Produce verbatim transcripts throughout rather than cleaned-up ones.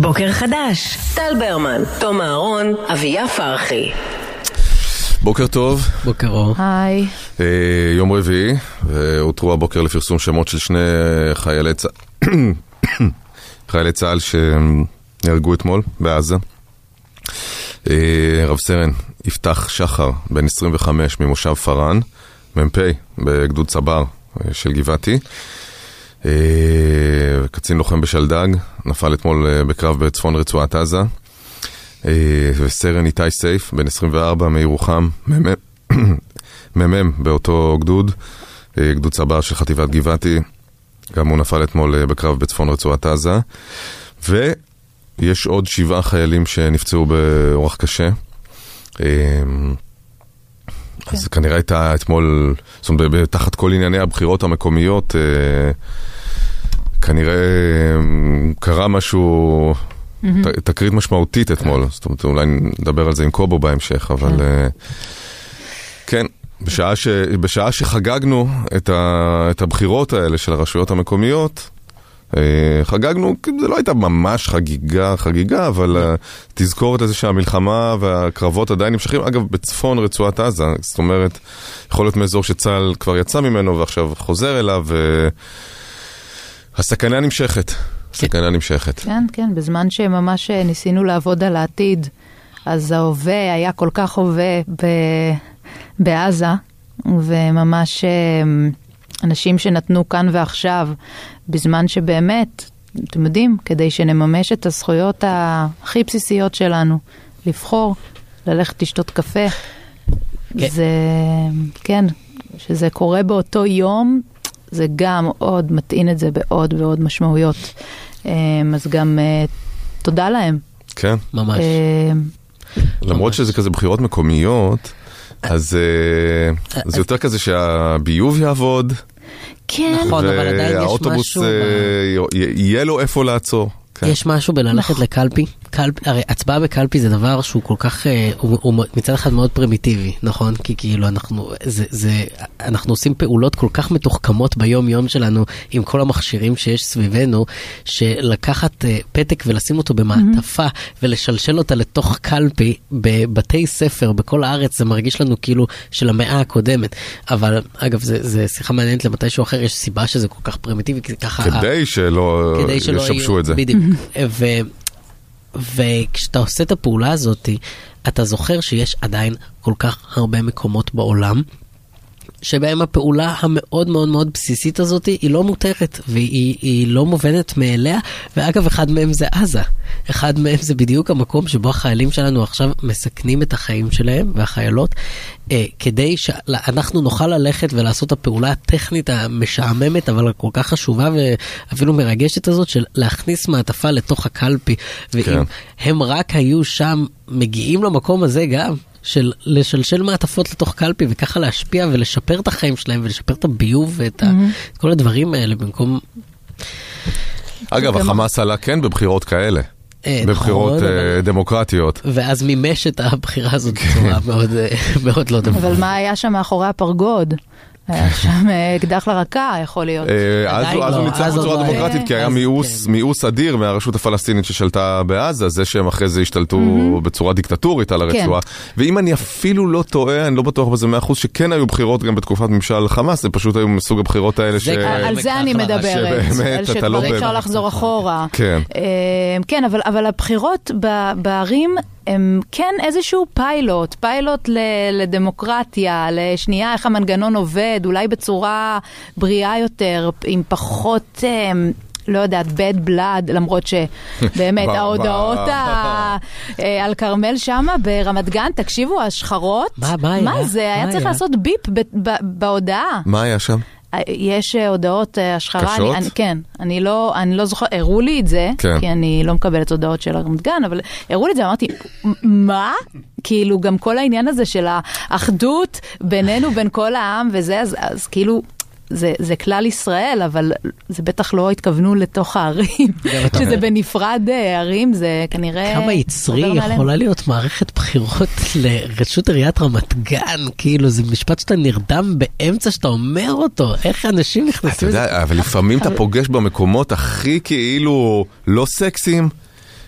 בוקר חדש, טל ברמן, תום אהרון, אביה פרחי. בוקר טוב. בוקר אור. היי. אה, יום רביעי, והותרו הבוקר לפרסום שמות של שני חיילי צה"ל, חיילי צה"ל שנהרגו אתמול בעזה. אה, רב סרן יפתח שחר, בן עשרים וחמש, ממושב פרן, מ"פ בגדוד צבר של גבעתי. אה, קצין לוחם בשלדג, נפל אתמול בקרב בצפון רצועת עזה. וסרן איתי סייף, בן עשרים וארבע, מירוחם, מ"מ באותו גדוד, גדוד צבר של חטיבת גבעתי, גם הוא נפל אתמול בקרב בצפון רצועת עזה. ויש עוד שבעה חיילים שנפצעו באורח קשה. אז כנראה הייתה אתמול, זאת אומרת, תחת כל ענייני הבחירות המקומיות, כנראה קרה משהו... תקרית משמעותית אתמול, זאת אומרת, אולי נדבר על זה עם קובו בהמשך, אבל כן, בשעה ש, בשעה שחגגנו את ה, את הבחירות האלה של הרשויות המקומיות, חגגנו, זה לא הייתה ממש חגיגה, חגיגה, אבל תזכורת לזה שהמלחמה והקרבות עדיין נמשכים, אגב, בצפון רצועת עזה, זאת אומרת, יכול להיות מאזור שצה"ל כבר יצא ממנו ועכשיו חוזר אליו, והסכנה נמשכת. סכנה נמשכת. כן, כן, בזמן שממש ניסינו לעבוד על העתיד, אז ההווה היה כל כך הווה ב- בעזה, וממש אנשים שנתנו כאן ועכשיו, בזמן שבאמת, אתם יודעים, כדי שנממש את הזכויות הכי בסיסיות שלנו, לבחור, ללכת לשתות קפה, כן. זה, כן, שזה קורה באותו יום, זה גם עוד מטעין את זה בעוד ועוד משמעויות. אז גם תודה להם. כן. ממש. למרות שזה כזה בחירות מקומיות, אז זה יותר כזה שהביוב יעבוד. כן. נכון, אבל עדיין יש משהו. והאוטובוס יהיה לו איפה לעצור. יש משהו בללכת לקלפי. הרי הצבעה בקלפי זה דבר שהוא כל כך, הוא מצד אחד מאוד פרימיטיבי, נכון? כי כאילו אנחנו, זה, זה, אנחנו עושים פעולות כל כך מתוחכמות ביום יום שלנו, עם כל המכשירים שיש סביבנו, שלקחת פתק ולשים אותו במעטפה, ולשלשל אותה לתוך קלפי, בבתי ספר, בכל הארץ, זה מרגיש לנו כאילו של המאה הקודמת. אבל אגב, זה, זה שיחה מעניינת למתישהו אחר, יש סיבה שזה כל כך פרימיטיבי, כי ככה... כדי שלא ישבשו את זה. בדיוק. ו... וכשאתה עושה את הפעולה הזאת, אתה זוכר שיש עדיין כל כך הרבה מקומות בעולם, שבהם הפעולה המאוד מאוד מאוד בסיסית הזאת היא לא מותרת, והיא היא לא מובנת מאליה, ואגב אחד מהם זה עזה. אחד מהם זה בדיוק המקום שבו החיילים שלנו עכשיו מסכנים את החיים שלהם, והחיילות, אה, כדי שאנחנו נוכל ללכת ולעשות את הפעולה הטכנית המשעממת, אבל כל כך חשובה ואפילו מרגשת הזאת, של להכניס מעטפה לתוך הקלפי, ואם כן. הם רק היו שם, מגיעים למקום הזה גם, של לשלשל מעטפות לתוך קלפי, וככה להשפיע ולשפר את החיים שלהם, ולשפר את הביוב ואת mm-hmm. כל הדברים האלה, במקום... אגב, החמאס עלה כן בבחירות כאלה. בבחירות דמוקרטיות. ואז מימש את הבחירה הזאת בצורה מאוד לא דמוקרטית. אבל מה היה שם מאחורי הפרגוד? היה שם אקדח לרקה, יכול להיות. אז הוא ניצח בצורה דמוקרטית, כי היה מיאוס אדיר מהרשות הפלסטינית ששלטה בעזה, זה שהם אחרי זה השתלטו בצורה דיקטטורית על הרצועה. ואם אני אפילו לא טועה, אני לא בטוח בזה מאה אחוז, שכן היו בחירות גם בתקופת ממשל חמאס, זה פשוט היו מסוג הבחירות האלה ש... על זה אני מדברת. על שכבר אפשר לחזור אחורה. כן. כן, אבל הבחירות בערים... הם כן איזשהו פיילוט, פיילוט לדמוקרטיה, לשנייה איך המנגנון עובד, אולי בצורה בריאה יותר, עם פחות, לא יודעת, bad blood, למרות שבאמת ההודעות על קרמל שמה ברמת גן, תקשיבו, השחרות, מה זה? היה צריך לעשות ביפ בהודעה. מה היה שם? יש הודעות השחרה, קשות? אני, כן, אני לא, אני לא זוכר, הראו לי את זה, כן. כי אני לא מקבלת הודעות של רמת גן, אבל הראו לי את זה, אמרתי, מה? כאילו גם כל העניין הזה של האחדות בינינו, בין כל העם וזה, אז, אז כאילו... זה, זה כלל ישראל, אבל זה בטח לא התכוונו לתוך הערים, שזה בנפרד ערים, זה כנראה... כמה יצרי יכולה להיות מערכת בחירות לרשות עיריית רמת גן, כאילו זה משפט שאתה נרדם באמצע שאתה אומר אותו, איך אנשים נכנסים... אתה יודע, אבל לפעמים אתה פוגש במקומות הכי כאילו לא סקסיים,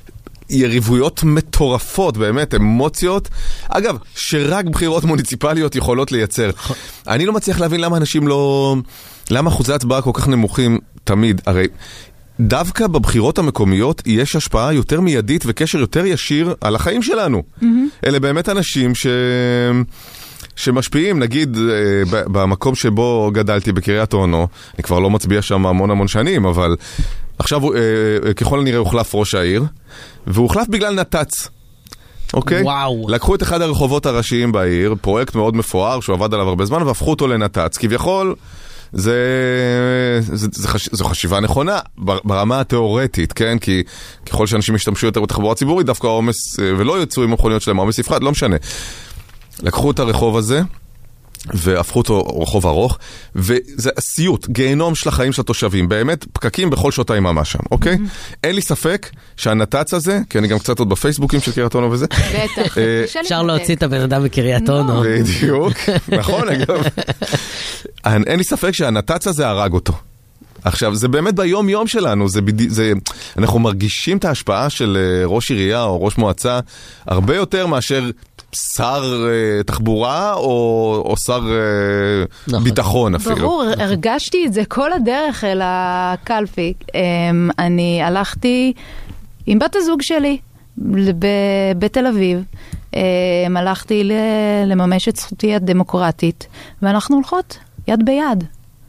יריבויות מטורפות, באמת, אמוציות. אגב, שרק בחירות מוניציפליות יכולות לייצר. אני לא מצליח להבין למה אנשים לא... למה אחוזי הצבעה כל כך נמוכים תמיד. הרי דווקא בבחירות המקומיות יש השפעה יותר מיידית וקשר יותר ישיר על החיים שלנו. Mm-hmm. אלה באמת אנשים ש... שמשפיעים, נגיד, במקום שבו גדלתי בקריית אונו, אני כבר לא מצביע שם המון המון שנים, אבל עכשיו ככל הנראה הוחלף ראש העיר, והוא הוחלף בגלל נת"צ. אוקיי? וואו. לקחו את אחד הרחובות הראשיים בעיר, פרויקט מאוד מפואר שהוא עבד עליו הרבה זמן, והפכו אותו לנת"צ. כביכול, זה, זה, זה, חש, זו חשיבה נכונה ברמה התיאורטית, כן? כי ככל שאנשים ישתמשו יותר בתחבורה ציבורית, דווקא העומס, ולא יצאו עם מכוניות שלהם, העומס יפחת, לא משנה. לקחו את הרחוב הזה, והפכו אותו רחוב ארוך, וזה סיוט, גיהנום של החיים של התושבים, באמת פקקים בכל שעות היממה שם, אוקיי? אין לי ספק שהנת"צ הזה, כי אני גם קצת עוד בפייסבוקים של קריית אונו וזה. בטח. אפשר להוציא את הבן אדם בקריית אונו. בדיוק, נכון אגב. אין לי ספק שהנת"צ הזה הרג אותו. עכשיו, זה באמת ביום יום שלנו, זה, זה, אנחנו מרגישים את ההשפעה של ראש עירייה או ראש מועצה, הרבה יותר מאשר שר uh, תחבורה או, או שר uh, נכון. ביטחון אפילו. ברור, נכון. הרגשתי את זה כל הדרך אל הקלפי. Um, אני הלכתי עם בת הזוג שלי ב- בתל אביב, um, הלכתי ל- לממש את זכותי הדמוקרטית, ואנחנו הולכות יד ביד.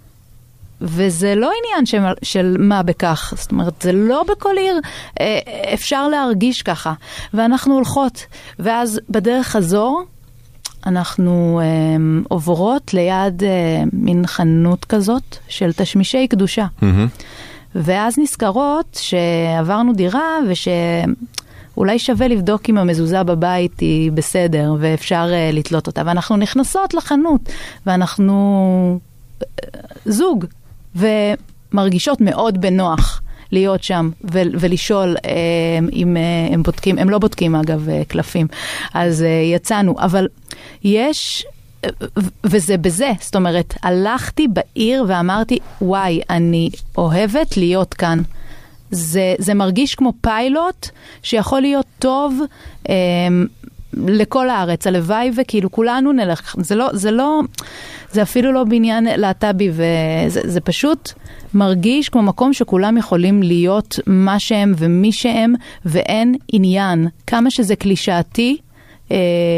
וזה לא עניין של, של מה בכך, זאת אומרת, זה לא בכל עיר אפשר להרגיש ככה. ואנחנו הולכות, ואז בדרך חזור, אנחנו אה, עוברות ליד אה, מין חנות כזאת של תשמישי קדושה. Mm-hmm. ואז נזכרות שעברנו דירה, ושאולי שווה לבדוק אם המזוזה בבית היא בסדר, ואפשר אה, לתלות אותה. ואנחנו נכנסות לחנות, ואנחנו אה, זוג. ומרגישות מאוד בנוח להיות שם ו- ולשאול אה, אם אה, הם בודקים, הם לא בודקים אגב אה, קלפים, אז אה, יצאנו, אבל יש, אה, וזה בזה, זאת אומרת, הלכתי בעיר ואמרתי, וואי, אני אוהבת להיות כאן. זה, זה מרגיש כמו פיילוט שיכול להיות טוב אה, לכל הארץ, הלוואי וכאילו כולנו נלך, זה לא, זה לא, זה אפילו לא בעניין להט"בי, וזה זה פשוט מרגיש כמו מקום שכולם יכולים להיות מה שהם ומי שהם, ואין עניין. כמה שזה קלישאתי, אה,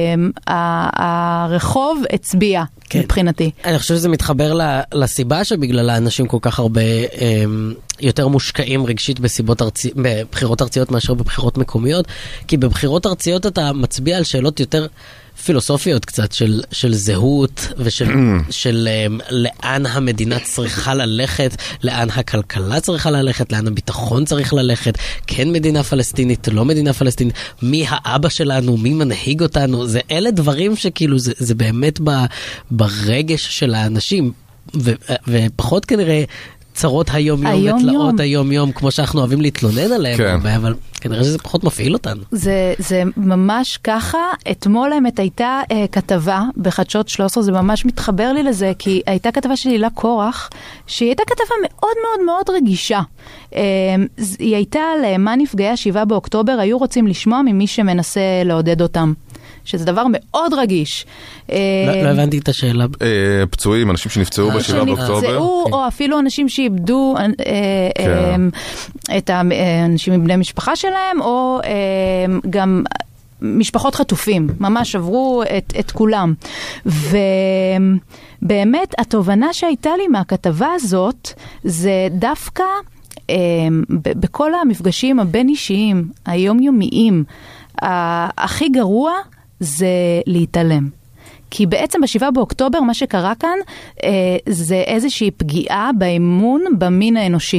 הרחוב הצביע. כן. מבחינתי. אני חושב שזה מתחבר לסיבה שבגלל האנשים כל כך הרבה אה, יותר מושקעים רגשית בסיבות ארצי, בבחירות ארציות מאשר בבחירות מקומיות, כי בבחירות ארציות אתה מצביע על שאלות יותר פילוסופיות קצת של, של זהות ושל של, um, לאן המדינה צריכה ללכת, לאן הכלכלה צריכה ללכת, לאן הביטחון צריך ללכת, כן מדינה פלסטינית, לא מדינה פלסטינית, מי האבא שלנו, מי מנהיג אותנו, זה אלה דברים שכאילו זה, זה באמת ב, ברגש של האנשים, ו, ופחות כנראה צרות היום-יום ותלאות היום-יום, כמו שאנחנו אוהבים להתלונן עליהם, כן. אבל כנראה שזה פחות מפעיל אותנו. זה, זה ממש ככה. אתמול האמת הייתה אה, כתבה בחדשות שלוש עשרה, זה ממש מתחבר לי לזה, כי הייתה כתבה של הילה קורח, שהיא הייתה כתבה מאוד מאוד מאוד רגישה. אה, היא הייתה על מה נפגעי השבעה באוקטובר, היו רוצים לשמוע ממי שמנסה לעודד אותם. שזה דבר מאוד רגיש. לא הבנתי את השאלה. פצועים, אנשים שנפצעו בשבעה באוקטובר. שנפצעו, או אפילו אנשים שאיבדו את האנשים מבני משפחה שלהם, או גם משפחות חטופים, ממש עברו את כולם. ובאמת, התובנה שהייתה לי מהכתבה הזאת, זה דווקא בכל המפגשים הבין-אישיים, היומיומיים, הכי גרוע זה להתעלם. כי בעצם בשבעה באוקטובר מה שקרה כאן אה, זה איזושהי פגיעה באמון במין האנושי.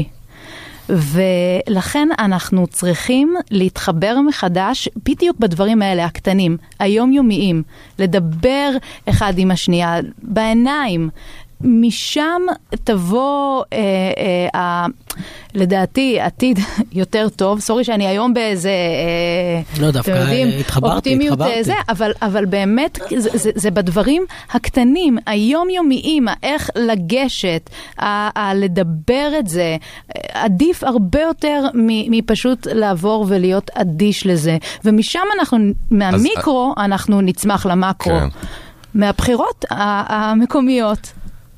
ולכן אנחנו צריכים להתחבר מחדש בדיוק בדברים האלה, הקטנים, היומיומיים, לדבר אחד עם השנייה, בעיניים, משם תבוא, אה, אה, לדעתי, עתיד יותר טוב. סורי שאני היום באיזה, אה, לא, דווקא יודעים, התחברתי, אופטימיות התחברתי. זה, אבל, אבל באמת, זה, זה, זה בדברים הקטנים, היומיומיים, איך לגשת, ה, ה, לדבר את זה, עדיף הרבה יותר מפשוט לעבור ולהיות אדיש לזה. ומשם אנחנו, מהמיקרו, אז, אנחנו נצמח למקרו. כן. מהבחירות המקומיות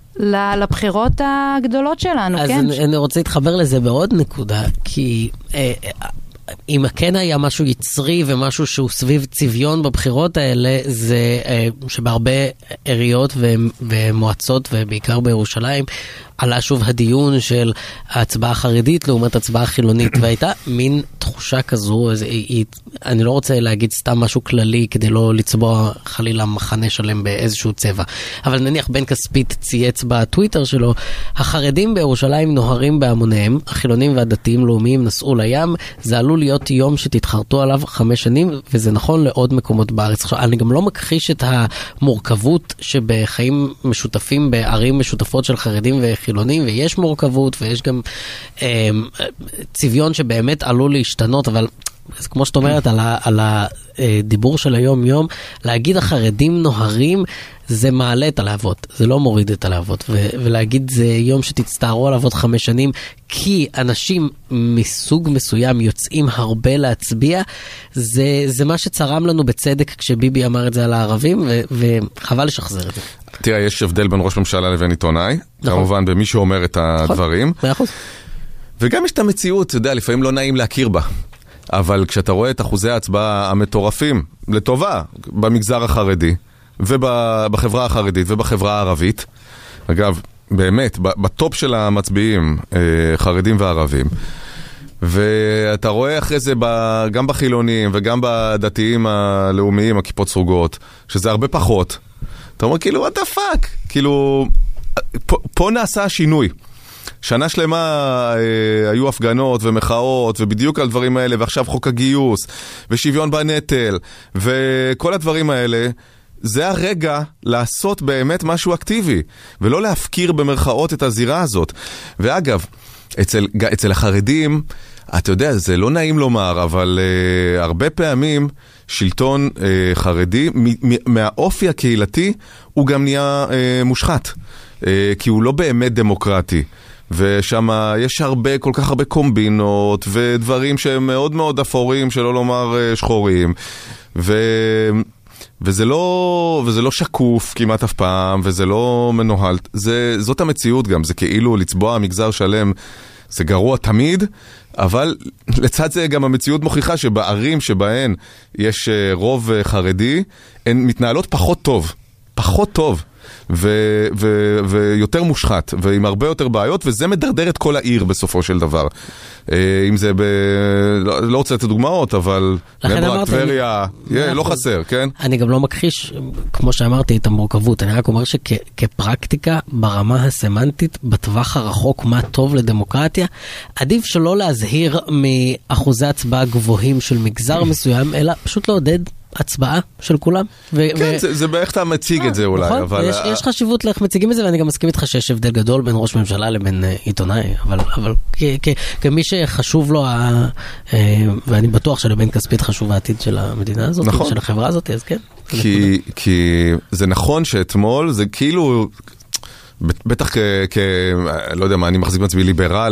לבחירות הגדולות שלנו, אז כן? אני, אני רוצה להתחבר לזה בעוד נקודה, כי אה, אם כן היה משהו יצרי ומשהו שהוא סביב צביון בבחירות האלה, זה אה, שבהרבה עיריות ו, ומועצות, ובעיקר בירושלים, עלה שוב הדיון של ההצבעה החרדית לעומת הצבעה חילונית, והייתה מין תחושה כזו, אז היא, אני לא רוצה להגיד סתם משהו כללי כדי לא לצבוע חלילה מחנה שלם באיזשהו צבע, אבל נניח בן כספית צייץ בטוויטר שלו, החרדים בירושלים נוהרים בהמוניהם, החילונים והדתיים לאומיים נסעו לים, זה עלול להיות יום שתתחרטו עליו חמש שנים, וזה נכון לעוד מקומות בארץ. עכשיו, אני גם לא מכחיש את המורכבות שבחיים משותפים בערים משותפות של חרדים וחילונים, ויש מורכבות, ויש גם אה, צביון שבאמת עלול להשתנות, אבל כמו שאת אומרת על, ה, על הדיבור של היום יום, להגיד החרדים נוהרים, זה מעלה את הלהבות, זה לא מוריד את הלהבות, ו- ולהגיד זה יום שתצטערו עליו עוד חמש שנים, כי אנשים מסוג מסוים יוצאים הרבה להצביע, זה, זה מה שצרם לנו בצדק כשביבי אמר את זה על הערבים, ו- וחבל לשחזר את זה. תראה, יש הבדל בין ראש ממשלה לבין עיתונאי, נכון. כמובן במי שאומר את הדברים, מאה אחוז. וגם יש את המציאות, אתה יודע, לפעמים לא נעים להכיר בה. אבל כשאתה רואה את אחוזי ההצבעה המטורפים, לטובה, במגזר החרדי, ובחברה החרדית ובחברה הערבית, אגב, באמת, בטופ של המצביעים, חרדים וערבים, ואתה רואה אחרי זה גם בחילונים וגם בדתיים הלאומיים, הכיפות סרוגות, שזה הרבה פחות. אתה אומר, כאילו, what the fuck? כאילו, פה, פה נעשה השינוי. שנה שלמה אה, היו הפגנות ומחאות ובדיוק על דברים האלה, ועכשיו חוק הגיוס ושוויון בנטל וכל הדברים האלה, זה הרגע לעשות באמת משהו אקטיבי ולא להפקיר במרכאות את הזירה הזאת. ואגב, אצל, אצל החרדים, אתה יודע, זה לא נעים לומר, אבל אה, הרבה פעמים שלטון אה, חרדי מ- מ- מהאופי הקהילתי הוא גם נהיה אה, מושחת, אה, כי הוא לא באמת דמוקרטי. ושם יש הרבה, כל כך הרבה קומבינות ודברים שהם מאוד מאוד אפורים, שלא לומר שחורים, ו... וזה לא, וזה לא שקוף כמעט אף פעם, וזה לא מנוהל. זה, זאת המציאות גם, זה כאילו לצבוע מגזר שלם, זה גרוע תמיד, אבל לצד זה גם המציאות מוכיחה שבערים שבהן יש רוב חרדי, הן מתנהלות פחות טוב, פחות טוב. ו- ו- ויותר מושחת, ועם הרבה יותר בעיות, וזה מדרדר את כל העיר בסופו של דבר. אם זה ב... לא, לא רוצה את הדוגמאות, אבל נברק, טבריה, yeah, לא חסר, כן? אני גם לא מכחיש, כמו שאמרתי, את המורכבות. אני רק אומר שכפרקטיקה, ברמה הסמנטית, בטווח הרחוק, מה טוב לדמוקרטיה, עדיף שלא להזהיר מאחוזי הצבעה גבוהים של מגזר מסוים, אלא פשוט לעודד הצבעה של כולם. כן, זה באיך אתה מציג את זה אולי. יש חשיבות לאיך מציגים את זה, ואני גם מסכים איתך שיש הבדל גדול בין ראש ממשלה לבין עיתונאי, אבל כמי שחשוב לו, ואני בטוח שלבן כספית חשוב העתיד של המדינה הזאת, של החברה הזאת, אז כן. כי זה נכון שאתמול, זה כאילו, בטח כ... לא יודע מה, אני מחזיק מעצמי ליברל,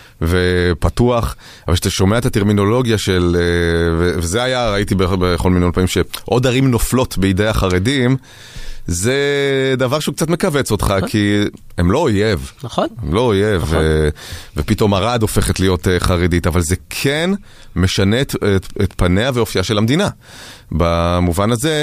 ופתוח, אבל שאתה שומע את הטרמינולוגיה של, וזה היה, ראיתי בכל מיני פעמים, שעוד ערים נופלות בידי החרדים, זה דבר שהוא קצת מקווץ אותך, כי הם לא אויב. נכון. הם לא אויב, ו, ופתאום ערד הופכת להיות חרדית, אבל זה כן משנה את, את, את פניה ואופייה של המדינה. במובן הזה,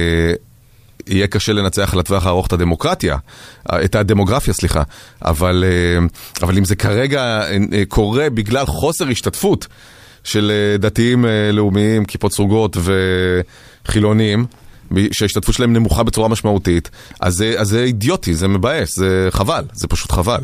יהיה קשה לנצח לטווח הארוך את הדמוקרטיה, את הדמוגרפיה, סליחה, אבל, אבל אם זה כרגע קורה בגלל חוסר השתתפות של דתיים לאומיים, כיפות סרוגות וחילונים, שההשתתפות שלהם נמוכה בצורה משמעותית, אז זה, אז זה אידיוטי, זה מבאס, זה חבל, זה פשוט חבל.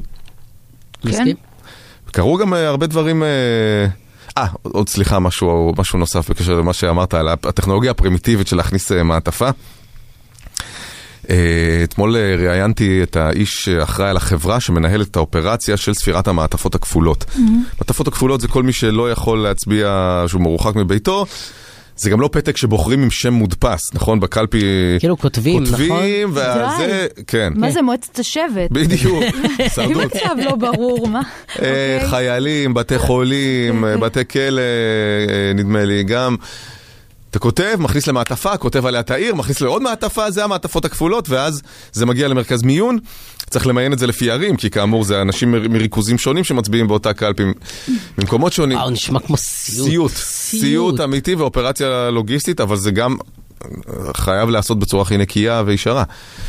מסכים? קראו גם הרבה דברים... אה, עוד סליחה, משהו, משהו נוסף בקשר למה שאמרת על הטכנולוגיה הפרימיטיבית של להכניס מעטפה. אתמול ראיינתי את האיש אחראי על החברה שמנהל את האופרציה של ספירת המעטפות הכפולות. מעטפות הכפולות זה כל מי שלא יכול להצביע שהוא מרוחק מביתו. זה גם לא פתק שבוחרים עם שם מודפס, נכון? בקלפי... כאילו כותבים, נכון? כותבים, וזה... כן. מה זה מועצת השבט? בדיוק, שרדות. מצב לא ברור, מה? חיילים, בתי חולים, בתי כלא, נדמה לי, גם... אתה כותב, מכניס למעטפה, כותב עליה את העיר, מכניס לעוד מעטפה, זה המעטפות הכפולות, ואז זה מגיע למרכז מיון. צריך למיין את זה לפי ערים, כי כאמור זה אנשים מריכוזים שונים שמצביעים באותה קלפי במקומות שונים. וואו, נשמע כמו סיוט. סיוט, סיוט אמיתי ואופרציה לוגיסטית, אבל זה גם חייב לעשות בצורה הכי נקייה וישרה.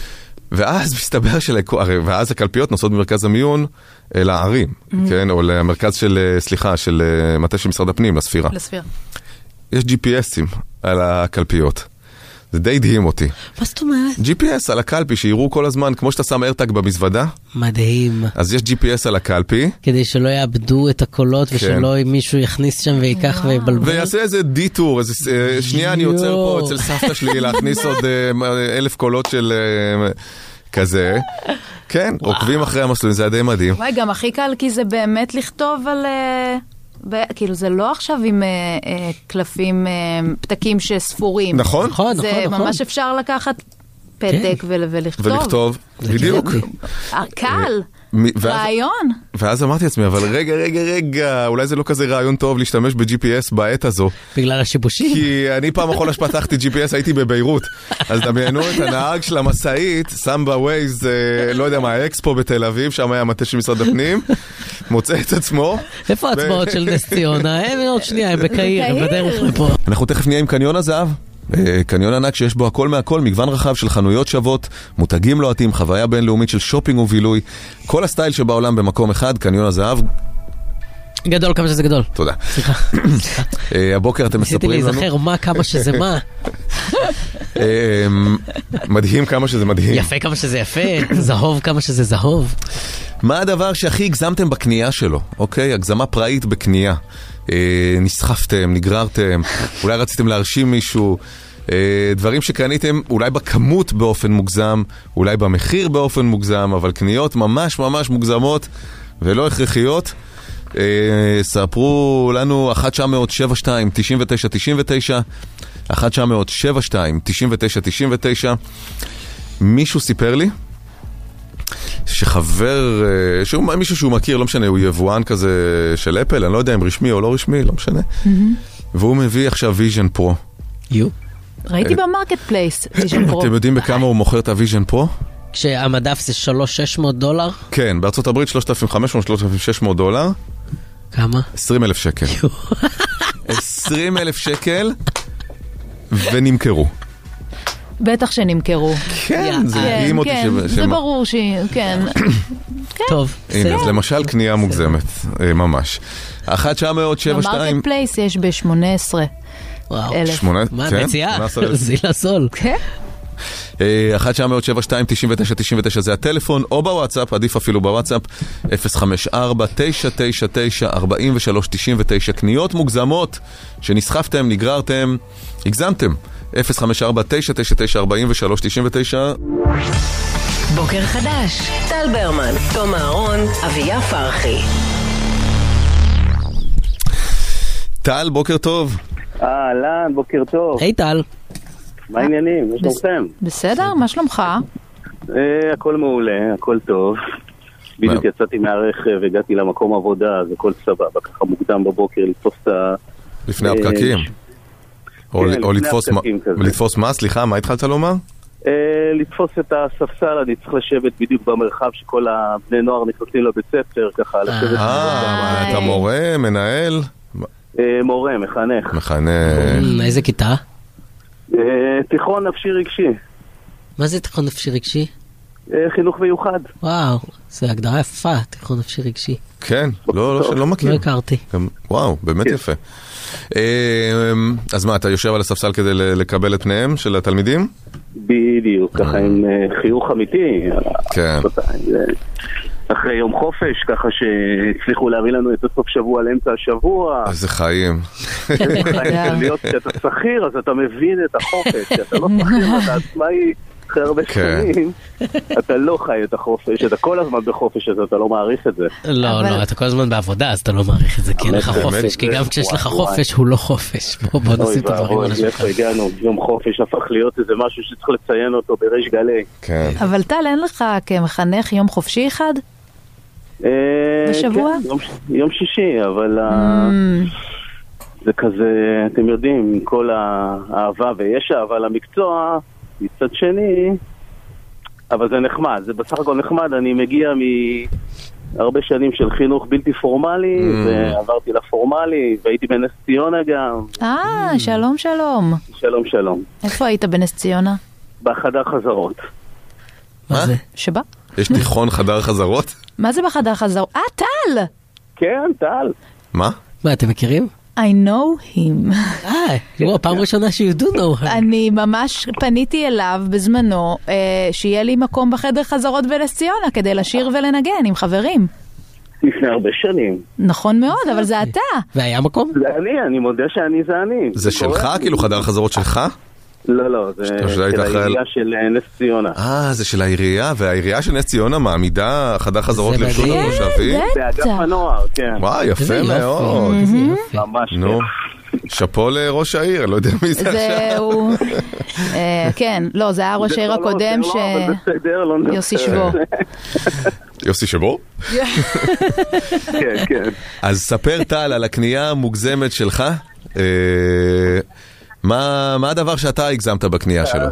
ואז מסתבר של... ואז הקלפיות נוסעות במרכז המיון לערים, כן? או למרכז של, סליחה, של מטה של משרד הפנים, לספירה. לספירה. יש ג'י פי אסים על הקלפיות. זה די דהים אותי. מה זאת אומרת? ג'י פי אס על הקלפי, שיראו כל הזמן, כמו שאתה שם ארטג במזוודה. מדהים. אז יש ג'י פי אס על הקלפי. כדי שלא יאבדו את הקולות, ושלא מישהו יכניס שם ויקח ויבלבל. ויעשה איזה דיטור, איזה שנייה אני יוצר פה אצל סבתא שלי, להכניס עוד אלף קולות של כזה. כן, עוקבים אחרי המסלולים, זה די מדהים. וואי, גם הכי קל, כי זה באמת לכתוב על... כאילו זה לא עכשיו עם קלפים, פתקים שספורים. נכון, נכון, זה ממש אפשר לקחת פתק ולכתוב. ולכתוב, בדיוק. קל, רעיון. ואז אמרתי לעצמי, אבל רגע, רגע, רגע, אולי זה לא כזה רעיון טוב להשתמש ב-ג'י פי אס בעת הזו. בגלל השיבושים? כי אני פעם אחרונה שפתחתי ג'י פי אס, הייתי בביירות. אז דמיינו את הנהג של המסעית, שם בווייז, לא יודע מה, האקספו בתל אביב, שם היה מטה של משרד הפנים, מוצא את עצמו. איפה ההצבעות של נס ציונה? הם עוד שנייה, הם בקהיר, הם בדרך לפה. אנחנו תכף נהיה עם קניון הזהב. קניון ענק שיש בו הכל מהכל, מגוון רחב של חנויות שוות, מותגים לוהטים, חוויה בינלאומית של שופינג ובילוי, כל הסטייל שבעולם במקום אחד, קניון הזהב. גדול כמה שזה גדול. תודה. סליחה. הבוקר אתם מספרים לנו... ניסיתי להיזכר מה כמה שזה מה. מדהים כמה שזה מדהים. יפה כמה שזה יפה, זהוב כמה שזה זהוב. מה הדבר שהכי הגזמתם בקנייה שלו? אוקיי, הגזמה פראית בקנייה. נסחפתם, נגררתם, אולי רציתם להרשים מישהו, דברים שקניתם אולי בכמות באופן מוגזם, אולי במחיר באופן מוגזם, אבל קניות ממש ממש מוגזמות ולא הכרחיות. ספרו לנו אחת תשע שבע שתיים תשעים ותשע תשעים ותשע, אחת תשע שבע שתיים תשעים ותשע תשעים ותשע. מישהו סיפר לי שחבר, שהוא, מישהו שהוא מכיר, לא משנה, הוא יבואן כזה של אפל, אני לא יודע אם רשמי או לא רשמי, לא משנה. Mm-hmm. והוא מביא עכשיו ויז'ן פרו. יו. ראיתי במרקט פלייס, ויז'ן פרו. אתם יודעים בכמה הוא מוכר את הוויז'ן פרו? כשהמדף זה שלוש אלף שש מאות דולר? כן, בארצות הברית שלושת אלפים וחמש מאות, שלושת אלפים ושש מאות דולר. כמה? עשרים אלף שקל. עשרים אלף שקל ונמכרו. בטח שנמכרו. כן, זה דהים אותי. זה ברור ש... כן. טוב. הנה, אז למשל קנייה מוגזמת, ממש. אחת תשע שבע שתיים... במרקט פלייס יש ב-שמונה עשרה אלף. מה, מציעה? זילה סול. כן. אחת תשע שבע שתיים תשעים ותשע תשעים ותשע זה הטלפון, או בוואטסאפ, עדיף אפילו בוואטסאפ, אפס חמש ארבע תשע תשע תשע ארבעים ושלוש תשעים ותשע. קניות מוגזמות שנסחפתם, נגררתם, הגזמתם. אפס חמש ארבע תשע תשע תשע ארבעים ושלוש תשעים ותשע. בוקר חדש, טל ברמן, תום אהרון, אביה פרחי. טל, בוקר טוב. אהלן, בוקר טוב. היי טל. מה העניינים? מה שלומכם? בסדר, מה שלומך? הכל מעולה, הכל טוב. בדיוק יצאתי מהרכב, הגעתי למקום עבודה, אז הכל סבבה, ככה מוקדם בבוקר לתפוס את ה... לפני הפקקים. או לתפוס מה? סליחה, מה התחלת לומר? לתפוס את הספסל, אני צריך לשבת בדיוק במרחב שכל הבני נוער נכנסים לבית ספר, ככה לשבת... אה, אתה מורה, מנהל? מורה, מחנך. מחנך. איזה כיתה? תיכון נפשי רגשי. מה זה תיכון נפשי רגשי? חינוך מיוחד. וואו, זו הגדרה יפה, תיכון נפשי רגשי. כן, לא מכיר. לא הכרתי. וואו, באמת יפה. אז מה, אתה יושב על הספסל כדי לקבל את פניהם של התלמידים? בדיוק, ככה עם חיוך אמיתי. כן. אחרי יום חופש, ככה שהצליחו להביא לנו את הסוף שבוע לאמצע השבוע. איזה חיים. איזה חיים, להיות כשאתה שכיר, אז אתה מבין את החופש, כשאתה לא שכיר, אתה עצמאי, אחרי הרבה שנים, אתה לא חי את החופש, אתה כל הזמן בחופש הזה, אתה לא מעריך את זה. לא, לא, אתה כל הזמן בעבודה, אז אתה לא מעריך את זה, כי אין לך חופש, כי גם כשיש לך חופש, הוא לא חופש. בוא נשים את הדברים על השולחן. איפה הגענו, יום חופש הפך להיות איזה משהו שצריך לציין אותו בריש גלי. אבל טל, אין לך כמחנך יום חופשי אחד? בשבוע? יום שישי, אבל זה כזה, אתם יודעים, כל האהבה, ויש אהבה למקצוע, מצד שני, אבל זה נחמד, זה בסך הכל נחמד, אני מגיע מהרבה שנים של חינוך בלתי פורמלי, ועברתי לפורמלי, והייתי בנס ציונה גם. אה, שלום שלום. שלום שלום. איפה היית בנס ציונה? בחדר חזרות. מה זה? שבה? יש תיכון חדר חזרות? מה זה בחדר חזרות? אה, טל! כן, טל. מה? מה, אתם מכירים? I know him. אה, פעם ראשונה ש-you do know him. אני ממש פניתי אליו בזמנו, שיהיה לי מקום בחדר חזרות בנס ציונה, כדי לשיר ולנגן עם חברים. לפני הרבה שנים. נכון מאוד, אבל זה אתה. והיה מקום? זה אני, אני מודה שאני זה אני. זה שלך? כאילו חדר חזרות שלך? לא, לא, זה של העירייה של נס ציונה. אה, זה של העירייה, והעירייה של נס ציונה מעמידה חדר חזרות לרשות התושבים? באגף הנוער, כן. וואי, יפה מאוד. ממש נו, שפו לראש העיר, לא יודע מי זה עכשיו. זהו. כן, לא, זה היה ראש העיר הקודם ש... יוסי שבו. יוסי שבו? כן, כן. אז ספר טל על הקנייה המוגזמת שלך. מה, מה הדבר שאתה הגזמת בקנייה שלו?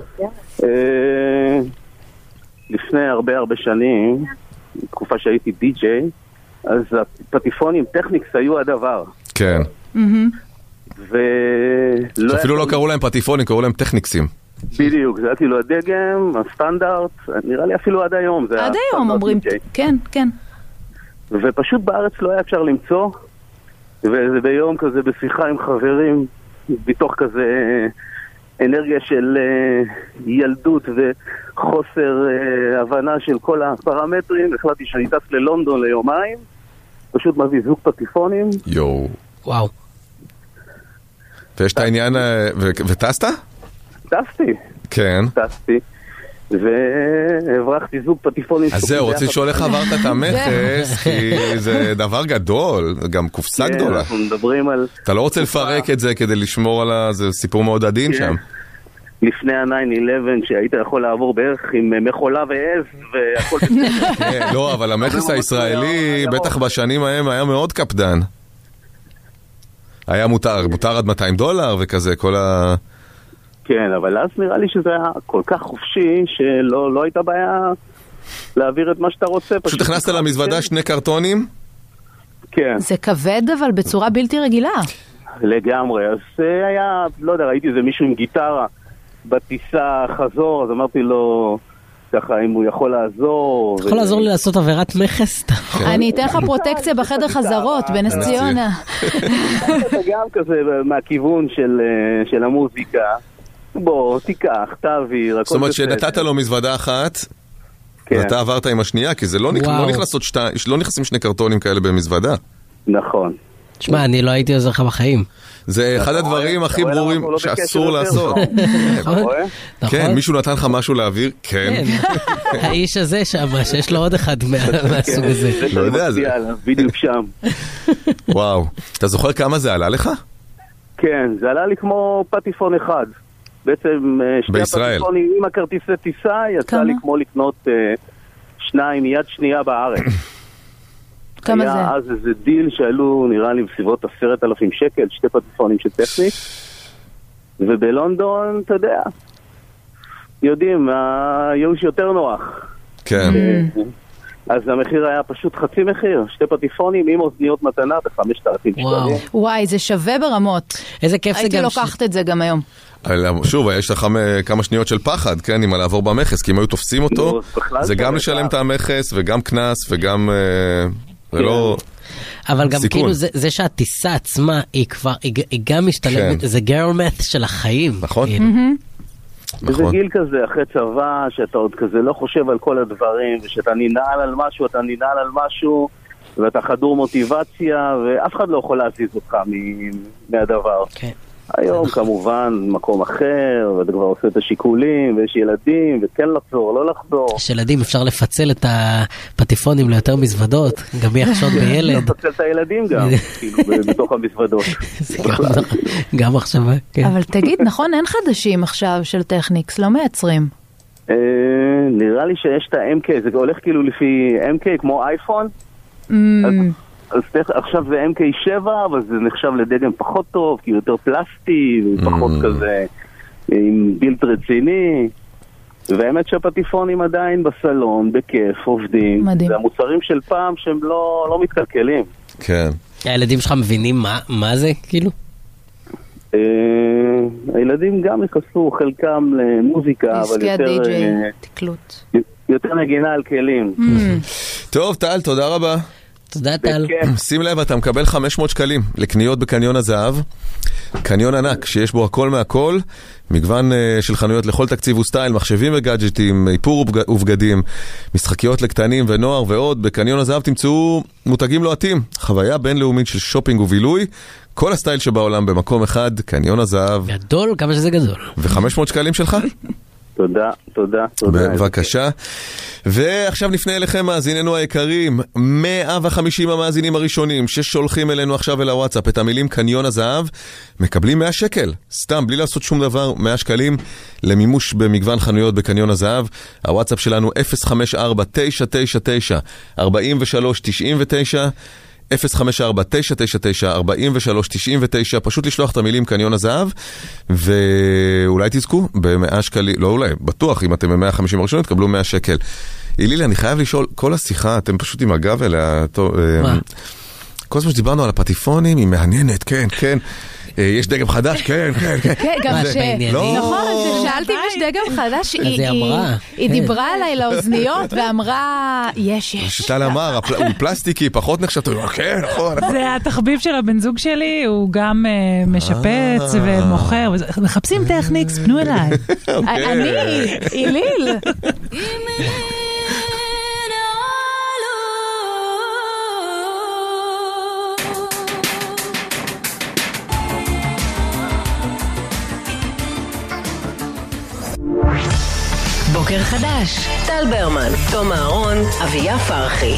לפני הרבה הרבה שנים, תקופה שהייתי די-ג'יי, אז הפטיפונים טכניקס היו הדבר. כן. אפילו לא קראו להם פטיפונים, קראו להם טכניקסים. בדיוק, זה היה כאילו הדגם, הסטנדרט, נראה לי אפילו עד היום. עד היום אומרים, כן, כן. ופשוט בארץ לא היה אפשר למצוא, וזה ביום כזה בשיחה עם חברים, בתוך כזה אנרגיה של ילדות וחוסר הבנה של כל הפרמטרים, החלטתי שאני טס ללונדון ליומיים, פשוט מביא זוג פטיפונים. יואו. וואו. ויש את העניין, וטסת? טסתי. כן. טסתי. והברחתי זוג פטיפונים. אז זהו, רוצים לשאול איך עברת את המכס, כי זה דבר גדול, גם קופסה גדולה. אנחנו מדברים על... אתה לא רוצה לפרק את זה כדי לשמור על זה, סיפור מאוד עדין שם. לפני ה-תשע אחת עשרה שהיית יכול לעבור בערך עם מחולה ועז והכל... כן, לא, אבל המכס הישראלי, בטח בשנים ההם, היה מאוד קפדן. היה מותר, מותר עד מאתיים דולר וכזה, כל ה... כן, אבל אז נראה לי שזה היה כל כך חופשי שלא לא הייתה בעיה להעביר את מה שאתה רוצה. פשוט הכנסת למזוודה שני קרטונים? כן. זה כבד אבל בצורה בלתי רגילה. לגמרי, אז היה, לא יודע, ראיתי איזה מישהו עם גיטרה בטיסה חזור, אז אמרתי לו ככה אם הוא יכול לעזור. יכול לעזור לי לעשות עבירת מכס? אני אתן לך פרוטקציה בחדר חזרות בנס ציונה. אתה גם כזה מהכיוון של המוזיקה. בוא, תיקח, תעביר. זאת אומרת שנתת לו מזוודה אחת, ואתה עברת עם השנייה, כי זה לא נכנסים שני קרטונים כאלה במזוודה. נכון. תשמע, אני לא הייתי עוזר לך בחיים. זה אחד הדברים הכי ברורים שאסור לעשות. כן, מישהו נתן לך משהו להעביר? כן. האיש הזה שם, שיש לו עוד אחד מהסוג הזה. לא יודע, זה... בדיוק שם. וואו. אתה זוכר כמה זה עלה לך? כן, זה עלה לי כמו פטיפון אחד. בעצם שני הפטיפונים עם הכרטיסי טיסה יצא לי כמו לקנות שניים מיד שנייה בארץ. כמה זה? היה אז איזה דיל שעלו נראה לי בסביבות עשרת אלפים שקל, שתי פטיפונים של טכנית, ובלונדון, אתה יודע, יודעים, הייאוש יותר נוח. כן. אז המחיר היה פשוט חצי מחיר, שתי פטיפונים עם אוזניות מתנה ב-חמשת אלפים שקלים. וואי, זה שווה ברמות. איזה כיף זה גם... הייתי לוקחת את זה גם היום. שוב, יש לך כמה שניות של פחד, כן, עם לעבור במכס, כי אם היו תופסים אותו, זה גם לשלם את המכס וגם כנס וגם... זה לא... אבל גם כאילו זה שהטיסה עצמה היא כבר, היא גם משתלמת, זה גרל מת של החיים. נכון. וזה גיל כזה, אחרי צבא, שאתה עוד כזה לא חושב על כל הדברים, ושאתה ננעל על משהו, אתה ננעל על משהו, ואתה חדור מוטיבציה, ואף אחד לא יכול להזיז אותך מהדבר. כן. היום כמובן מקום אחר, ואתה כבר עושה את השיקולים, ויש ילדים, וכן לחזור, לא לחזור. יש ילדים, אפשר לפצל את הפטיפונים ליותר מזוודות, גם מי יחשוד בילד. לפצל את הילדים גם, כאילו, בתוך המזוודות. גם עכשיו, כן. אבל תגיד, נכון, אין חדשים עכשיו של טכניקס, לא מייצרים. נראה לי שיש את ה-אם קיי, זה הולך כאילו לפי אם קיי כמו אייפון. אז עכשיו זה אם קיי שבע, אבל זה נחשב לדגם פחות טוב, כי יותר פלסטי, ופחות כזה עם בילט רציני. והאמת שהפטיפונים עדיין בסלון, בכיף, עובדים. מדהים. זה המוצרים של פעם שהם לא, לא מתקלקלים. כן. הילדים שלך מבינים מה, מה זה, כאילו? Uh, הילדים גם נכנסו חלקם למוזיקה, אבל יותר די-ג'יי, תקלוט. יותר נגינה על כלים. טוב, טל, תודה רבה. תודה, טל. שים לב, אתה מקבל חמש מאות שקלים לקניות בקניון הזהב. קניון ענק שיש בו הכל מהכל, מגוון uh, של חנויות לכל תקציב וסטייל, מחשבים וגאדג'טים, איפור ובגדים, משחקיות לקטנים ונוער ועוד. בקניון הזהב תמצאו מותגים לוהטים, חוויה בינלאומית של שופינג ובילוי, כל הסטייל שבעולם במקום אחד, קניון הזהב. גדול, כמה שזה גדול. ו-חמש מאות שקלים שלך? תודה, תודה, תודה. בבקשה. ועכשיו נפנה אליכם, מאזיננו היקרים, מאה וחמישים המאזינים הראשונים ששולחים אלינו עכשיו אל הוואטסאפ את המילים קניון הזהב, מקבלים מאה שקל, סתם, בלי לעשות שום דבר, מאה שקלים למימוש במגוון חנויות בקניון הזהב. הוואטסאפ שלנו אפס חמש ארבע תשע תשע תשע ארבע שלוש תשע תשע, אפס חמש ארבע תשע תשע תשע ארבע שלוש תשע תשע, פשוט לשלוח את המילים קניון הזהב, ואולי תזכו ב-מאה שקלים, לא אולי, בטוח, אם אתם ב-מאה וחמישים הראשונים, תקבלו מאה שקל. אילילה, אני חייב לשאול, כל השיחה, אתם פשוט עם הגב אליה, כל הזמן שדיברנו על הפטיפונים, היא מעניינת, כן, כן. יש דגם חדש, כן, כן, כן. כן, גם ש... נכון, שאלתי אם יש דגם חדש, היא דיברה עליי לאוזניות ואמרה, יש, יש. שטל אמר, הוא פלסטיקי, פחות נחשב, כן, נכון. זה התחביב של הבן זוג שלי, הוא גם משפץ ומוכר, מחפשים טכניקס, פנו אליי. אני, איליל. בוקר חדש, טל ברמן, תום אהרון, אביה פרחי.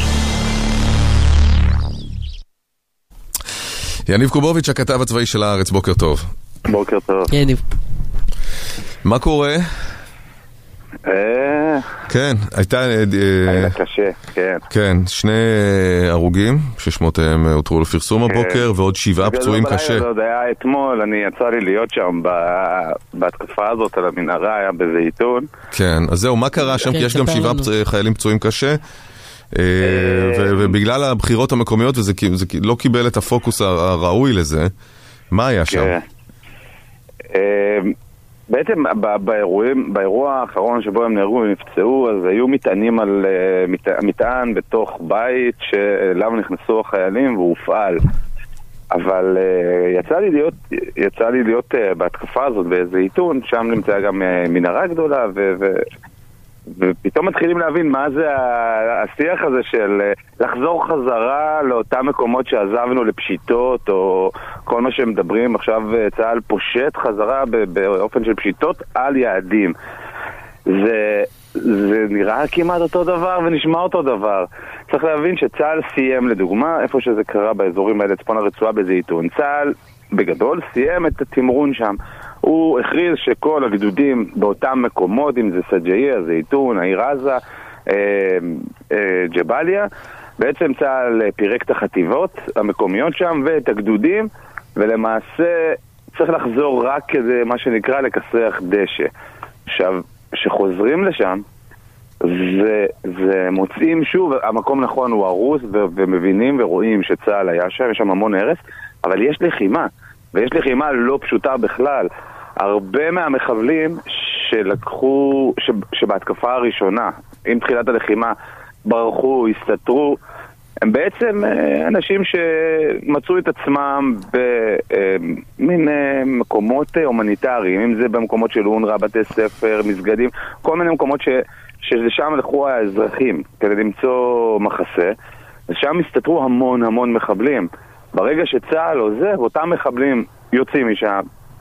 יניב קובוביץ', הכתב הצבאי של הארץ, בוקר טוב. בוקר טוב. יניב. מה קורה? כן, הייתה... היה קשה, כן. כן, שני הרוגים ששמותיהם הותרו לפרסום הבוקר, ועוד שבעה פצועים קשה. זה היה אתמול, אני יצא לי להיות שם בהתקפה הזאת על המנהרה, היה בזיתון. כן, אז זהו, מה קרה שם? כי יש גם שבעה חיילים פצועים קשה, ובגלל הבחירות המקומיות, וזה לא קיבל את הפוקוס הראוי לזה, מה היה שם? בעצם באירועים, באירוע האחרון שבו הם נהרגו ונפצעו, אז היו מטענים על מטען בתוך בית שאליו נכנסו החיילים והוא הופעל. אבל יצא לי להיות, יצא לי להיות בהתקפה הזאת באיזה עיתון, שם נמצאה גם מנהרה גדולה ו... ו ופתאום מתחילים להבין מה זה השיח הזה של לחזור חזרה לאותם מקומות שעזבנו לפשיטות, או כל מה שמדברים עכשיו, צה"ל פושט חזרה באופן של פשיטות על יעדים. זה, זה נראה כמעט אותו דבר ונשמע אותו דבר. צריך להבין שצה"ל סיים, לדוגמה, איפה שזה קרה באזורים האלה, צפון הרצועה בזיתון, צה"ל בגדול סיים את התמרון שם. הוא הכריז שכל הגדודים באותם מקומות, אם זה סג'איה, זיתון, העיר עזה, אה, אה, ג'באליה, בעצם צה"ל פירק את החטיבות המקומיות שם ואת הגדודים, ולמעשה צריך לחזור רק כזה, מה שנקרא, לכסח דשא. עכשיו, שחוזרים לשם, זה, זה מוצאים שוב, המקום נכון הוא הרוס, ו- ומבינים ורואים שצה"ל היה שם, יש שם המון הרס, אבל יש לחימה, ויש לחימה לא פשוטה בכלל. הרבה מהמחבלים שלקחו, ש, שבהתקפה הראשונה, עם תחילת הלחימה, ברחו, הסתתרו, הם בעצם אנשים שמצאו את עצמם במין מקומות הומניטריים, אם זה במקומות של אונר"א, בתי ספר, מסגדים, כל מיני מקומות ש, ששם הלכו האזרחים כדי למצוא מחסה, ושם הסתתרו המון המון מחבלים. ברגע שצה"ל עוזב, אותם מחבלים יוצאים משם,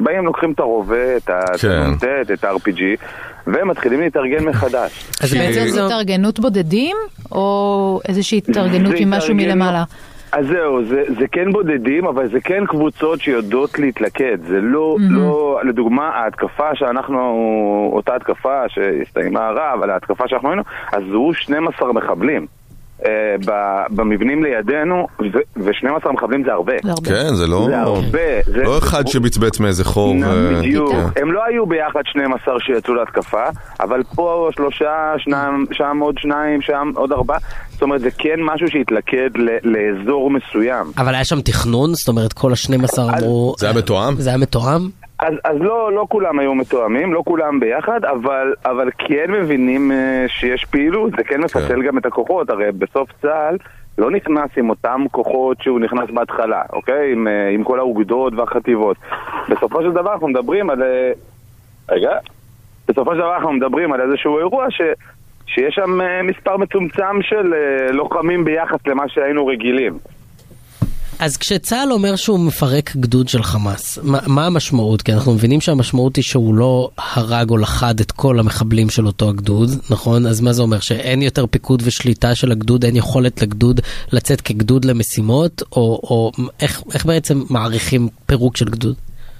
באים, לוקחים את הרובה, את ה-נ"ט, את ה-אר פי ג'י, ומתחילים להתארגן מחדש. אז בעצם זו התארגנות בודדים, או איזושהי התארגנות עם משהו מלמעלה? אז זהו, זה, זה כן בודדים, אבל זה כן קבוצות שיודעות להתלכד. זה לא, mm-hmm. לא, לדוגמה, ההתקפה שאנחנו, אותה התקפה שהסתיימה רע, אבל ההתקפה שאנחנו היינו, אז זו שנים עשר מחבלים. במבנים לידינו, ו-שנים עשר מחבלים זה הרבה. כן, זה לא... זה הרבה. לא אחד שבצבץ מאיזה חור. בדיוק. הם לא היו ביחד שנים עשר שיצאו להתקפה, אבל פה שלושה, שם עוד שניים, שם עוד ארבעה. זאת אומרת, זה כן משהו שהתלכד לאזור מסוים. אבל היה שם תכנון? זאת אומרת, כל ה-שנים עשר אמרו... זה היה מתואם? זה היה מתואם? אז, אז לא, לא כולם היו מתואמים, לא כולם ביחד, אבל, אבל כן מבינים uh, שיש פעילות, זה כן מפצל כן. גם את הכוחות, הרי בסוף צה"ל לא נכנס עם אותם כוחות שהוא נכנס בהתחלה, אוקיי? עם, uh, עם כל האוגדות והחטיבות. בסופו של דבר אנחנו מדברים על... Uh, רגע, בסופו של דבר אנחנו מדברים על איזשהו אירוע ש, שיש שם uh, מספר מצומצם של uh, לוחמים ביחס למה שהיינו רגילים. אז כשצה"ל אומר שהוא מפרק גדוד של חמאס, מה, מה המשמעות? כי אנחנו מבינים שהמשמעות היא שהוא לא הרג או לחד את כל המחבלים של אותו הגדוד, נכון? אז מה זה אומר? שאין יותר פיקוד ושליטה של הגדוד, אין יכולת לגדוד לצאת כגדוד למשימות, או, או איך, איך בעצם מעריכים פירוק של גדוד?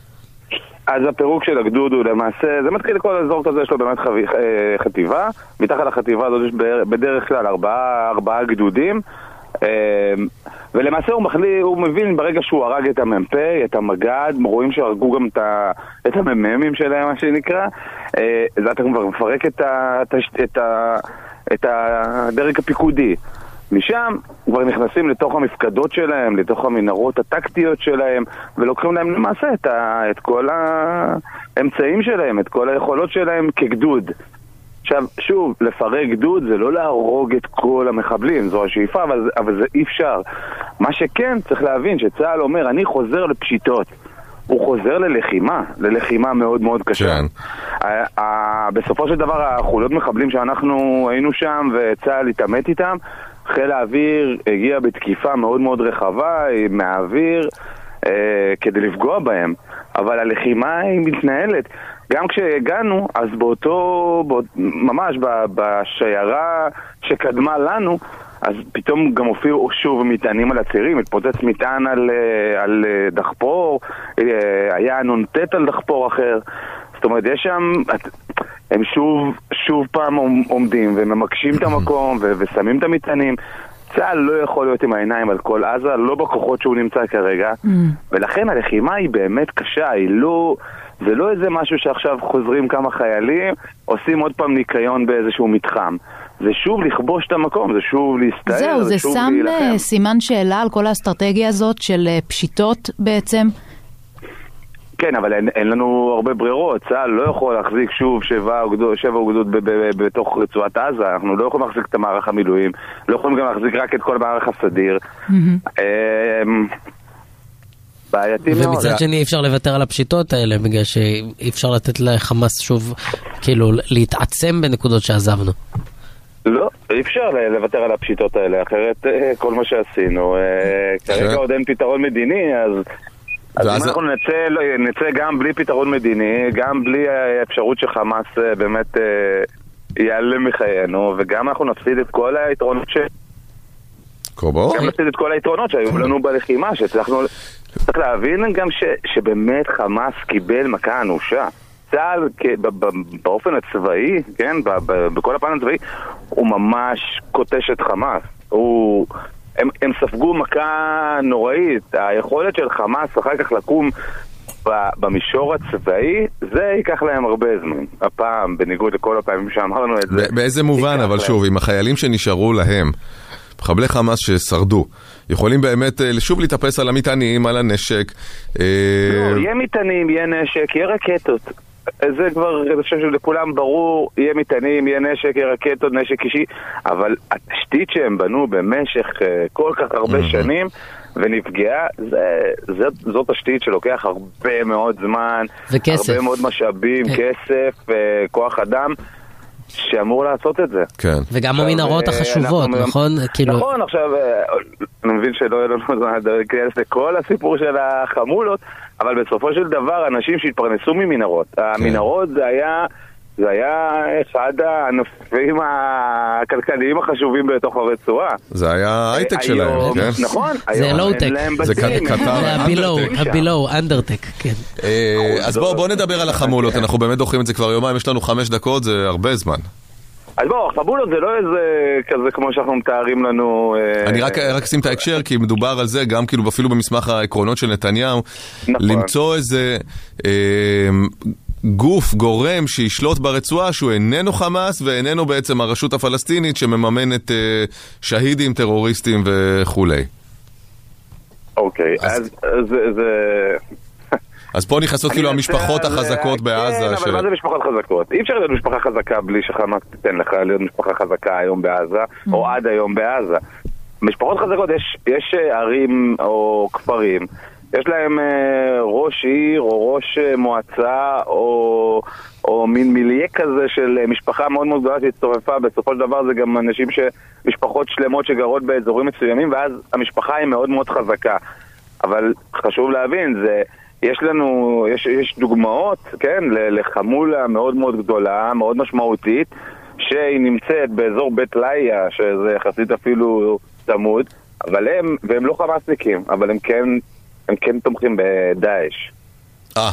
אז הפירוק של הגדוד הוא למעשה, זה מתחיל כל האזור כזה, יש לו באמת חב... חטיבה, מתחת לחטיבה הזאת יש בדרך כלל ארבעה, ארבעה גדודים, ולמעשה הוא מחליט, הוא מבין ברגע שהוא הרג את המ"פ, את המג"ד, רואים שהרגו גם את המ"מים שלהם, מה שנקרא, אז אתה כבר מפרק את, ה, את, ה, את הדרג הפיקודי. משם כבר נכנסים לתוך המפקדות שלהם, לתוך המנהרות הטקטיות שלהם, ולוקחים להם למעשה את, ה, את כל האמצעים שלהם, את כל היכולות שלהם כגדוד. עכשיו, שוב, לפרק גדוד זה לא להרוג את כל המחבלים, זו השאיפה, אבל, אבל זה אי אפשר. מה שכן, צריך להבין שצה"ל אומר, אני חוזר לפשיטות. הוא חוזר ללחימה, ללחימה מאוד מאוד קשה. כן. בסופו של דבר, החוליות מחבלים שאנחנו היינו שם וצה"ל התאמת איתם, חיל האוויר הגיע בתקיפה מאוד מאוד רחבה מהאוויר אה, כדי לפגוע בהם. אבל הלחימה היא מתנהלת. גם כשהגענו, אז באותו, באות, ממש בשיירה שקדמה לנו, אז פתאום גם הופיעו שוב מטענים על הצירים, התפוצץ מטען על, על דחפור, היה נ"ט על דחפור אחר. זאת אומרת, יש שם, הם שוב, שוב פעם עומדים וממקשים את המקום ושמים את המטענים. צה"ל לא יכול להיות עם העיניים על כל עזה, לא בכוחות שהוא נמצא כרגע, mm. ולכן הלחימה היא באמת קשה, היא לא... זה לא איזה משהו שעכשיו חוזרים כמה חיילים, עושים עוד פעם ניקיון באיזשהו מתחם. זה שוב לכבוש את המקום, זה שוב להסתער, זהו, זה, זה שוב שם להילחם. סימן שאלה על כל האסטרטגיה הזאת של פשיטות בעצם? כן, אבל אין, אין לנו הרבה ברירות. צה"ל לא יכול להחזיק שוב שבע אוגדות, שבע אוגדות ב- ב- ב- בתוך רצועת עזה. אנחנו לא יכולים להחזיק את המערך המילואים, לא יכולים גם להחזיק רק את כל המערך הסדיר. Mm-hmm. בעייתי מאוד. ומצד שני אי אפשר לוותר על הפשיטות האלה, בגלל שאי אפשר לתת לחמאס שוב, כאילו, להתעצם בנקודות שעזבנו. לא, אי אפשר לוותר על הפשיטות האלה, אחרת כל מה שעשינו, כרגע עוד אין פתרון מדיני, אז... אז אם אנחנו נצא, נצא גם בלי פתרון מדיני, גם בלי האפשרות שחמאס באמת ייעלם מחיינו, וגם אנחנו נפסיד את כל היתרונות ש... גם נפסיד את כל היתרונות שהיו לנו בלחימה, שצריכנו... צריך להבין גם ש... שבאמת חמאס קיבל מכה אנושה. צה"ל באופן הצבאי, כן, בכל הפן הצבאי, הוא ממש קוטש את חמאס. הוא... הם, הם ספגו מכה נוראית. היכולת של חמאס אחר כך לקום במישור הצבאי, זה ייקח להם הרבה זמן. הפעם, בניגוד לכל הפעמים שאמרנו את זה. באיזה מובן, אבל שוב, עם החיילים שנשארו להם, מחבלי חמאס ששרדו, יכולים באמת שוב להתאפס על המטענים, על הנשק. לא, יהיה מטענים, יהיה נשק, יהיה רקטות. זה כבר, אני חושב שלכולם ברור, יהיה מטענים, יהיה נשק, יהיה רקטות, נשק אישי, אבל התשתית שהם בנו במשך כל כך הרבה mm-hmm. שנים, ונפגעה, זה, זה, זאת תשתית שלוקח הרבה מאוד זמן, וכסף. הרבה מאוד משאבים, כסף, כוח אדם, שאמור לעשות את זה. כן. וגם המנהרות החשובות, נכון? נכון, עכשיו, אני מבין שלא יהיה לנו זמן להיכנס לכל הסיפור של החמולות, אבל בסופו של דבר אנשים שהתפרנסו ממנהרות. המנהרות זה היה, זה היה אחד הענפים הכלכליים החשובים בתוך הרצועה. זה היה הייטק שלהם, כן? נכון. זה לואו-טק. זה קטר הבילואו, אנדרטק, כן. אז בואו נדבר על החמולות, אנחנו באמת דוחים את זה כבר יומיים, יש לנו חמש דקות, זה הרבה זמן. אז בואו, החמולות זה לא איזה כזה כמו שאנחנו מתארים לנו... אני רק אשים את ההקשר, כי מדובר על זה, גם כאילו אפילו במסמך העקרונות של נתניהו, למצוא איזה גוף, גורם, שישלוט ברצועה, שהוא איננו חמאס, ואיננו בעצם הרשות הפלסטינית, שמממנת שהידים, טרוריסטים וכולי. אוקיי, אז זה... אז פה נכנסות כאילו המשפחות החזקות בעזה. כן, אבל מה זה משפחות חזקות? אי אפשר להיות משפחה חזקה בלי שחמאס תיתן לך להיות משפחה חזקה היום בעזה, או עד היום בעזה. משפחות חזקות, יש ערים או כפרים, יש להם ראש עיר או ראש מועצה או, או מין מיליה כזה של משפחה מאוד מאוד גדולה שהצטרפה. בסופו של דבר זה גם אנשים ש... משפחות שלמות שגרות באזורים מסוימים, ואז המשפחה היא מאוד מאוד חזקה. אבל חשוב להבין, זה... יש לנו, יש, יש דוגמאות, כן, לחמולה מאוד מאוד גדולה, מאוד משמעותית, שהיא נמצאת באזור בית ליה, שזה יחסית אפילו צמוד, אבל הם, והם לא חמאסניקים, אבל הם כן, הם כן תומכים בדאעש. אה.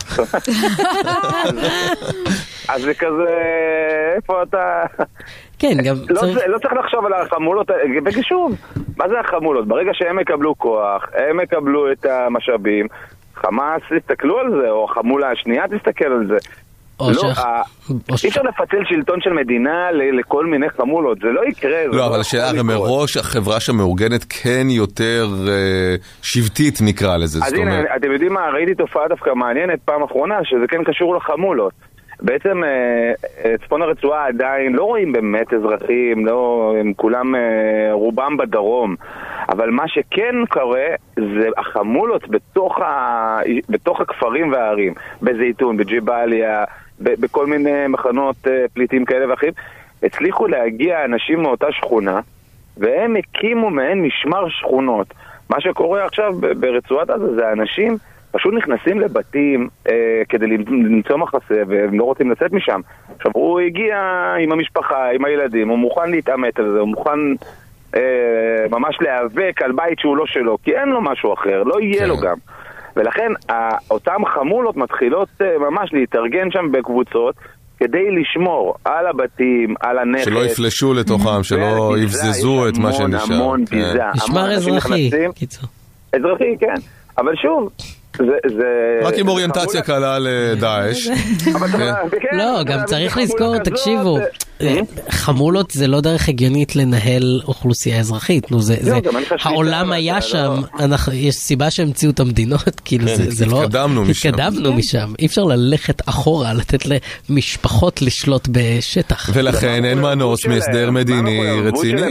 אז זה כזה, איפה אתה... כן, גם לא, צריך... לא צריך לחשוב על החמולות, ושוב, מה זה החמולות? ברגע שהם יקבלו כוח, הם יקבלו את המשאבים, חמאס תסתכלו על זה, או החמולה השנייה תסתכל על זה. לא, אי אפשר לפצל שלטון של מדינה לכל מיני חמולות, זה לא יקרה. לא, אבל השאלה מראש, החברה שמאורגנת כן יותר שבטית נקרא לזה. אז הנה, אתם יודעים מה, ראיתי תופעה דווקא מעניינת פעם אחרונה, שזה כן קשור לחמולות. בעצם צפון הרצועה עדיין לא רואים באמת אזרחים, לא, הם כולם רובם בדרום, אבל מה שכן קורה זה החמולות בתוך, ה... בתוך הכפרים והערים, בזיתון, בג'יבאליה, ב... בכל מיני מחנות פליטים כאלה ואחרים, הצליחו להגיע אנשים מאותה שכונה, והם הקימו מעין משמר שכונות. מה שקורה עכשיו ברצועת עזה זה האנשים פשוט נכנסים לבתים אה, כדי למצוא מחסה, והם לא רוצים לצאת משם. עכשיו, הוא הגיע עם המשפחה, עם הילדים, הוא מוכן להתאמת על זה, הוא מוכן אה, ממש להיאבק על בית שהוא לא שלו, כי אין לו משהו אחר, לא יהיה כן. לו גם. ולכן, אותם חמולות מתחילות אה, ממש להתארגן שם בקבוצות, כדי לשמור על הבתים, על הנכס. שלא יפלשו לתוכם, שלא יבזזו את מה שנשאר. המון, המון ביזה. משמר אזרחי, קיצור. אזרחי, כן. אבל שוב, רק עם אוריינטציה קלה לדאעש. לא, גם צריך לזכור, תקשיבו, חמולות זה לא דרך הגיונית לנהל אוכלוסייה אזרחית. העולם היה שם, יש סיבה שהמציאו את המדינות, כאילו זה לא... התקדמנו משם. התקדמנו משם. אי אפשר ללכת אחורה, לתת למשפחות לשלוט בשטח. ולכן אין מנוס מהסדר מדיני רציני.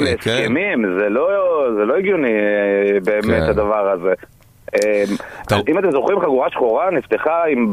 זה לא הגיוני באמת הדבר הזה. אם אתם זוכרים, חגורה שחורה נפתחה עם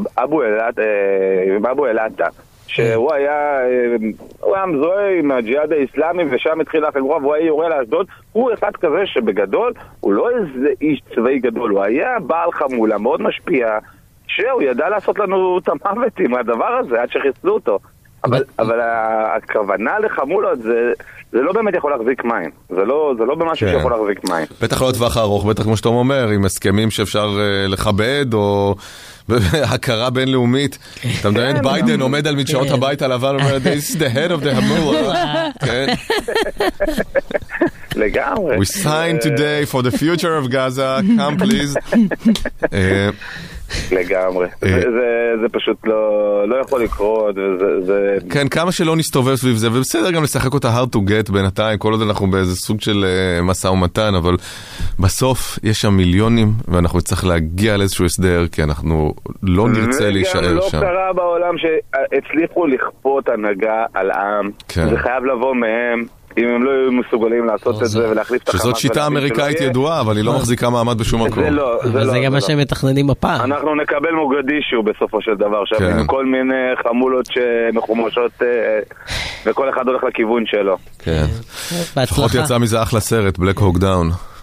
אבו אלעטה, שהוא היה הוא היה מזוהה עם הג'יהאד האסלאמי, ושם התחילה החגורה והוא היה יורה לאשדוד. הוא אחד כזה שבגדול הוא לא איזה איש צבאי גדול, הוא היה בעל חמולה מאוד משפיע, שהוא ידע לעשות לנו את המוות עם הדבר הזה עד שחיסלו אותו. אבל, אבל הכוונה לחמולות זה, זה לא באמת יכול להחזיק מים. זה לא, זה לא במשהו שיכול להחזיק מים. בטח לא לטווח הארוך, בטח כמו שאתה אומר, עם הסכמים שאפשר לכבד, או הכרה בינלאומית. אתה מדמיין, ביידן עומד על מדשאות הבית הלבן, אומר, this is the head of the Hamula. לגמרי. We signed today for the future of Gaza, come please. לגמרי. זה פשוט לא יכול לקרות. כן, כמה שלא נסתובב סביב זה, ובסדר גם לשחק אותה hard to get בינתיים, כל עוד אנחנו באיזה סוג של מסע ומתן, אבל בסוף יש שם מיליונים, ואנחנו צריך להגיע לאיזשהו הסדר, כי אנחנו לא נרצה להישאר שם. וגם לא קרה בעולם שהצליחו לכפות הנהגה על עם, זה חייב לבוא מהם. אם הם לא היו מסוגלים לעשות את זה ולהחליף את החמאס. שזאת שיטה אמריקאית ידועה, אבל היא לא מחזיקה מעמד בשום מקום. זה לא, זה לא. זה גם מה שהם מתכננים הפעם. אנחנו נקבל מוגדישו בסופו של דבר, שם עם כל מיני חמולות שמחומשות, וכל אחד הולך לכיוון שלו. כן. לפחות יצא מזה אחלה סרט, Black Hawk Down.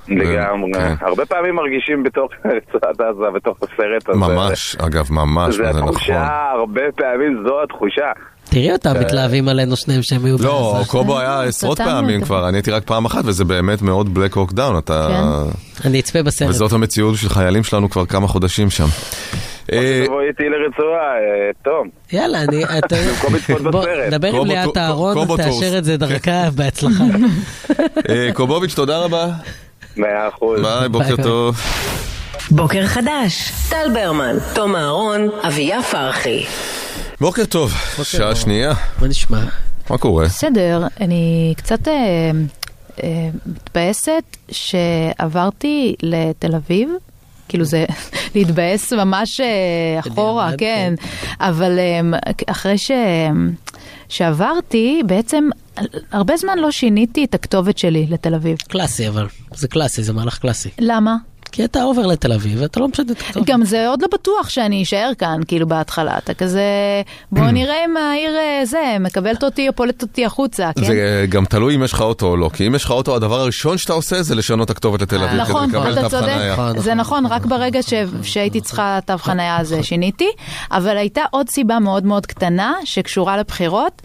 לגמרי. הרבה פעמים מרגישים בתוך רצועת עזה, בתוך הסרט הזה. ממש, אגב, ממש, זה התחושה, הרבה פעמים זו התחושה. תראי אותם, מתלהבים עלינו שניהם שהם יהיו בעזה. לא, קובו היה עשרות פעמים כבר, אני הייתי רק פעם אחת, וזה באמת מאוד בלק הוק דאון, אתה... אני אצפה בסרט. וזאת המציאות של חיילים שלנו כבר כמה חודשים שם. תבוא איתי לרצועה, תום. יאללה, אני... בוא, דבר עם ליאת אהרון, תאשר את זה דרכה בהצלחה. קובוביץ', תודה רבה. מאה אחוז. ביי, בוקר טוב. בוקר חדש, טל ברמן, תום אהרון, אביה פרחי. בוקר טוב, שעה שנייה. מה נשמע? מה קורה? בסדר, אני קצת אה, אה, מתבאסת שעברתי לתל אביב, כאילו זה להתבאס ממש אה, אחורה, כן, אבל אה, אחרי ש, שעברתי, בעצם הרבה זמן לא שיניתי את הכתובת שלי לתל אביב. קלאסי, אבל זה קלאסי, זה מהלך קלאסי. למה? כי אתה עובר לתל אביב, ואתה לא משנה את הכתובת. גם זה עוד לא בטוח שאני אשאר כאן, כאילו בהתחלה. אתה כזה, בוא נראה אם העיר זה, מקבלת אותי או פולט אותי החוצה, כן? זה גם תלוי אם יש לך אוטו או לא, כי אם יש לך אוטו, הדבר הראשון שאתה עושה זה לשנות את הכתובת לתל אביב, נכון, כדי לקבל אתה תו חניה. צודק, זה נכון, רק ברגע שהייתי צריכה תו חניה הזה שיניתי, אבל הייתה עוד סיבה מאוד מאוד קטנה, שקשורה לבחירות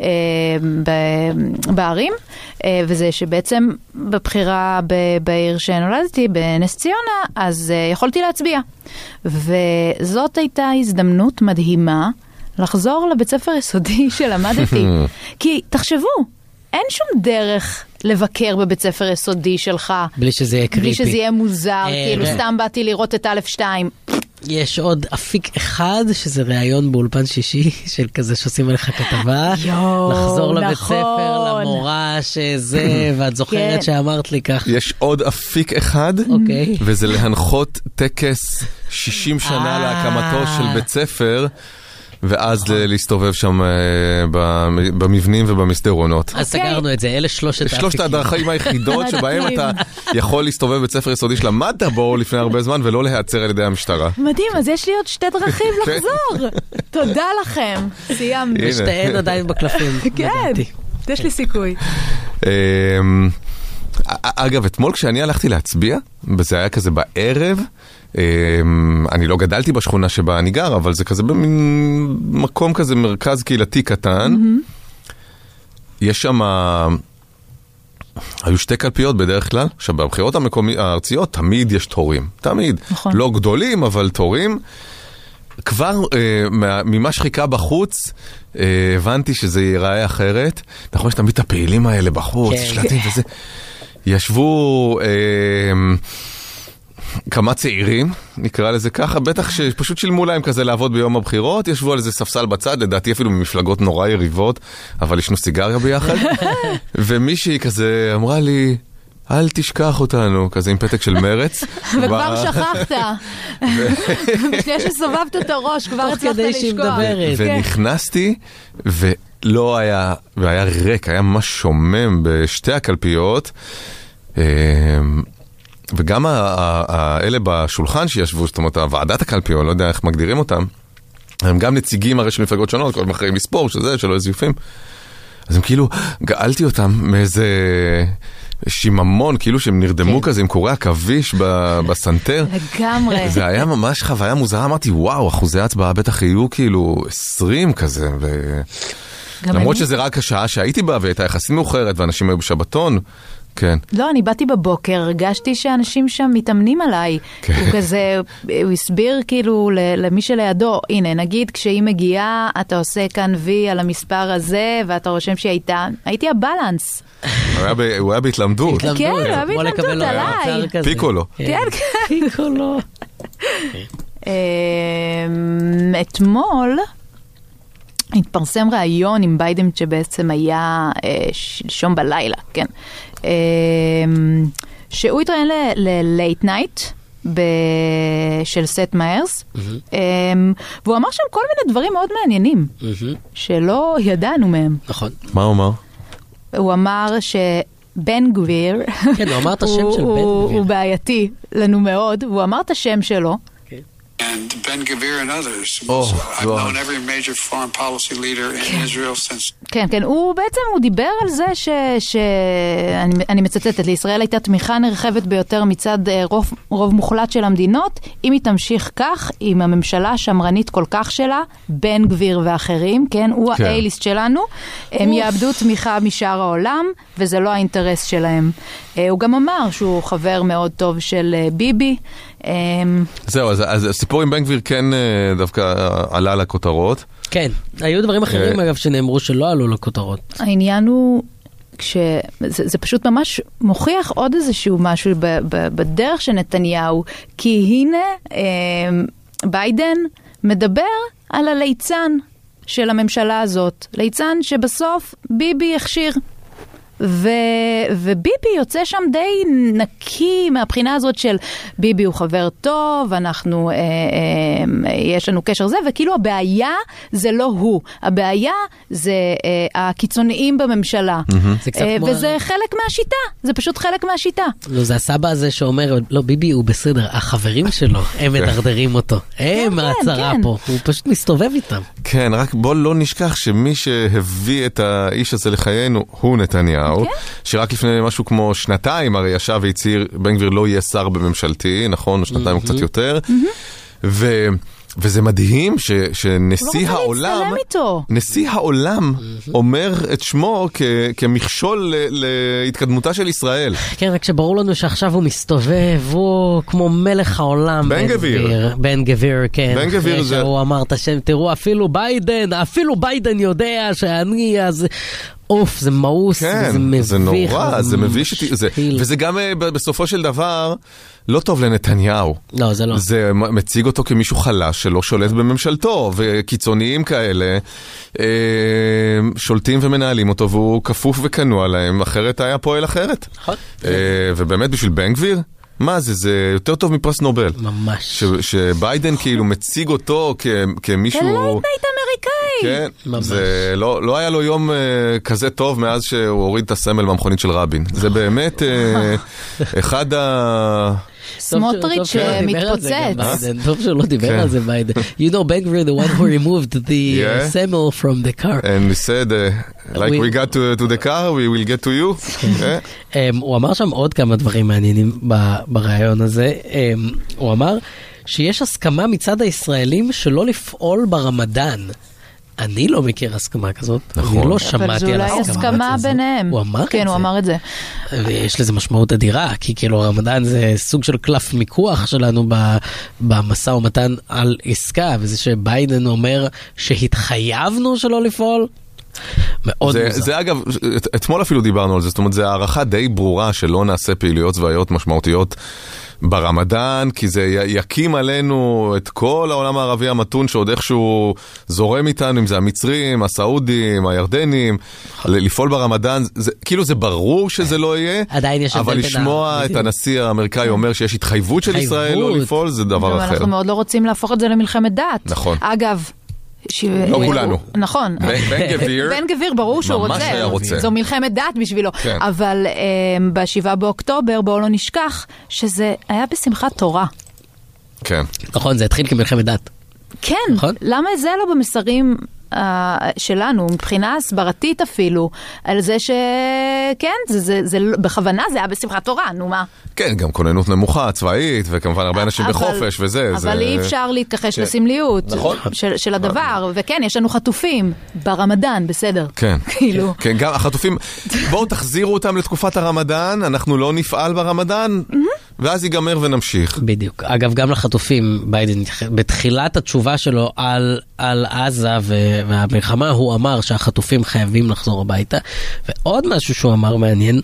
בערים, וזה שבעצם בבחירה בעיר שנולדתי, בנס ציונה, אז uh, יכולתי להצביע. וזאת הייתה הזדמנות מדהימה לחזור לבית ספר יסודי שלמדתי. כי תחשבו, אין שום דרך לבקר בבית ספר יסודי שלך. בלי שזה יהיה קריפי. בלי שזה יהיה מוזר, כאילו סתם באתי לראות את א' שתיים. יש עוד אפיק אחד, שזה ראיון באולפן שישי, של כזה שעושים עליך כתבה, לחזור לבית ספר, למורה שזה, ואת זוכרת שאמרת לי כך. יש עוד אפיק אחד, וזה להנחות טקס שישים שנה להקמתו של בית ספר, ואז להסתובב שם במבנים ובמסדרונות. אז סגרנו את זה, אלה שלושת האפיקים. שלושת הדרכים היחידות שבהם אתה יכול להסתובב בבית ספר יסודי שלמדת בו לפני הרבה זמן ולא להיעצר על ידי המשטרה. מדהים, אז יש לי עוד שתי דרכים לחזור. תודה לכם, סיימנו. ושתיהן עדיין בקלפים. כן, יש לי סיכוי. אגב, אתמול כשאני הלכתי להצביע, וזה היה כזה בערב, אני לא גדלתי בשכונה שבה אני גר, אבל זה כזה במין מקום כזה, מרכז קהילתי קטן. יש שם, היו שתי קלפיות בדרך כלל, שבבחירות הארציות תמיד יש תורים. תמיד. לא גדולים, אבל תורים. כבר ממה שחיכה בחוץ, הבנתי שזה ייראה אחרת. נכון, יש תמיד את הפעילים האלה בחוץ, שלטים וזה. ישבו כמה צעירים, נקרא לזה ככה, בטח שפשוט שילמו להם כזה לעבוד ביום הבחירות, ישבו על איזה ספסל בצד, לדעתי אפילו ממפלגות נורא יריבות, אבל ישנו סיגריה ביחד, ומישהי כזה אמרה לי, אל תשכח אותנו, כזה עם פתק של מרץ. וכבר שכחת. בשנייה שסובבת את הראש, כבר הצלחת לשכוח. ונכנסתי, ולא היה, והיה ריק, היה ממש שומם בשתי הקלפיות, וגם האלה בשולחן שישבו, זאת אומרת, ועדת הקלפיות, לא יודע איך מגדירים אותם, הם גם נציגים הרי של מפלגות שונות, כל מחרים לספור, שזה, שלא זיופים. אז הם כאילו, גאלתי אותם מאיזה שיממון, כאילו שהם נרדמו כזה עם קורי עכביש בסנטר. לגמרי. זה היה ממש חוויה מוזרה, אמרתי, וואו, אחוזי הצבעה בטח יהיו כאילו עשרים כזה, למרות שזה רק השעה שהייתי בה, והייתה יחסית מאוחרת, ואנשים היו בשבתון, כן. לא, אני באתי בבוקר, הרגשתי שאנשים שם מתאמנים עליי. הוא כזה, הוא הסביר כאילו למי שלידו, הנה, נגיד כשהיא מגיעה, אתה עושה כאן וי על המספר הזה, ואתה רושם שהיא הייתה, הייתי הבלנס. הוא היה בהתלמדות. כן, הוא היה בהתלמדות עליי. פיקולו. כן, פיקולו. אתמול התפרסם ראיון עם ביידן שבעצם היה שלשום בלילה, כן. שהוא התראיין ל-Late Night של סט מאיירס, והוא אמר שם כל מיני דברים מאוד מעניינים, שלא ידענו מהם. נכון. מה הוא אמר? הוא אמר שבן גביר, כן, הוא אמר את השם של בן גביר. הוא בעייתי לנו מאוד, והוא אמר את השם שלו, and Ben Gvir and others. Oh, so I've God. known every major foreign policy leader in Israel since... כן, כן, הוא בעצם, הוא דיבר על זה ש... ש... אני, אני מצטטת, לישראל הייתה תמיכה נרחבת ביותר מצד רוב, רוב מוחלט של המדינות, אם היא תמשיך כך, עם הממשלה השמרנית כל כך שלה, בן גביר ואחרים, כן, הוא כן. האייליסט שלנו, הם יאבדו תמיכה משאר העולם, וזה לא האינטרס שלהם. הוא גם אמר שהוא חבר מאוד טוב של ביבי. זהו, אז, אז הסיפור עם בן גביר כן דווקא עלה לכותרות. כן, היו דברים אחרים אגב שנאמרו שלא עלו לכותרות. העניין הוא, כשזה, זה פשוט ממש מוכיח עוד איזשהו משהו ב, ב, בדרך של נתניהו, כי הנה ביידן מדבר על הליצן של הממשלה הזאת, ליצן שבסוף ביבי הכשיר. ו... וביבי יוצא שם די נקי מהבחינה הזאת של ביבי הוא חבר טוב, אנחנו, אה, אה, יש לנו קשר זה, וכאילו הבעיה זה לא הוא, הבעיה זה אה, הקיצוניים בממשלה. זה אה, כמו... וזה חלק מהשיטה, זה פשוט חלק מהשיטה. לא, זה הסבא הזה שאומר, לא, ביבי הוא בסדר, החברים שלו, הם מדרדרים אותו, הם הצרה כן. פה, הוא פשוט מסתובב איתם. כן, רק בוא לא נשכח שמי שהביא את האיש הזה לחיינו הוא נתניהו, okay. שרק לפני משהו כמו שנתיים הרי ישב והצהיר, בן גביר לא יהיה שר בממשלתי, נכון? שנתיים mm-hmm. קצת יותר. Mm-hmm. ו... וזה מדהים ש, שנשיא לא העולם, נשיא העולם אומר את שמו כ, כמכשול ל, להתקדמותה של ישראל. כן, רק שברור לנו שעכשיו הוא מסתובב, הוא כמו מלך העולם. בן גביר. בן גביר, כן. בן גביר זה... הוא אמר את השם, תראו, אפילו ביידן, אפילו ביידן יודע שאני אז... אוף, זה מאוס, כן, זה מביך. זה נורא, זה מביש אותי, זה, וזה גם בסופו של דבר לא טוב לנתניהו. לא, זה לא. זה מציג אותו כמישהו חלש שלא שולט בממשלתו, וקיצוניים כאלה אה, שולטים ומנהלים אותו, והוא כפוף וכנוע להם, אחרת היה פועל אחרת. נכון. אה, ובאמת בשביל בן גביר, מה זה, זה יותר טוב מפרס נובל. ממש. ש, שביידן כאילו מציג אותו כ, כמישהו... זה לא התנהית אמריקאי. כן, ממש. זה לא, לא היה לו יום uh, כזה טוב מאז שהוא הוריד את הסמל מהמכונית של רבין. זה באמת uh, אחד ה... סמוטריץ' שמתפוצץ. טוב שהוא לא דיבר על זה, ביידן. You know, Ben Gvir, the one who removed the semmel from the car. And we said, like we got to the car, we will get to you. הוא אמר שם עוד כמה דברים מעניינים ברעיון הזה. הוא אמר שיש הסכמה מצד הישראלים שלא לפעול ברמדאן. אני לא מכיר הסכמה כזאת, נכון. אני לא שמעתי על הסכמה. אבל זו אולי הסכמה ביניהם. הוא אמר את זה. כן, הוא אמר את זה. ויש לזה משמעות אדירה, כי כאילו הרמדאן זה סוג של קלף מיקוח שלנו במשא ומתן על עסקה, וזה שביידן אומר שהתחייבנו שלא לפעול, מאוד זה, מוזר. זה אגב, אתמול אפילו דיברנו על זה, זאת אומרת, זה הערכה די ברורה שלא נעשה פעילויות צבאיות משמעותיות ברמדאן, כי זה יקים עלינו את כל העולם הערבי המתון שעוד איכשהו זורם איתנו, אם זה המצרים, הסעודים, הירדנים, לפעול ברמדאן, זה, כאילו זה ברור שזה לא יהיה, אבל לשמוע את הנשיא האמריקאי אומר שיש התחייבות של ישראל לא לפעול, זה דבר אחר. אנחנו מאוד לא רוצים להפוך את זה למלחמת דת. נכון. אגב, לא כולנו. נכון. בן גביר. בן גביר, ברור שהוא רוצה. זו מלחמת דת בשבילו. אבל בשבעה באוקטובר, בואו לא נשכח, שזה היה בשמחת תורה. כן. נכון, זה התחיל כמלחמת דת. כן. למה זה לא במסרים שלנו, מבחינה הסברתית אפילו, על זה שכן, זה, זה, זה, בכוונה זה היה בשמחת תורה, נו מה? כן, גם כוננות נמוכה, צבאית, וכמובן הרבה אנשים אבל, בחופש וזה. אבל זה... אי אפשר להתכחש כן. לסמליות נכון. של, של הדבר, וכן, יש לנו חטופים ברמדאן, בסדר. כן, כאילו. כן, גם החטופים, בואו תחזירו אותם לתקופת הרמדאן, אנחנו לא נפעל ברמדאן, ואז ייגמר ונמשיך. בדיוק. אגב, גם לחטופים, ביידן, בתחילת התשובה שלו על, על עזה והמלחמה, הוא אמר שהחטופים חייבים לחזור הביתה. ועוד משהו שהוא אמר מעניין,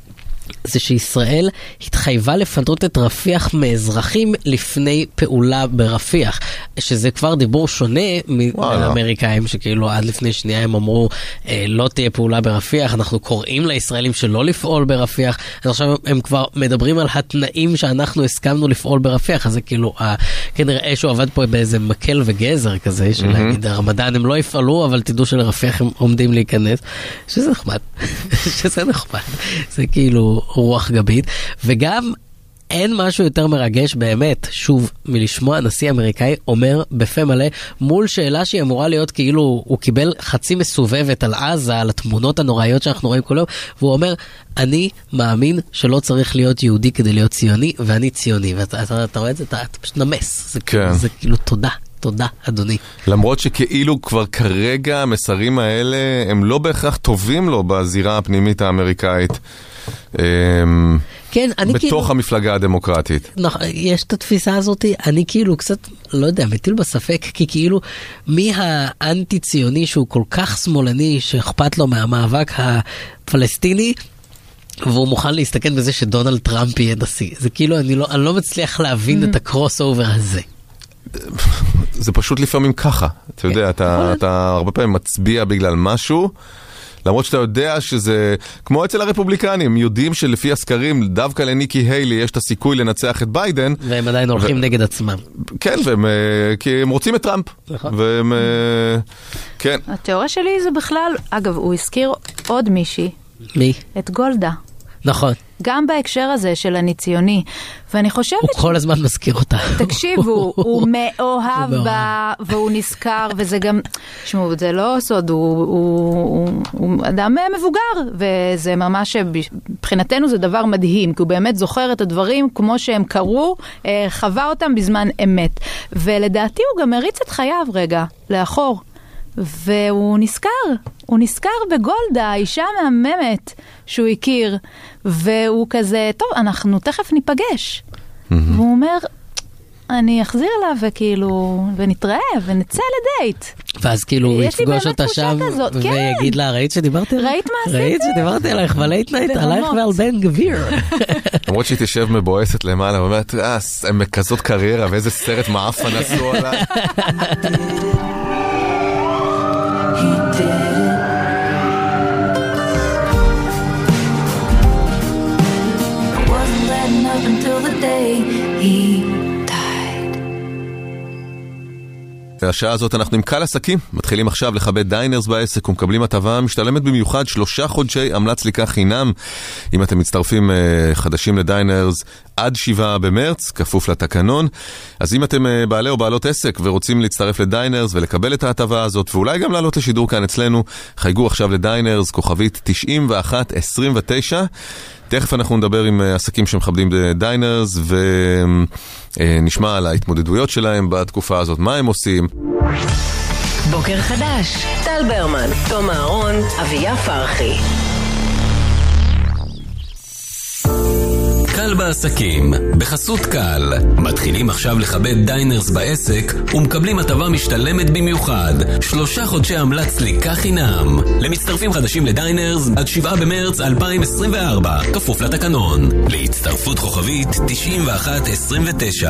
זה שישראל התחייבה לפנות את רפיח מאזרחים לפני פעולה ברפיח, שזה כבר דיבור שונה מהאמריקאים, שכאילו עד לפני שנייה הם אמרו לא תהיה פעולה ברפיח, אנחנו קוראים לישראלים שלא לפעול ברפיח, אז עכשיו הם כבר מדברים על התנאים שאנחנו הסכמנו לפעול ברפיח, אז זה כאילו כנראה שהוא עבד פה באיזה מקל וגזר כזה, שלהגיד הרמדאן הם לא יפעלו, אבל תדעו שלרפיח הם עומדים להיכנס, שזה נחמד, שזה נחמד, זה כאילו רוח גבית, וגם אין משהו יותר מרגש באמת, שוב, מלשמוע נשיא אמריקאי אומר בפה מלא, מול שאלה שהיא אמורה להיות כאילו, הוא קיבל חצי מסובבת על עזה, על התמונות הנוראיות שאנחנו רואים כל יום, והוא אומר, אני מאמין שלא צריך להיות יהודי כדי להיות ציוני, ואני ציוני. ואתה אתה, אתה רואה את זה, אתה, אתה פשוט נמס. זה, כן. זה כאילו תודה. תודה, אדוני. למרות שכאילו כבר כרגע המסרים האלה הם לא בהכרח טובים לו בזירה הפנימית האמריקאית. כן, אני בתוך כאילו... המפלגה הדמוקרטית. נכון, יש את התפיסה הזאת, אני כאילו קצת, לא יודע, מטיל בספק, כי כאילו, מי האנטי-ציוני שהוא כל כך שמאלני, שאכפת לו מהמאבק הפלסטיני, והוא מוכן להסתכן בזה שדונלד טראמפ יהיה נשיא. זה כאילו, אני לא, אני לא מצליח להבין את הקרוס אובר הזה. זה פשוט לפעמים ככה, אתה יודע, אתה, אתה הרבה פעמים מצביע בגלל משהו, למרות שאתה יודע שזה, כמו אצל הרפובליקנים, יודעים שלפי הסקרים, דווקא לניקי היילי יש את הסיכוי לנצח את ביידן. והם עדיין הולכים ו... נגד עצמם. כן, והם, כי הם רוצים את טראמפ. נכון. והם, כן. התיאוריה שלי זה בכלל, אגב, הוא הזכיר עוד מישהי. מי? את גולדה. נכון. גם בהקשר הזה של אני ציוני. ואני חושבת... הוא כל הזמן מזכיר אותה. תקשיבו, הוא מאוהב בה, והוא נזכר, וזה גם... תשמעו, זה לא סוד, הוא אדם מבוגר, וזה ממש... מבחינתנו זה דבר מדהים, כי הוא באמת זוכר את הדברים כמו שהם קרו, חווה אותם בזמן אמת. ולדעתי הוא גם מריץ את חייו רגע, לאחור. והוא נזכר, הוא נזכר בגולדה, האישה מהממת שהוא הכיר, והוא כזה, טוב, אנחנו תכף ניפגש. Mm-hmm. והוא אומר, אני אחזיר אליו וכאילו, ונתראה ונצא לדייט. ואז כאילו הוא יפגוש אותה שם ויגיד לה, ראית שדיברתי עלייך? ראית מה עשיתי? ראית שדיברתי עלייך בלייט נייט, עלייך ועל בן גביר. למרות שהיא תשב מבואסת למעלה, ואומרת, אה, הם כזאת קריירה, ואיזה סרט מעפן עשו עליי. He did it. I wasn't letting up until the day he died. השעה הזאת אנחנו עם קל עסקים, מתחילים עכשיו לכבד דיינרס בעסק ומקבלים הטבה משתלמת במיוחד שלושה חודשי עמלת סליקה חינם אם אתם מצטרפים חדשים לדיינרס עד שבעה במרץ, כפוף לתקנון. אז אם אתם בעלי או בעלות עסק ורוצים להצטרף לדיינרס ולקבל את ההטבה הזאת ואולי גם לעלות לשידור כאן אצלנו, חייגו עכשיו לדיינרס כוכבית תשעים ואחת עשרים ותשע. תכף אנחנו נדבר עם עסקים שמכבדים דיינרס ונשמע על ההתמודדויות שלהם בתקופה הזאת, מה הם עושים. בוקר חדש, טל ברמן, תום אהרון, אביה פרחי. קל בעסקים, בחסות קל. מתחילים עכשיו לכבד דיינרס בעסק ומקבלים הטבה משתלמת במיוחד. שלושה חודשי עמלת סליקה חינם. למצטרפים חדשים לדיינרס עד שבעה במרץ אלפיים עשרים וארבע, כפוף לתקנון. להצטרפות כוכבית תשעים ואחת עשרים ותשע.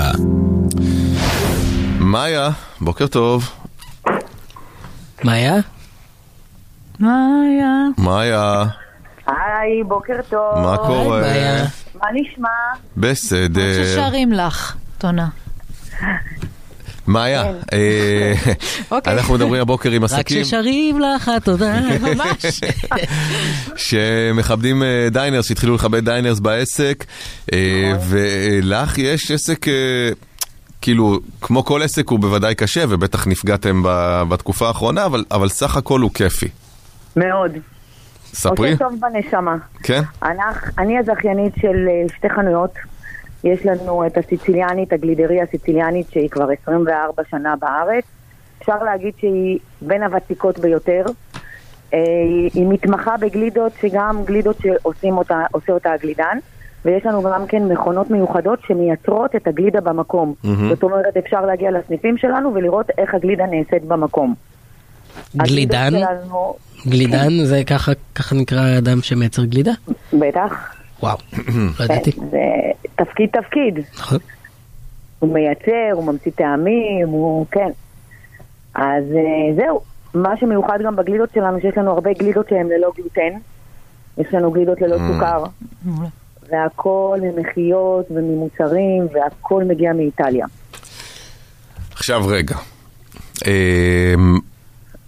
מאיה, בוקר טוב. מאיה? מאיה. מאיה. היי, בוקר טוב. מה קורה? מאיה. מה נשמע? בסדר. רק ששרים לך, תונה. מאיה, אנחנו מדברים הבוקר עם עסקים. רק ששרים לך, תודה. ממש. שמכבדים דיינרס, שהתחילו לכבד דיינרס בעסק, ולך יש עסק, כאילו, כמו כל עסק הוא בוודאי קשה, ובטח נפגעתם בתקופה האחרונה, אבל סך הכל הוא כיפי. מאוד. ספרי. בוקר טוב בנשמה. כן. אני הזכיינית של שתי חנויות. יש לנו את הסיציליאנית, הגלידריה הסיציליאנית, שהיא כבר עשרים וארבע שנה בארץ. אפשר להגיד שהיא בין הוותיקות ביותר. היא מתמחה בגלידות, שגם גלידות שעושים אותה, עושה אותה הגלידן. ויש לנו גם כן מכונות מיוחדות שמייצרות את הגלידה במקום. זאת אומרת, אפשר להגיע לסניפים שלנו ולראות איך הגלידה נעשית במקום. גלידן? גלידן זה ככה, ככה נקרא אדם שמייצר גלידה? בטח. וואו, לא ידעתי. זה תפקיד תפקיד. נכון. הוא מייצר, הוא ממציא טעמים, הוא, כן. אז זהו, מה שמיוחד גם בגלידות שלנו, שיש לנו הרבה גלידות שהן ללא גלוטן. יש לנו גלידות ללא סוכר. והכל ממחיות וממוצרים, והכל מגיע מאיטליה. עכשיו רגע.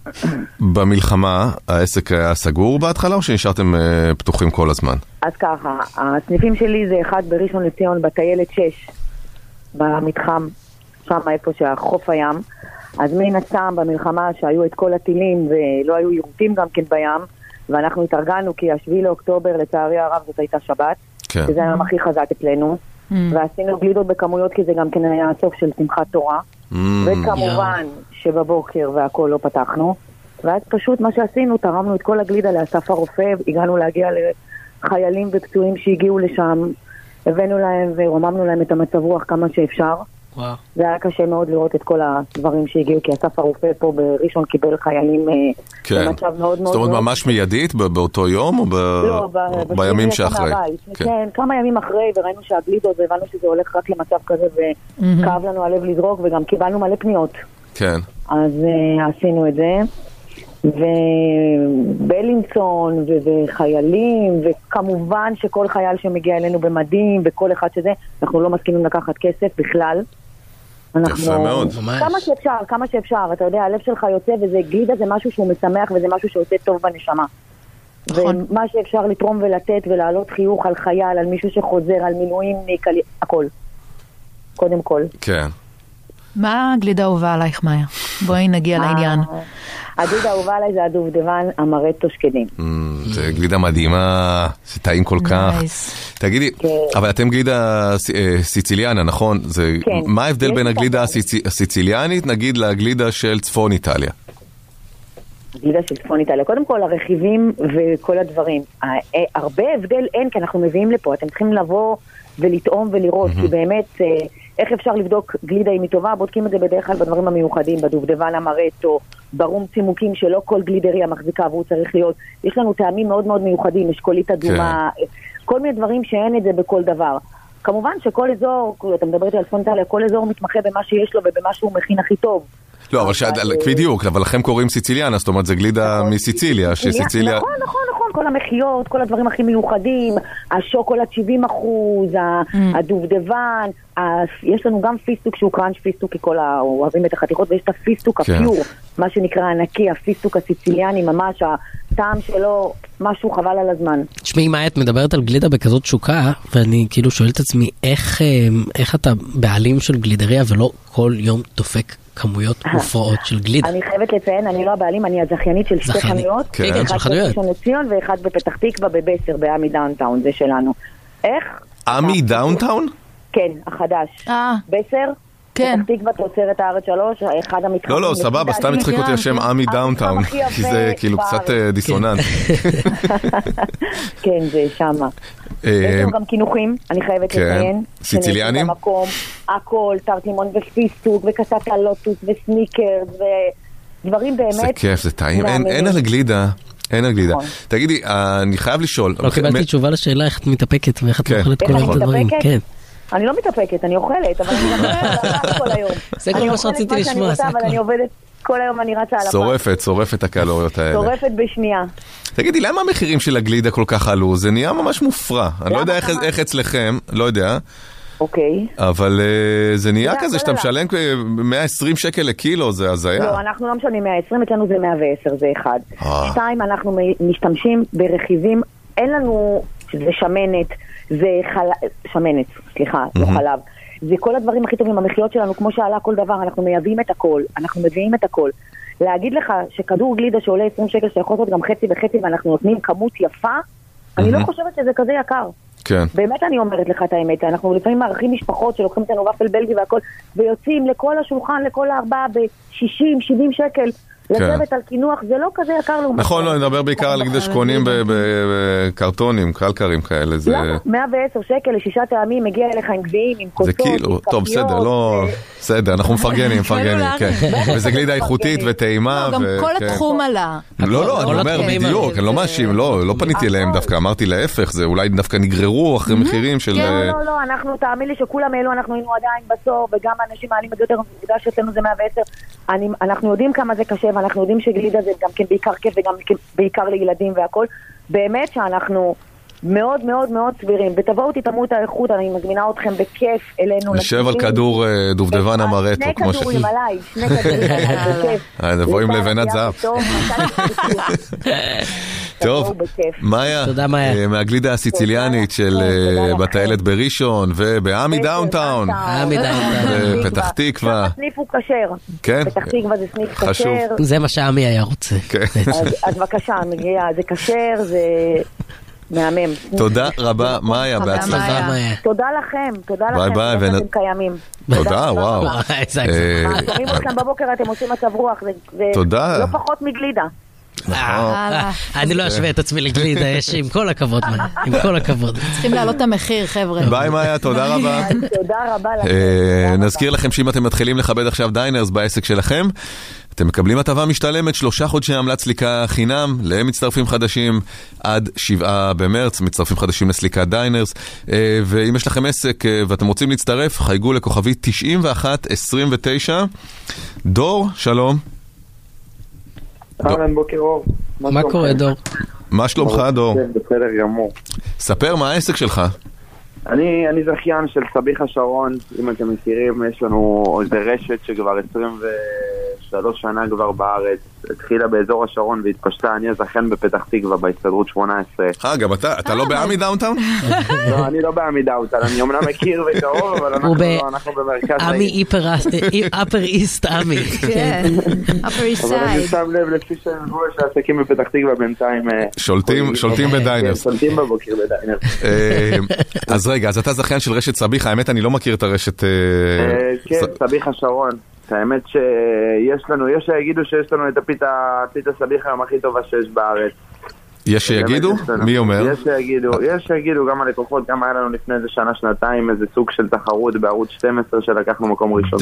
במלחמה העסק היה סגור בהתחלה או שנשארתם פתוחים כל הזמן? אז ככה, הסניפים שלי זה אחד בראשון לציון, בטיילת שש, במתחם, שם איפה שהחוף הים. אז מן הסתם במלחמה שהיו את כל הטילים ולא היו יירוטים גם כן בים, ואנחנו התארגנו כי השביעי לאוקטובר לצערי הרב זאת הייתה שבת, כן. שזה היום הכי חזק אצלנו, mm. ועשינו גלידות בכמויות כי זה גם כן היה הסוף של שמחת תורה, mm. וכמובן yeah. שבבוקר והכל לא פתחנו, ואז פשוט מה שעשינו, תרמנו את כל הגלידה לאסף הרופא, הגענו להגיע לחיילים ופצועים שהגיעו לשם, הבאנו להם ורוממנו להם את המצב רוח כמה שאפשר. וואו. זה היה קשה מאוד לראות את כל הדברים שהגיעו, כי אסף הרופא פה בראשון קיבל חיילים כן. במצב מאוד מאוד... זאת אומרת, ממש מיידית באותו יום או ב... לא, ב- בימים שאחרי? כן. כן, כמה ימים אחרי, וראינו שהגלידות, והבנו שזה הולך רק למצב כזה, וכאב לנו הלב לזרוק, וגם קיבלנו מלא פניות. כן. אז uh, עשינו את זה. ובלינסון וחיילים, וכמובן שכל חייל שמגיע אלינו במדים וכל אחד שזה, אנחנו לא מסכימים לקחת כסף בכלל. יפה מאוד. כמה שאפשר, כמה שאפשר, אתה יודע, הלב שלך יוצא, וזה גלידה, זה משהו שהוא משמח וזה משהו שעושה טוב בנשמה. ומה שאפשר לתרום ולתת ולהעלות חיוך על חייל, על מישהו שחוזר, על מילואים, הכל. קודם כל. כן. מה הגלידה הובאה עלייך, מאיה? בואי נגיע לעניין. הגלידה הובאה עליי זה הדובדבן המרטו שקדים. זה גלידה מדהימה, זה טעים כל כך. תגידי, אבל אתם גלידה סיציליאנה, נכון? מה ההבדל בין הגלידה הסיציליאנית, נגיד, לגלידה של צפון איטליה? הגלידה של צפון איטליה. קודם כל, הרכיבים וכל הדברים. הרבה הבדל אין, כי אנחנו מביאים לפה. אתם צריכים לבוא ולטעום ולראות, כי באמת... איך אפשר לבדוק גלידה אם היא טובה? בודקים את זה בדרך כלל בדברים המיוחדים, בדובדבן המרטו, ברום צימוקים שלא כל גלידריה מחזיקה והוא צריך להיות. יש לנו טעמים מאוד מאוד מיוחדים, אשכולית אדומה, כן. כל מיני דברים שאין את זה בכל דבר. כמובן שכל אזור, אתה מדברת על צפון איטליה, כל אזור מתמחה במה שיש לו ובמה שהוא מכין הכי טוב. לא, אבל בדיוק, אבל לכם קוראים סיציליאנה, זאת אומרת, זה גלידה מסיציליה, שסיציליה... נכון, נכון, נכון, כל המחיות, כל הדברים הכי מיוחדים, השוקולד שבעים אחוז, הדובדבן, יש לנו גם פיסטוק שהוא קראנץ' פיסטוק, כי כל האוהבים את החתיכות, ויש את הפיסטוק הפיור, מה שנקרא ענקי, הפיסטוק הסיציליאני, ממש הטעם שלו, משהו חבל על הזמן. תשמעי, מאיה, את מדברת על גלידה בכזאת שוקה, ואני כאילו שואל את עצמי, איך, איך אתה בעלים של גלידריה ולא כל יום דופק כמויות מופרעות של גלידה? אני חייבת לציין, אני לא הבעלים, אני הזכיינית של שתי חנויות, אחד בראשון לציון ואחד בפתח תקווה בבסר, בעמי דאונטאון, זה שלנו. איך? עמי דאונטאון? כן, החדש. בסר? כן. פתח תקווה תוצרת הארץ שלוש, אחד המתחמים. לא, לא, סבבה, סתם הצחיק אותי השם עמי דאונטאון, כי זה כאילו קצת דיסוננס. כן, זה שמה. יש לנו גם כינוחים, אני חייבת לציין. סיציליאנים? הכל, טרט לימון ופיסטוק, וקסטה לוטוס וסניקרס, ודברים באמת. זה כיף, זה טעים. אין על הגלידה. אין הגלידה. תגידי, אני חייב לשאול. לא קיבלתי תשובה לשאלה איך את מתאפקת ואיך את אוכלת כל הדברים. אני לא מתאפקת, אני אוכלת, אבל אני גם אוכלת כל היום. זה כל מה שרציתי לשמוע. אבל אני עובדת כל היום, אני רצה על הפעם. שורפת, שורפת הקלוריות האלה. שורפת בשנייה. תגידי, למה המחירים של הגלידה כל כך עלו? זה נהיה ממש מופרע. אני לא יודע איך אצלכם, לא יודע. אוקיי. אבל זה נהיה כזה שאתה משלם מאה ועשרים שקל לקילו, זה הזיה. לא, אנחנו לא משלמים מאה ועשרים, אצלנו זה מאה ועשר, זה אחד. שתיים, אנחנו משתמשים ברכיבים, אין לנו, זה שמנת, זה חלב, שמנת, סליחה, לא חלב. זה כל הדברים הכי טובים, המחיות שלנו, כמו שעלה כל דבר, אנחנו מייבאים את הכל, אנחנו מביאים את הכל. להגיד לך שכדור גלידה שעולה עשרים שקל, שיכול להיות גם חצי וחצי, ואנחנו נותנים כמות יפה, אני לא חושבת שזה כזה יקר. כן. באמת אני אומרת לך את האמת, אנחנו לפעמים מערכים משפחות שלוקחים את הנובפל בלגי והכל, ויוצאים לכל השולחן, לכל הארבעה ב-שישים שבעים שקל, לשבת על כינוח, זה לא כזה יקר לו. נכון, לא, אני מדבר בעיקר על גלידה שקונים בקרטונים, קלקרים כאלה. למה? מאה ועשר שקל לשישה טעמים, מגיע אליך עם גביעים, עם כוסות, זה כאילו, טוב, בסדר, לא, בסדר, אנחנו מפרגנים, מפרגנים, כן. וזה גלידה איכותית וטעימה. גם כל התחום עלה. לא, לא, אני אומר בדיוק, אני לא מאשים, לא פניתי אליהם דווקא, אמרתי להפך, זה אולי דווקא נגררו אחרי מחירים של... לא, לא, לא, אנחנו, תאמין לי שכולם אלו, אנחנו היינו עדיין בסוף, וגם האנשים מעלים את זה יותר, בגלל שאצלנו זה מאה ועשר. אנחנו יודעים כמה זה קשה, ואנחנו יודעים שגלידה זה גם כן בעיקר כיף, וגם בעיקר לילדים והכל. באמת שאנחנו מאוד מאוד מאוד סבירים, ותבואו תתאמו את האיכות, אני מזמינה אתכם בכיף אלינו. נשב על כדור דובדבן המרטו. שני כדורים עליי, שני כדורים עליי, בכיף. נבוא עם לבנת זהב. טוב, מאיה, מהגלידה הסיציליאנית של בטיילת בראשון ובעמי דאונטאון, בפתח תקווה. הסניף הוא כשר, כן? פתח תקווה זה סניף כשר. זה מה שעמי היה רוצה. אז בבקשה, מגיע, זה כשר, זה מהמם. תודה רבה, מאיה, בהצלחה. תודה לכם, תודה לכם, שאתם קיימים. תודה, וואו. שומעים אתכם בבוקר, אתם עושים מצב רוח, זה לא פחות מגלידה. אני לא אשווה את עצמי לגלידה, יש עם כל הכבוד, עם כל הכבוד. צריכים להעלות את המחיר, חבר'ה. ביי מאיה, תודה רבה. תודה רבה לכם. נזכיר לכם שאם אתם מתחילים לכבד עכשיו דיינרס בעסק שלכם, אתם מקבלים הטבה משתלמת, שלושה חודשי עמלת סליקה חינם למצטרפים חדשים עד שבעה במרץ, מצטרפים חדשים לסליקת דיינרס, ואם יש לכם עסק ואתם רוצים להצטרף, חייגו לכוכבי תשעים ואחת עשרים ותשע. דור, שלום. אהלן, בוקר אור. מה קורה, דור? מה שלומך, דור? בסדר גמור. ספר מה העסק שלך. אני אני זכיין של סביח השרון, אם אתם מכירים, יש לנו איזה רשת שכבר עשרים ושלוש שנה כבר בארץ, התחילה באזור השרון והתפשטה, אני הזכיין בפתח תקווה בהסתדרות שמונה עשרה. אה, גם אתה, אתה לא בעמי דאונטאון? לא, אני לא בעמי דאונטאון, אני אמנם מכיר וקרוב, אבל אנחנו במרכז... עמי אפר איסט עמי. כן, אפר איסט אבל אני סייד. שם לב לפי שבוע שהעסקים בפתח תקווה בינתיים... שולטים בדיינרס. שולטים בבוקר בדיינרס. אז רגע, אז אתה זכיין של רשת סביח, האמת אני לא מכיר את הרשת... כן, סביח השרון. האמת שיש לנו, יש שיגידו שיש לנו את הפיתה, פיתה סביח היום הכי טובה שיש בארץ. יש שיגידו? מי אומר? יש שיגידו, יש שיגידו גם הלקוחות, גם היה לנו לפני איזה שנה, שנתיים, איזה סוג של תחרות בערוץ שתים עשרה שלקחנו מקום ראשון. די!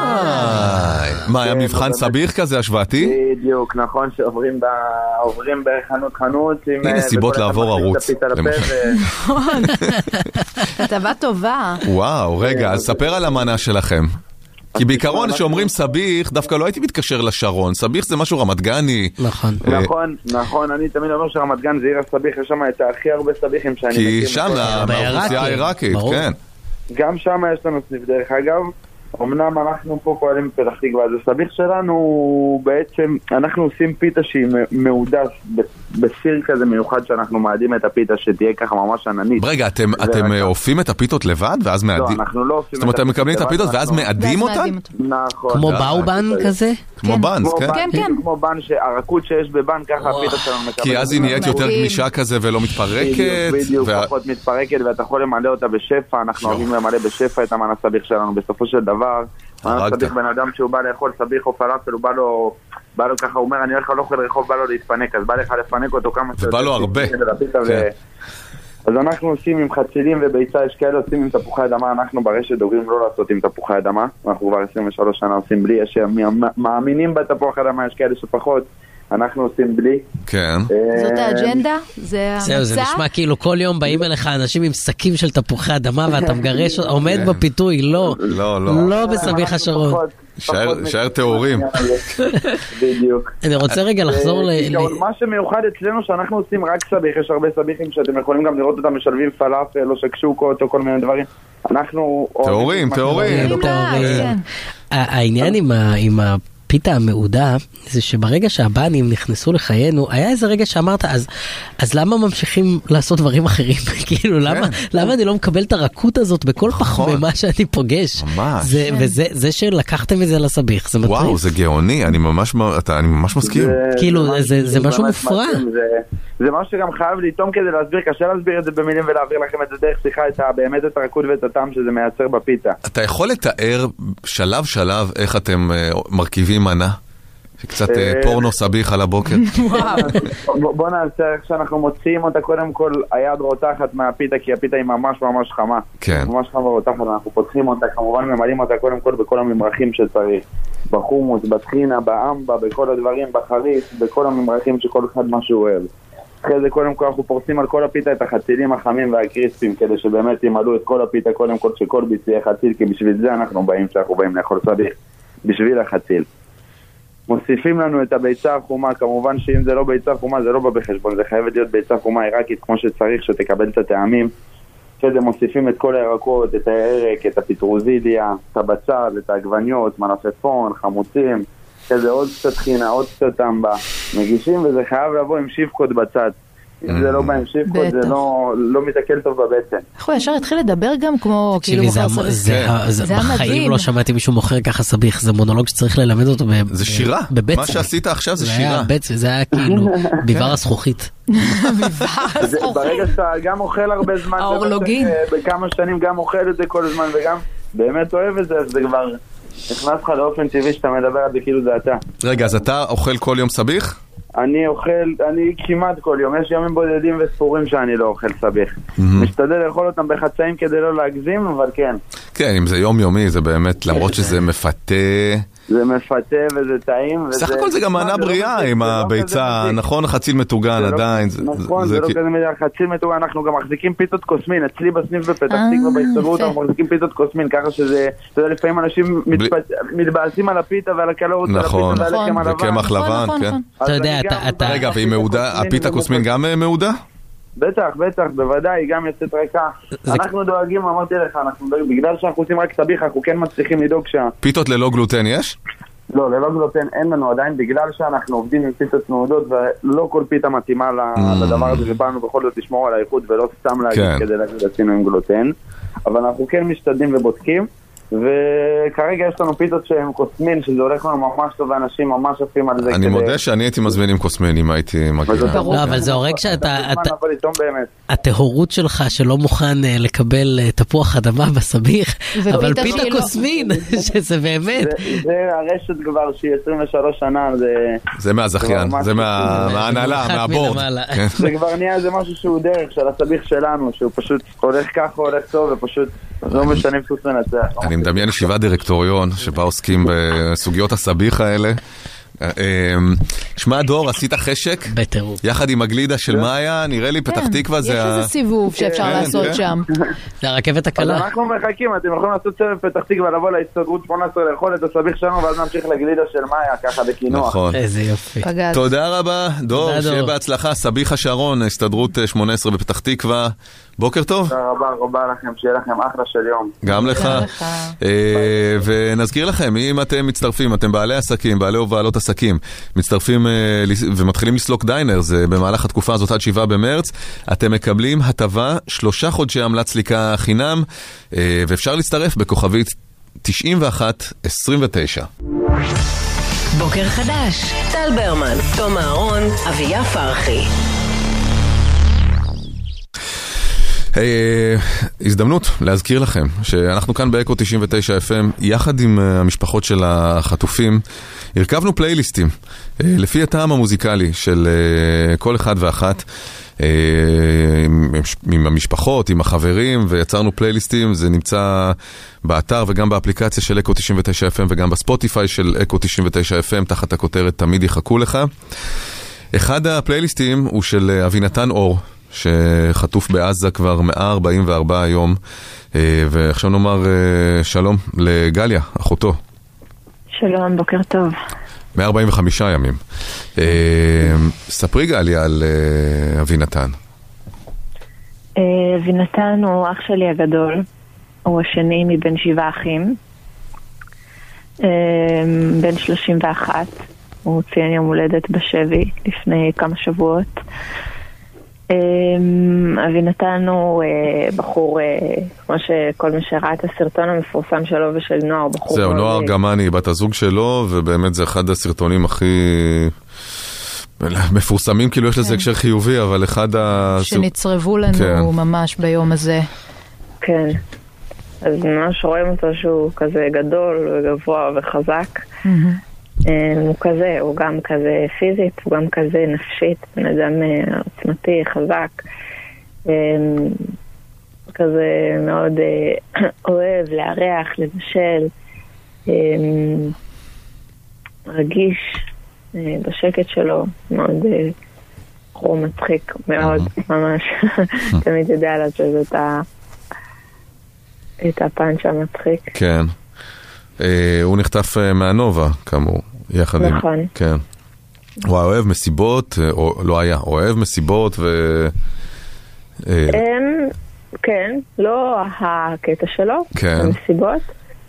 מה, היה מבחן סביח כזה השוואתי? בדיוק, נכון, שעוברים בחנות חנות. הנה סיבות לעבור ערוץ. נכון. כתבה טובה. וואו, רגע, אז ספר על המנה שלכם. כי בעיקרון שאומרים סביח, דווקא לא הייתי מתקשר לשרון. סביח זה משהו רמת גני. נכון. נכון, נכון. אני תמיד אומר שרמת גן זה עיר הסביח, יש שם את הכי הרבה סביחים שאני מכיר. כי שם, באוכלוסייה העיראקית, כן. גם שם יש לנו סניף דרך אגב. אמנם אנחנו פה פועלים בפתח תקווה, אז הסביח שלנו בעצם, אנחנו עושים פיתה שהיא מהודס בסיר כזה מיוחד שאנחנו מעדים את הפיתה שתהיה ככה ממש עננית. רגע, אתם אופים את הפיתות לבד ואז מעדים? לא, אנחנו לא אופים את הפיתות לבד. זאת אומרת, אתם מקבלים את הפיתות ואז מעדים אותן? נכון. כמו באובן כזה? כמו בנס, כן? כן, כן. כמו בן, הרקות שיש בבן, ככה הפיתה שלנו מקבלת. כי אז היא נהיית יותר גמישה כזה ולא מתפרקת. בדיוק, פחות מתפרקת ואתה יכול למלא אותה בשפע, אנחנו אוהבים למלא בשפע את המנה סביח שלנו. בסופו של דבר, סביח בן אדם שהוא בא לאכול סביח או פלאפל, הוא בא לו, בא לו ככה, הוא אומר, אני הולך לאכול רחוב, בא לו להתפנק, אז בא לך לפנק אותו כמה שיותר. ובא לו הרבה. אז אנחנו עושים עם חצילים וביצה, יש כאלה עושים עם תפוחי אדמה, אנחנו ברשת דוגרים לא לעשות עם תפוחי אדמה, אנחנו כבר עשרים ושלוש שנה עושים בלי, יש מאמינים בתפוח אדמה, יש כאלה שפחות, אנחנו עושים בלי. כן. זאת האג'נדה? זה המצע? זהו, זה נשמע כאילו כל יום באים אליך אנשים עם שקים של תפוחי אדמה ואתה מגרש, עומד בפיתוי, לא. לא, לא. לא בסביח השרון. שער תיאורים. בדיוק. אני רוצה רגע לחזור ל... מה שמיוחד אצלנו שאנחנו עושים רק סביח, יש הרבה סביחים שאתם יכולים גם לראות אותם משלבים פלאפל או שקשוקות או כל מיני דברים. אנחנו... תיאורים, תיאורים. העניין עם ה... פיתה המעודה, זה שברגע שהבנים נכנסו לחיינו, היה איזה רגע שאמרת, אז, אז למה ממשיכים לעשות דברים אחרים? כאילו, למה, למה אני לא מקבל את הרכות הזאת בכל פח ממה שאני פוגש? ממש. זה, וזה, זה שלקחתם את זה לסביח, זה מטריף. וואו, זה גאוני, אני ממש, אני ממש מסכים. כאילו, זה, זה משהו מופרע. זה משהו שגם חייב להתום כדי להסביר, קשה להסביר את זה במילים ולהעביר לכם את זה דרך שיחה, את באמת את הרכות ואת הטעם שזה מייצר בפיתה. אתה יכול לתאר שלב שלב איך אתם מרכיבים מנה? שקצת פורנו סביח על הבוקר. בוא נעשה איך שאנחנו מוציאים אותה, קודם כל היד רותחת מהפיתה, כי הפיתה היא ממש ממש חמה. כן. ממש חמה ורותחת, אנחנו פותחים אותה, כמובן ממלאים אותה קודם כל בכל הממרחים שצריך. בחומוס, בטחינה, באמבה, בכל הדברים, בחריף, בכל הממרחים שכל אחד משהו אוהב. אחרי זה קודם כל אנחנו פורסים על כל הפיתה את החצילים החמים והקריספים, כדי שבאמת ימלאו את כל הפיתה, קודם כל שכל ביצי חציל, כי בשביל זה אנחנו באים, שאנחנו באים לאכול סביח, בשביל החציל. מוסיפים לנו את הביצה החומה, כמובן שאם זה לא ביצה חומה זה לא בא בחשבון, זה חייבת להיות ביצה חומה עיראקית כמו שצריך, שתקבל את הטעמים. שזה מוסיפים את כל הירקות, את הירק, את הפיטרוזיליה, את הבצל, את העגבניות, מלפפון, חמוצים, שזה עוד קצת חינה, עוד קצת טמבה, מגישים, וזה חייב לבוא עם שיפקות בצד. אם זה לא בא עם שיפקות, זה לא מתעכל טוב בבטן. איך הוא ישר התחיל לדבר גם כמו כאילו מוכר סביך? זה בחיים לא שמעתי מישהו מוכר ככה סביך, זה מונולוג שצריך ללמד אותו בבצע. זה שירה, מה שעשית עכשיו זה שירה. זה היה כאילו ביבר הזכוכית. ברגע שאתה גם אוכל הרבה זמן, בכמה שנים גם אוכל את זה כל הזמן וגם באמת אוהב את זה, אז זה כבר נכנס לך לאופן טבעי שאתה מדבר על זה כאילו זה אתה. רגע, אז אתה אוכל כל יום סביך? אני אוכל, אני כמעט כל יום, יש ימים בודדים וספורים שאני לא אוכל סביך. משתדל לאכול אותם בחצאים כדי לא להגזים, אבל כן. כן, אם זה יום יומי, זה באמת, למרות שזה מפתה. זה מפתה וזה טעים. סך הכל זה גם מנה בריאה עם הביצה, נכון? חציל מטוגן עדיין. נכון, זה לא כזה מדי, חציל מטוגן, אנחנו גם מחזיקים פיתות קוסמין, אצלי בסניף בפתח תקווה בהסתדרות, אנחנו מחזיקים פיתות קוסמין, ככה שזה, אתה יודע, לפעמים אנשים מתבאסים על הפיתה ועל הקלוריות של הפיתה ועל הקמח לבן. וקמח לבן, כן. אתה יודע, אתה... רגע, והיא מעודה, הפיתה קוסמין גם מעודה? בטח, בטח, בוודאי, היא גם יוצאת ריקה. אנחנו דואגים, אמרתי לך, אנחנו דואגים, בגלל שאנחנו עושים רק סביך, אנחנו כן מצליחים לדאוג שה... פיתות ללא גלוטן יש? לא, ללא גלוטן אין לנו עדיין, בגלל שאנחנו עובדים עם פיתות מעודות, ולא כל פיתה מתאימה לדבר הזה, ובאנו בכל זאת לשמור על האיכות, ולא סתם להגיד כדי להגיד עשינו עם גלוטן. אבל אנחנו כן משתדלים ובודקים, וכרגע יש לנו פיתות שהם קוסמין, שזה הולך לנו ממש טוב, ואנשים ממש עפים על זה. אני מודה שאני הייתי מזמין עם קוסמין, אם הייתי מגיע. לא, אבל זה הורג שאתה... הטהורות שלך שלא מוכן לקבל תפוח אדמה בסביך, אבל פיתה קוסמין, שזה באמת... זה הרשת כבר שהיא עשרים ושלוש שנה, זה... זה מהזכיין, זה מההנהלה, מהבורד. זה כבר נהיה איזה משהו שהוא דרך של הסביך שלנו, שהוא פשוט הולך ככה, הולך טוב, ופשוט לא משנים סוס מנצח. אני מדמיין ישיבת דירקטוריון שבה עוסקים בסוגיות הסביך האלה. שמע דור, עשית חשק? בטירוף. יחד עם הגלידה של מאיה, נראה לי פתח תקווה זה... יש איזה סיבוב שאפשר לעשות שם. זה הרכבת הקלה. אז אנחנו מחכים, אתם יכולים לעשות סבב פתח תקווה, לבוא להסתדרות שמונה עשרה לאכול את הסביך שלנו, ואז נמשיך לגלידה של מאיה, ככה בכינוח. נכון. איזה יופי. תודה רבה, דור, שיהיה בהצלחה. סביחה שרון, הסתדרות שמונה עשרה בפתח תקווה. בוקר טוב. תודה רבה, רבה לכם, שיהיה לכם אחלה של יום. גם לך. ונזכיר לכם, אם אתם מצטרפים, אתם בעלי עסקים, בעלי ובעלות עסקים, מצטרפים ומתחילים לסלוק דיינר, זה במהלך התקופה הזאת עד שבעה במרץ, אתם מקבלים הטבה, שלושה חודשי עמלת סליקה חינם, ואפשר להצטרף בכוכבית תשעים ואחת עשרים ותשע. בוקר חדש, טל ברמן, תום אהרון, אביה פרחי. הזדמנות להזכיר לכם שאנחנו כאן באקו תשעים ותשע אף אם יחד עם המשפחות של החטופים הרכבנו פלייליסטים לפי הטעם המוזיקלי של כל אחד ואחת עם המשפחות, עם החברים, ויצרנו פלייליסטים. זה נמצא באתר וגם באפליקציה של אקו תשעים ותשע אף אם וגם בספוטיפיי של אקו תשעים ותשע אף אם תחת הכותרת תמיד יחכו לך. אחד הפלייליסטים הוא של אבינתן אור שחטוף בעזה כבר מאה ארבעים וארבעה יום, ועכשיו נאמר שלום לגליה, אחותו. שלום, בוקר טוב. מאה ארבעים וחמישה ימים. ספרי גליה על אבינתן. אבינתן הוא אח שלי הגדול, הוא השני מבין שבעה אחים, בן שלושים ואחת, הוא ציין יום הולדת בשבי לפני כמה שבועות. אבינתן הוא בחור, כמו שכל מי שראה את הסרטון המפורסם שלו ושל נוער, בחור... זהו, נוער גמני, בת הזוג שלו, ובאמת זה אחד הסרטונים הכי מפורסמים, כאילו יש לזה הקשר חיובי, אבל אחד ה... שנצרבו לנו ממש ביום הזה. כן, אז ממש רואים אותו שהוא כזה גדול וגבוה וחזק. הוא כזה, הוא גם כזה פיזית, הוא גם כזה נפשית, בן אדם עוצמתי, חזק, כזה מאוד אוהב לארח, לבשל, רגיש בשקט שלו, מאוד חור מצחיק, מאוד, ממש, תמיד יודע לעשות את הפאנץ' המצחיק. כן. הוא נחטף מהנובה, כאמור. יחד עם... נכון. כן. הוא אוהב מסיבות, או לא היה, אוהב מסיבות ו... כן, לא הקטע שלו, כן. המסיבות,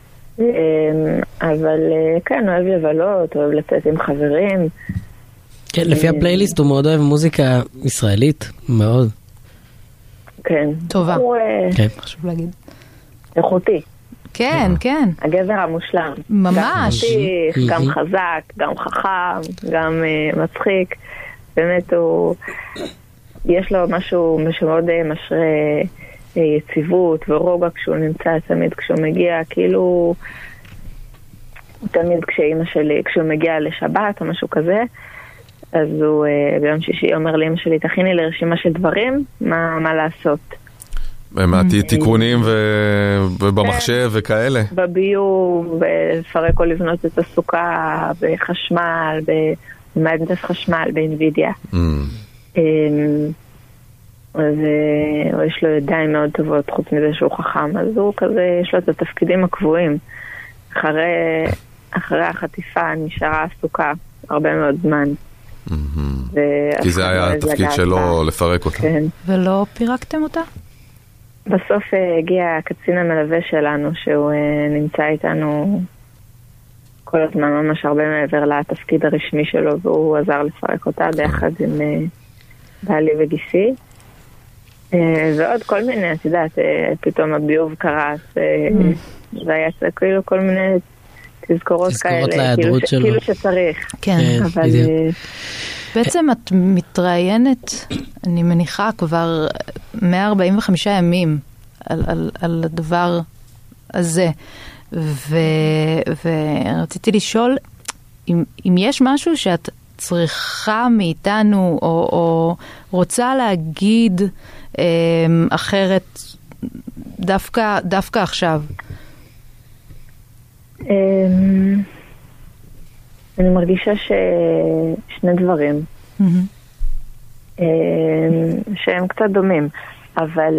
אבל כן, אוהב לבלות, אוהב לצאת עם חברים. כן, לפי הפלייליסט הוא מאוד אוהב מוזיקה ישראלית, מאוד. כן. טובה. כן. חשוב להגיד. איכותי. כן, כן. הגבר המושלם. ממש. גם חזק, גם חכם, גם מצחיק. באמת הוא... יש לו משהו שמאוד משרה יציבות ורוגע כשהוא נמצא תמיד כשהוא מגיע, כאילו תמיד כשאמא שלי, כשהוא מגיע לשבת או משהו כזה, אז הוא ביום שישי אומר לאמא שלי, תכיני לי רשימה של דברים, מה, מה לעשות. מה, תיקונים ובמחשב וכאלה? בביוב, בפרק או לבנות את הסוכה, בחשמל, במהנדס חשמל, באינווידיה. אז יש לו ידיים מאוד טובות חוץ מזה שהוא חכם, אז הוא כזה, יש לו את התפקידים הקבועים. אחרי, אחרי החטיפה נשארה עסוקה הרבה מאוד זמן. כי זה היה התפקיד שלו לפרק אותה. כן. ולא פירקתם אותה? בסוף הגיע הקצין המלווה שלנו, שהוא נמצא איתנו כל הזמן, ממש הרבה מעבר לתפקיד הרשמי שלו, והוא עזר לפרק אותה ביחד עם בעלי וגיסי. ועוד כל מיני, את יודעת, פתאום הביוב קרס, והיה כאילו כל מיני תזכורות כאלה, כאילו שצריך. כן, אבל... בעצם את מתראיינת, אני מניחה, כבר מאה ארבעים וחמישה ימים על, על, על הדבר הזה. ו, ורציתי לשאול, אם, אם יש משהו שאת צריכה מאיתנו, או, או רוצה להגיד אה, אחרת דווקא, דווקא עכשיו? אני מרגישה ששני דברים שהם קצת דומים, אבל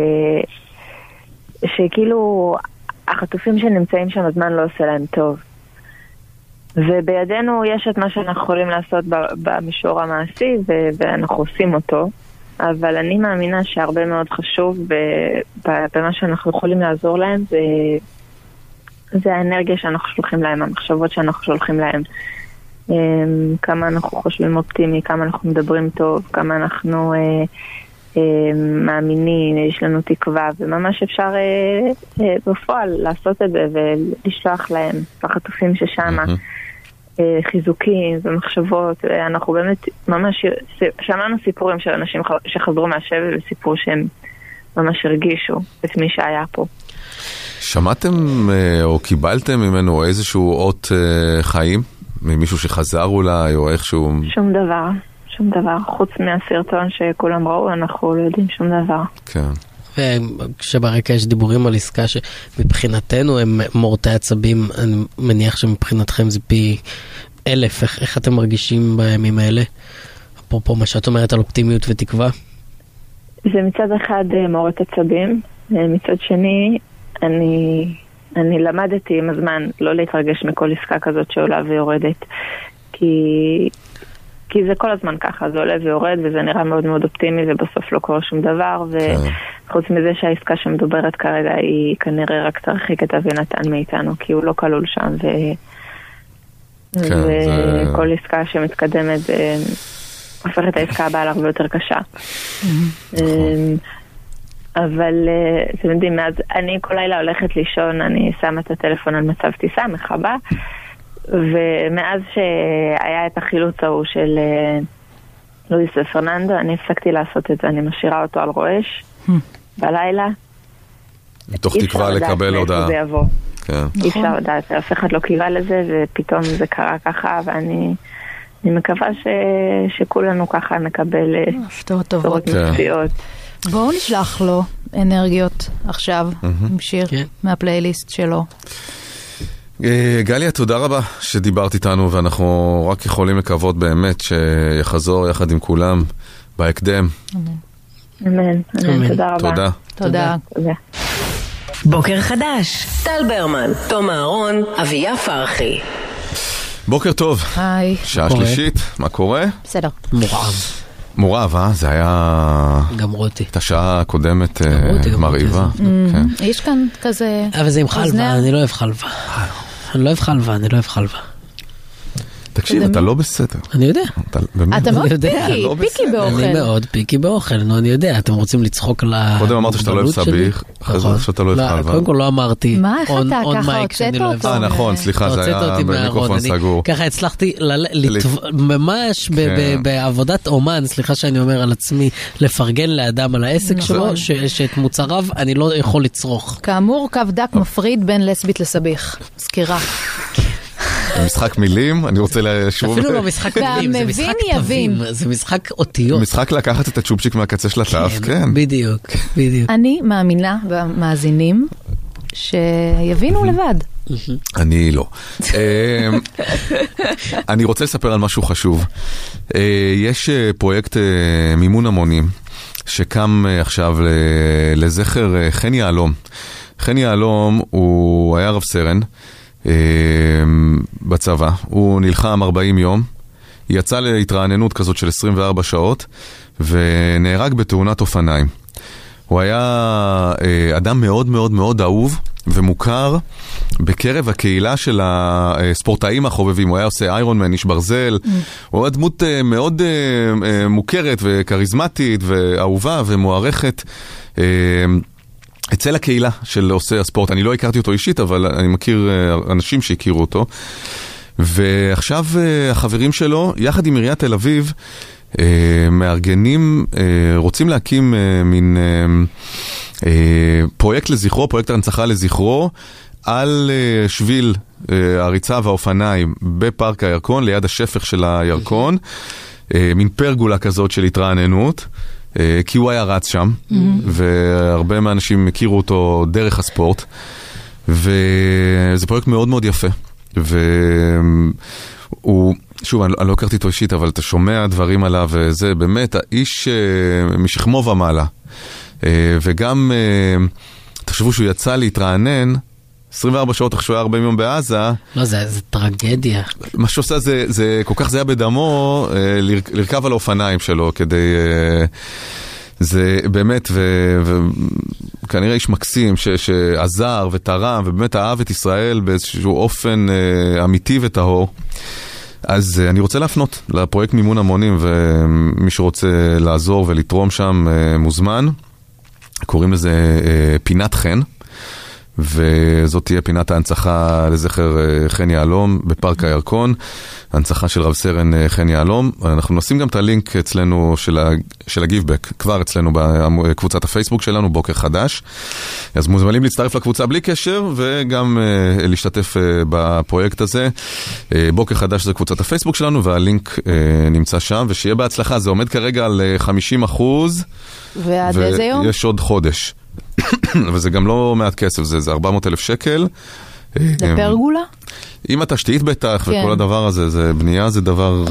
שכאילו החטופים שנמצאים שם הזמן לא עושה להם טוב, ובידינו יש את מה שאנחנו יכולים לעשות במישור המעשי ואנחנו עושים אותו, אבל אני מאמינה שהרבה מאוד חשוב במה שאנחנו יכולים לעזור להם זה זה האנרגיה שאנחנו שולחים להם, המחשבות שאנחנו שולחים להם. כמה אנחנו חושבים אופטימי, כמה אנחנו מדברים טוב, כמה אנחנו אה, אה, מאמינים, יש לנו תקווה, וממש אפשר אה, אה, בפועל לעשות את זה ולשלוח להם, לחטופים ששם, אה, חיזוקים ומחשבות. אנחנו באמת ממש שמענו סיפורים של אנשים שחזרו מהשבי וסיפור שהם ממש הרגישו את מי שהיה פה. שמעתם או קיבלתם ממנו איזשהו אות חיים? ממישהו שחזר אולי או איכשהו? שום דבר, שום דבר. חוץ מהסרטון שכולם ראו, אנחנו לא יודעים שום דבר. כן. וכשברקע יש דיבורים על עסקה שמבחינתנו הם מורטי עצבים, אני מניח שמבחינתכם זה פי אלף. איך, איך אתם מרגישים בימים האלה? אפרופו מה שאת אומרת על אופטימיות ותקווה? זה מצד אחד מורת עצבים, מצד שני אני, אני למדתי עם הזמן לא להתרגש מכל עסקה כזאת שעולה ויורדת, כי, כי זה כל הזמן ככה, זה עולה ויורד וזה נראה מאוד מאוד אופטימי ובסוף לא קורה שום דבר, וחוץ מזה שהעסקה שמדוברת כרגע היא כנראה רק תרחיק את אבינתן מאיתנו, כי הוא לא כלול שם, ו... כן, וכל זה... עסקה שמתקדמת הופכת את העסקה הבאה להרבה יותר קשה. אבל אתם יודעים, מאז אני כל לילה הולכת לישון, אני שמה את הטלפון על מצב טיסה, מחבה, ומאז שהיה את החילוץ ההוא של לואיס ופרננדו, אני הפסקתי לעשות את זה, אני משאירה אותו על רועש בלילה. מתוך תקווה לקבל הודעה. אי אפשר לדעת, אף אחד לא קיווה לזה, ופתאום זה קרה ככה, ואני מקווה שכולנו ככה נקבל הפתעות טובות. מצפיות. בואו נשלח לו אנרגיות עכשיו, עם שיר מהפלייליסט שלו. גליה, תודה רבה שדיברת איתנו, ואנחנו רק יכולים לקוות באמת שיחזור יחד עם כולם בהקדם. אמן. אמן. תודה רבה. תודה. תודה. תודה. בוקר חדש, טל ברמן, תום אהרון, אביה פרחי. בוקר טוב. היי. שעה שלישית, מה קורה? בסדר. מורעב. מורעב, אה? זה היה... גם רותי. את השעה הקודמת רותי, מרעיבה. כן. יש כאן כזה... אבל זה עם חלבה, אני לא אוהב חלבה. אני לא אוהב חלבה, אני לא אוהב חלבה. תקשיב, אתה לא בסדר. אני יודע. אתה מאוד פיקי, פיקי באוכל. אני מאוד פיקי באוכל, נו, אני יודע. אתם רוצים לצחוק על ה... קודם אמרת שאתה לא אוהב סביך, אחרי זה שאתה לא אוהב חלבה. קודם כל לא אמרתי. מה, איך אתה ככה הוצאת אותו? אה, נכון, סליחה, זה היה במיקרופון סגור. ככה הצלחתי ממש בעבודת אומן, סליחה שאני אומר על עצמי, לפרגן לאדם על העסק שלו, שאת מוצריו אני לא יכול לצרוך. כאמור, קו דק מפריד בין לסבית לסביך. סקירה. משחק מילים, אני רוצה לשוב... אפילו לא משחק מילים, זה משחק תווים, זה משחק אותיות. משחק לקחת את הצ'ופצ'יק מהקצה של התו, כן. בדיוק, בדיוק. אני מאמינה במאזינים שיבינו לבד. אני לא. אני רוצה לספר על משהו חשוב. יש פרויקט מימון המונים, שקם עכשיו לזכר חן יהלום. חן יהלום הוא היה רב סרן, בצבא, הוא נלחם ארבעים יום, יצא להתרעננות כזאת של עשרים וארבע שעות ונהרג בתאונת אופניים. הוא היה אדם מאוד מאוד מאוד אהוב ומוכר בקרב הקהילה של הספורטאים החובבים. הוא היה עושה איירון מן, איש ברזל. mm. הוא היה דמות מאוד מוכרת וקריזמטית ואהובה ומוערכת אצל הקהילה של עושי הספורט. אני לא הכרתי אותו אישית, אבל אני מכיר אנשים שהכירו אותו. ועכשיו החברים שלו, יחד עם עיריית תל אביב, מארגנים, רוצים להקים מין פרויקט לזכרו, פרויקט הנצחה לזכרו, על שביל הריצה והאופניים בפארק הירקון, ליד השפך של הירקון, מין פרגולה כזאת של התרעננות. כי הוא היה רץ שם, והרבה מהאנשים הכירו אותו דרך הספורט, וזה פרויקט מאוד מאוד יפה. והוא, שוב, אני לא הכרתי אותו אישית, אבל אתה שומע דברים עליו, וזה באמת האיש משכמו ומעלה. וגם, תחשבו שהוא יצא להתרענן, עשרים וארבע שעות אחרי שהוא היה ארבעים יום בעזה. לא, זה, זה טרגדיה. מה שעושה זה, זה כל כך זה היה בדמו, לרכב על האופניים שלו, כדי, זה באמת, וכנראה איש מקסים, ש, שעזר ותרם, ובאמת אהב את ישראל באיזשהו אופן אמיתי וטהור. אז אני רוצה להפנות לפרויקט מימון המונים, ומי שרוצה לעזור ולתרום שם מוזמן. קוראים לזה פינת חן. וזאת תהיה פינת ההנצחה לזכר חן יהלום בפארק הירקון, הנצחה של רב סרן חן יהלום. אנחנו נשים גם את הלינק אצלנו של, ה, של הגיבבק, כבר אצלנו בקבוצת הפייסבוק שלנו, בוקר חדש. אז מוזמנים להצטרף לקבוצה בלי קשר, וגם uh, להשתתף uh, בפרויקט הזה. Uh, בוקר חדש זה קבוצת הפייסבוק שלנו, והלינק uh, נמצא שם, ושיהיה בהצלחה. זה עומד כרגע על חמישים אחוז, ועד איזה יום? ויש עוד חודש. וזה גם לא מעט כסף, זה, זה ארבע מאות אלף שקל. זה פרגולה? עם התשתית בטח, כן. וכל הדבר הזה, זה בנייה זה דבר...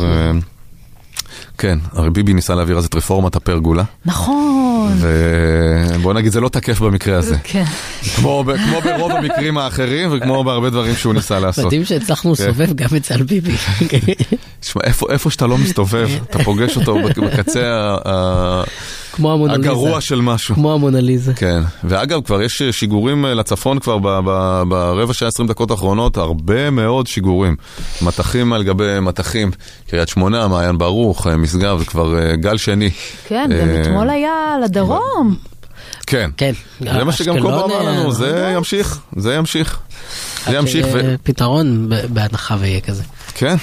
כן, הרי ביבי ניסה להעביר אז את רפורמת הפרגולה. נכון. ובוא נגיד, זה לא תקף במקרה הזה. כן. כמו, כמו ברוב המקרים האחרים, וכמו בהרבה דברים שהוא ניסה לעשות. מדהים שהצלחנו לסובב גם אצל ביבי. תשמע, איפה, איפה שאתה לא מסתובב, אתה פוגש אותו בקצה ה... כמו המונליזה. הגרוע של משהו. כמו המונליזה. כן. ואגב, כבר יש שיגורים לצפון כבר ברבע שעה עשרים דקות האחרונות, הרבה מאוד שיגורים. מתחים על גבי מתחים. קריית שמונה, מעיין ברוך, משגב, זה כבר גל שני. כן, גם אתמול היה לדרום. כן. כן. זה מה שגם קובה אמר לנו, זה ימשיך, זה ימשיך. זה ימשיך. פתרון בהנחה ויהיה כזה. כן.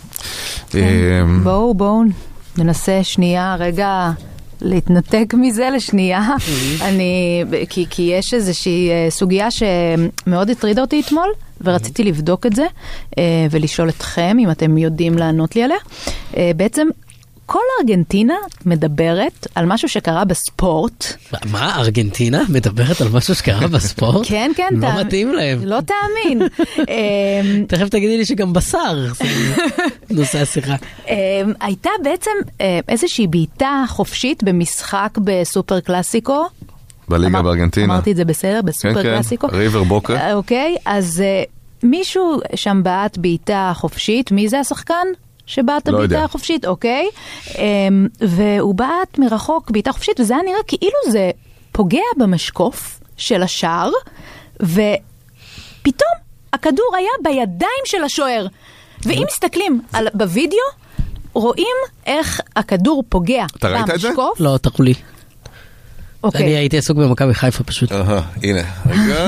בואו, בואו ננסה שנייה, רגע... להתנתק מזה לשנייה, אני, כי, כי יש איזושהי סוגיה שמאוד הטרידה אותי אתמול, ורציתי לבדוק את זה, ולשאול אתכם אם אתם יודעים לענות לי עליה. בעצם, כל ארגנטינה מדברת על משהו שקרה בספורט. מה? ארגנטינה מדברת על משהו שקרה בספורט? כן, כן. לא מתאים להם. לא תאמין. תכף תגידי לי שגם בשר נושא השיחה. הייתה בעצם איזושהי בעיטה חופשית במשחק בסופר קלאסיקו. בליגה בארגנטינה. אמרתי את זה בסדר, בסופר קלאסיקו. ריבר בוקה. אוקיי, אז מישהו שם בעט בעיטה חופשית, מי זה השחקן? שבעט לא בעיטה יודע. חופשית, אוקיי? אמ, והוא בעט מרחוק בעיטה חופשית, וזה היה נראה כאילו זה פוגע במשקוף של השער, ופתאום הכדור היה בידיים של השוער. ואם מסתכלים על, בווידאו, רואים איך הכדור פוגע אתה ראית את זה? במשקוף. לא, תראו לי. אוקיי. אני הייתי עסוק במכבי חיפה פשוט. אהה, הנה, רגע.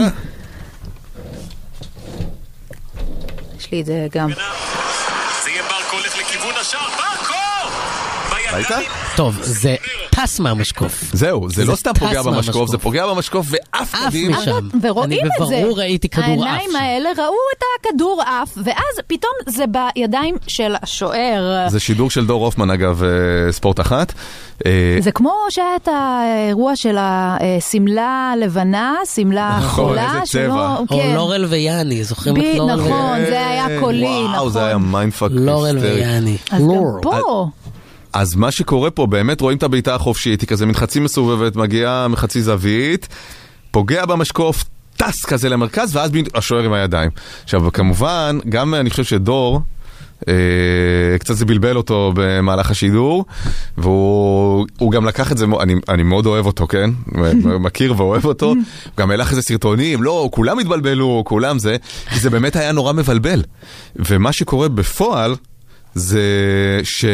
יש לי את זה גם. זה יהיה ברקו הולך לכיוון השער, ברקו! ראית? טוב, זה טס מהמשקוף. זהו, זה לא סתם טס פוגע במשקוף, מהמשקוף. זה פוגע במשקוף ואף עף קדימה. משם. ורואים אני את זה. בברור ראיתי כדור עף. העיניים האלה ראו את הכדור עף, ואז פתאום זה בידיים של השוער. זה שידור של דור הופמן אגב, ספורט אחת. זה כמו שהיה את האירוע של הסמלה לבנה, סמלה חולה. איזה צבע. או לורל ויאני, זוכרים את ב- לורל ויאני? נכון, זה היה קולי, וואו, נכון. זה היה מיינדפאק לורל היסטרי. ויאני. אז גם לורל. פה, אז מה שקורה פה, באמת רואים את הבעיטה החופשית, היא כזה מן חצי מסובבת, מגיעה מחצי זווית, פוגע במשקוף, טס כזה למרכז, ואז השוער עם הידיים. עכשיו, כמובן, גם אני חושב שדור, אה, קצת זה בלבל אותו במהלך השידור, והוא הוא גם לקח את זה, אני, אני מאוד אוהב אותו, כן? מכיר ואוהב אותו. הוא גם הלך איזה סרטונים, לא, כולם התבלבלו, כולם זה, כי זה באמת היה נורא מבלבל. ומה שקורה בפועל, זה ש...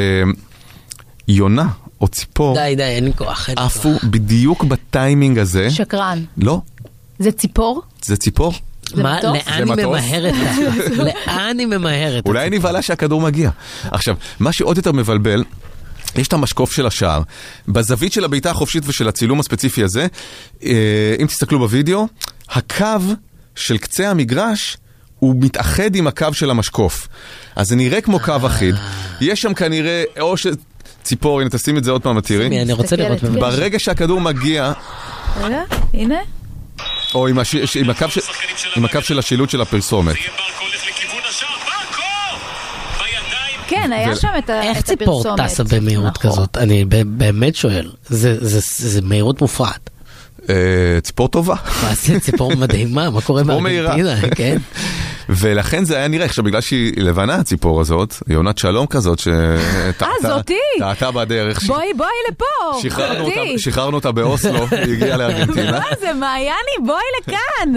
יונה או ציפור די, די, אין לי כוח. אין לי עפו כוח. בדיוק בטיימינג הזה. שקרן. לא, זה ציפור? זה ציפור. מה, מטוס? לאן זה היא מטוס? ממהרת? לאן היא ממהרת? אולי נבהלה שהכדור מגיע. עכשיו, מה שעוד יותר מבלבל, יש את המשקוף של השער. בזווית של הבעיטה החופשית ושל הצילום הספציפי הזה, אם תסתכלו בווידאו, הקו של קצה המגרש הוא מתאחד עם הקו של המשקוף. אז זה נראה כמו קו אחיד. יש שם כנראה, או ש... ציפור, הנה תשים את זה עוד פעם, תראי. אני רוצה לראות. ברגע שהכדור מגיע, רגע, הנה. או עם, הש... עם, הקו ש... עם הקו של השילוט של הפרסומת. זה יהיה ברקו הולך לכיוון השער, ברקו! בידיים! כן, היה שם את ה- איך את ציפור הפרסומת. טסה במהירות כזאת? אני ב- באמת שואל. זה- זה זה מהירות מופרעת. אה, ציפור טובה. מה זה ציפור מדהימה? מה קורה ציפור מהירה. בארגנטינה? כן. ולכן זה היה נראה, עכשיו בגלל שהיא לבנה הציפור הזאת, יונת שלום כזאת, אה, זאתי? שטעתה בדרך. בואי, בואי לפה. שחררנו זאתי. אותה, שחררנו אותה באוסלו, היא הגיעה לארגנטינה. מה זה, מעייני? בואי לכאן.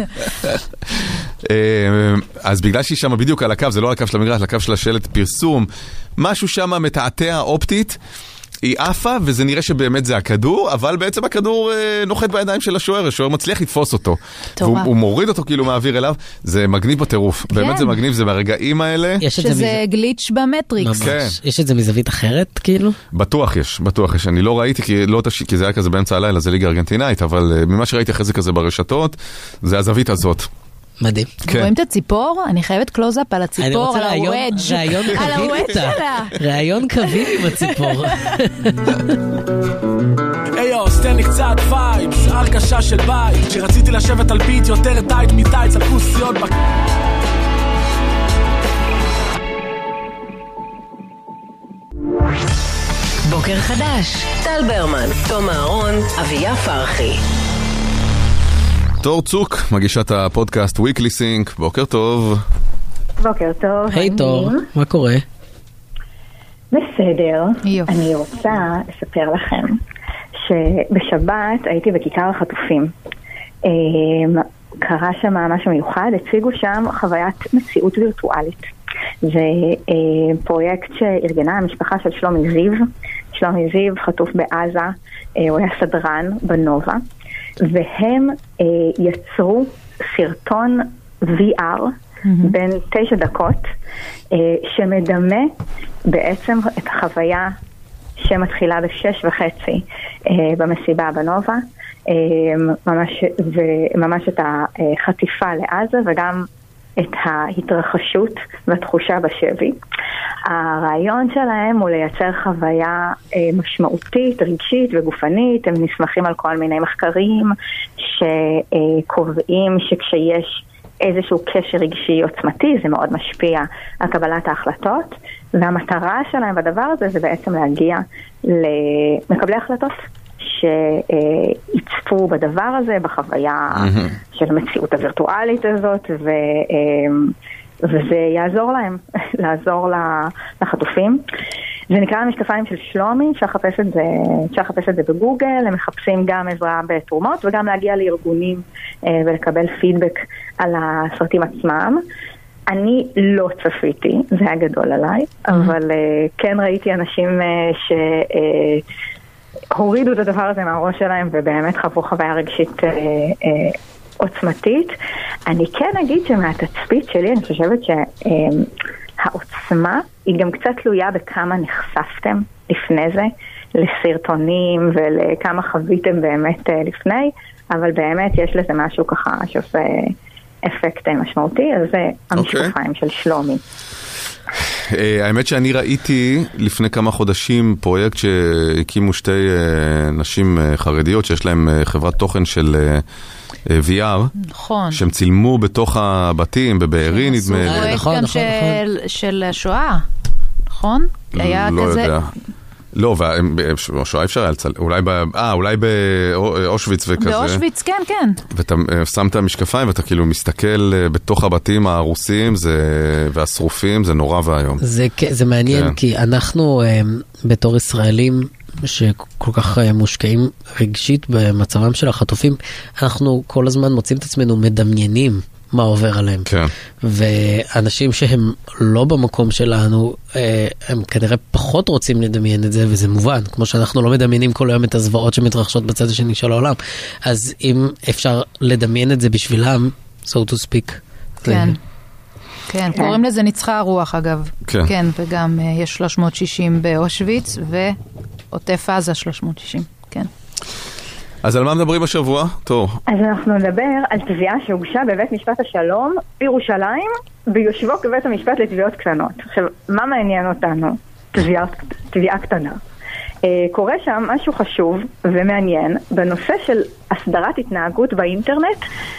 אז בגלל שהיא שם בדיוק על הקו, זה לא על הקו של המגרש, על הקו של השלט פרסום, משהו שם מתעתע אופטית, היא עפה, וזה נראה שבאמת זה הכדור, אבל בעצם הכדור אה, נוחת בידיים של השוער, השוער מצליח לתפוס אותו. והוא הוא מוריד אותו כאילו מעביר אליו, זה מגניב בטירוף. כן. באמת זה מגניב, זה מהרגעים האלה. שזה מז... גליץ' במטריקס. כן. יש את זה מזווית אחרת כאילו? בטוח יש, בטוח יש. אני לא ראיתי, כי, לא תש... כי זה היה כזה באמצע הלילה, זה ליגה ארגנטינאית, אבל uh, ממה שראיתי אחרי זה כזה ברשתות, זה הזווית הזאת. מדהים. כן. רואים את הציפור? אני חייבת קלוזאפ על הציפור, על הוודג'. רעיון על קווים הוודג' איתה. שלה. רעיון קווים עם הציפור. היו, סתן לי קצת וייבס, הרגשה של בית, שרציתי לשבת על ביט יותר טייט מטייץ, על כוסיות בק... בוקר חדש, טל ברמן, תום אהרון, אביה פרחי. תור צוק, מגישת הפודקאסט Weekly Sync, בוקר טוב. בוקר טוב. היי תור, מה קורה? בסדר. אני רוצה לספר לכם שבשבת הייתי בכיכר החטופים. קרה שם משהו מיוחד, הציגו שם חוויית מציאות וירטואלית. זה פרויקט שארגנה המשפחה של שלומי זיו. שלומי זיו חטוף בעזה, הוא היה סדרן בנובה. והם אה, יצרו סרטון וי אר mm-hmm. בין תשע דקות אה, שמדמה בעצם את החוויה שמתחילה בשש וחצי אה, במסיבה בנובה, אה, ממש, וממש את החטיפה לעזה וגם את ההתרחשות והתחושה בשבי. הרעיון שלהם הוא לייצר חוויה אה, משמעותית, רגשית וגופנית. הם נסמכים על כל מיני מחקרים שקובעים שכשיש איזשהו קשר רגשי עוצמתי, זה מאוד משפיע על קבלת ההחלטות, והמטרה שלהם בדבר הזה זה בעצם להגיע למקבלי החלטות שיצפו בדבר הזה, בחוויה של המציאות הווירטואלית הזאת, ו, וזה יעזור להם, לעזור לחטופים. זה נקרא המשקפיים של שלומי, אפשר לחפש את זה, אפשר לחפש את זה בגוגל, הם מחפשים גם עזרה בתרומות וגם להגיע לארגונים ולקבל פידבק על הסרטים עצמם. אני לא צפיתי, זה היה גדול עליי, אבל כן ראיתי אנשים שהורידו את הדבר הזה מהראש שלהם ובאמת חוו חוויה רגשית עוצמתית. אני כן אגיד שמהתצפית שלי, אני חושבת שהעוצמה היא גם קצת תלויה בכמה נחשפתם לפני זה, לסרטונים ולכמה חוויתם באמת לפני, אבל באמת יש לזה משהו ככה שעושה אפקט משמעותי, אז זה המשקפיים של שלומי. האמת שאני ראיתי לפני כמה חודשים פרויקט שהקימו שתי נשים חרדיות שיש להם חברת תוכן של וי אר, נכון. שהם צילמו בתוך הבתים, בבארי נדמה. פרויקט גם של השואה, נכון? היה כזה... לא, בשואה אפשר היה לצלם, אולי, אה, אולי באושוויץ וכזה. באושוויץ, כן, כן. ואתה שם את המשקפיים ואתה כאילו מסתכל בתוך הבתים הרוסים והשרופים, זה נורא והיום. זה, זה מעניין, כן. כי אנחנו בתור ישראלים שכל כך מושקעים רגשית במצבם של החטופים, אנחנו כל הזמן מוצאים את עצמנו מדמיינים מה עובר עליהם. כן. ואנשים שהם לא במקום שלנו, הם כנראה פחות רוצים לדמיין את זה, וזה מובן, כמו שאנחנו לא מדמיינים כל היום את הזוועות שמתרחשות בצד השני של העולם. אז אם אפשר לדמיין את זה בשבילם, so to speak. כן. כן, קוראים לזה ניצחה הרוח אגב. כן. כן, וגם יש שלוש מאות שישים באושוויץ, ועוטף עזה שלוש מאות שישים, כן. אז על מה מדברים השבוע? טוב. אז אנחנו נדבר על תביעה שהוגשה בבית משפט השלום בירושלים, ביושבו כבית המשפט לתביעות קטנות. עכשיו, מה מעניין אותנו? תביעה, תביעה קטנה. קורה שם משהו חשוב ומעניין בנושא של הסדרת התנהגות באינטרנט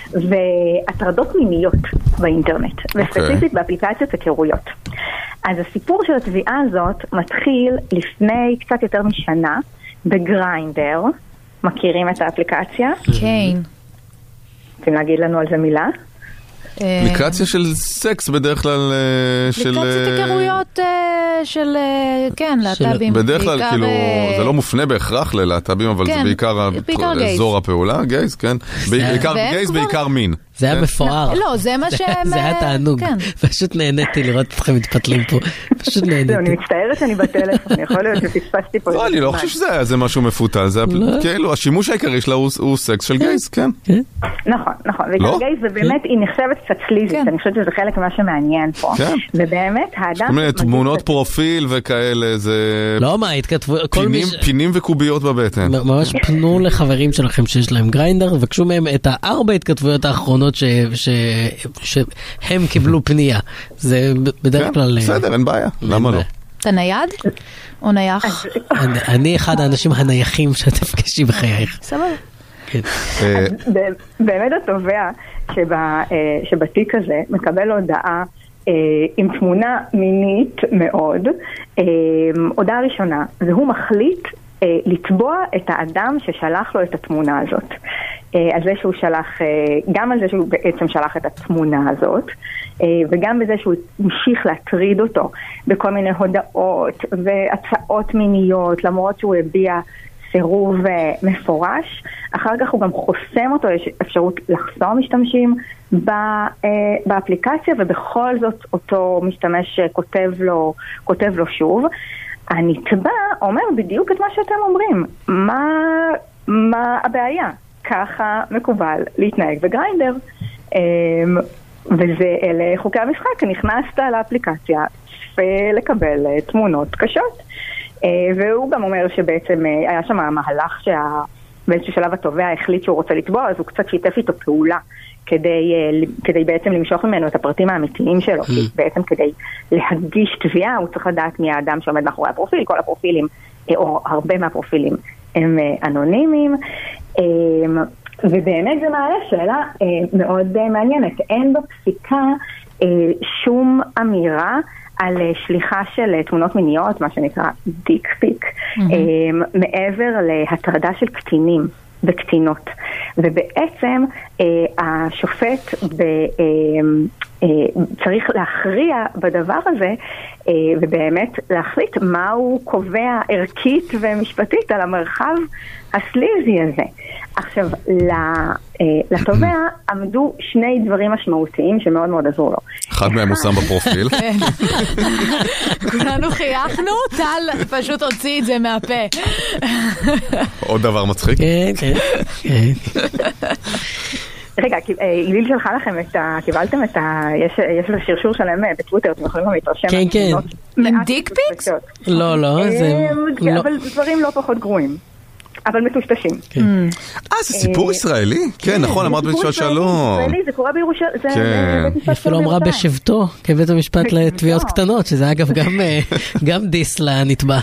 והטרדות מיניות באינטרנט, okay. וספציפית באפליקציות היכרויות. אז הסיפור של התביעה הזאת מתחיל לפני קצת יותר משנה בגריינדר. מכירים את האפליקציה? כן. רוצים להגיד לנו על זה מילה? אפליקציה של סקס בדרך כלל של... אפליקציות היכרויות של, כן, להט"בים. בדרך כלל, כאילו, זה לא מופנה בהכרח ללהט"בים, אבל זה בעיקר אזור הפעולה, גייז, כן. בעיקר גייז, בעיקר מין. זה היה מפואר. לא, זה מה שהם... זה היה תענוג. פשוט נהניתי לראות אתכם מתפתלים פה. פשוט נהניתי. אני מצטערת שאני בטלפון, יכול להיות שפספסתי פה. לא, אני לא חושב שזה היה איזה משהו מפותל. כאילו, השימוש העיקרי שלה הוא סקס של גייז, כן. נכון, נכון. וגם גייז, ובאמת, היא נחשבת קצת סליזית. אני חושבת שזה חלק ממה שמעניין פה. ובאמת, האדם... כל מיני תמונות פרופיל וכאלה, זה... לא, מה, התכתבו... פינים וקוביות בבטן. ממש פנו לחברים שלכם שיש להם גריינדר, ובקשו מהם את הארבע התכתבויות האחרונות ש, ש, שהם קיבלו פנייה. זה בדרך כלל... בסדר, אין בעיה. למה לא? אתה נייד? או נייח? אני אחד האנשים הנייחים שתפגשי בחייך. סבבה. באמת התובע שבתיק הזה מקבל הודעה עם תמונה מינית מאוד, הודעה ראשונה, והוא מחליט לתבוע את האדם ששלח לו את התמונה הזאת. על זה שהוא שלח, גם על זה שהוא בעצם שלח את התמונה הזאת, וגם בזה שהוא המשיך להטריד אותו בכל מיני הודעות והצעות מיניות, למרות שהוא הביע סירוב מפורש. אחר כך הוא גם חוסם אותו, יש אפשרות לחסום משתמשים באפליקציה, ובכל זאת אותו משתמש כותב לו, כותב לו שוב. הנתבע אומר בדיוק את מה שאתם אומרים. מה, מה הבעיה? ככה מקובל להתנהג בגריינדר. וזה אלה חוקי המשחק, נכנסת לאפליקציה ולקבל תמונות קשות. והוא גם אומר שבעצם היה שם מהלך שבאיזשהו שלב התובע החליט שהוא רוצה לתבוע, אז הוא קצת שיתף איתו פעולה כדי, כדי בעצם למשוך ממנו את הפרטים האמיתיים שלו, כי בעצם כדי להגיש תביעה הוא צריך לדעת מי האדם שעומד מאחורי הפרופיל. כל הפרופילים, או הרבה מהפרופילים, הם אנונימיים, ובאמת זה מעלה שאלה מאוד מעניינת. אין בפסיקה שום אמירה על שליחה של תמונות מיניות, מה שנקרא דיק פיק, מעבר להטרדה של קטינים וקטינות. ובעצם השופט צריך להכריע בדבר הזה, ובאמת להחליט מה הוא קובע ערכית ומשפטית על המרחב הסליזי הזה. עכשיו, לתובע עמדו שני דברים משמעותיים שמאוד מאוד עזרו לו. אחד מהם הוא שם בפרופיל. כולנו חייכנו, טל פשוט הוציא את זה מהפה. עוד דבר מצחיק? כן, כן. רגע, איליל שלחה לכם את ה... קיבלתם את ה... יש לו שרשור שלהם בטוויטר, אתם יכולים גם להתרשם. כן, כן. עם דיק פיקס? לא, לא, זה... אבל דברים לא פחות גרועים. אבל מטושטשים. אה, זה סיפור ישראלי? כן, נכון, אמרת בית משפט שלום. זה קורה בירושלים. אפילו אמרה בשבתו, כבית המשפט לתביעות קטנות, שזה אגב גם דיס לנתבע.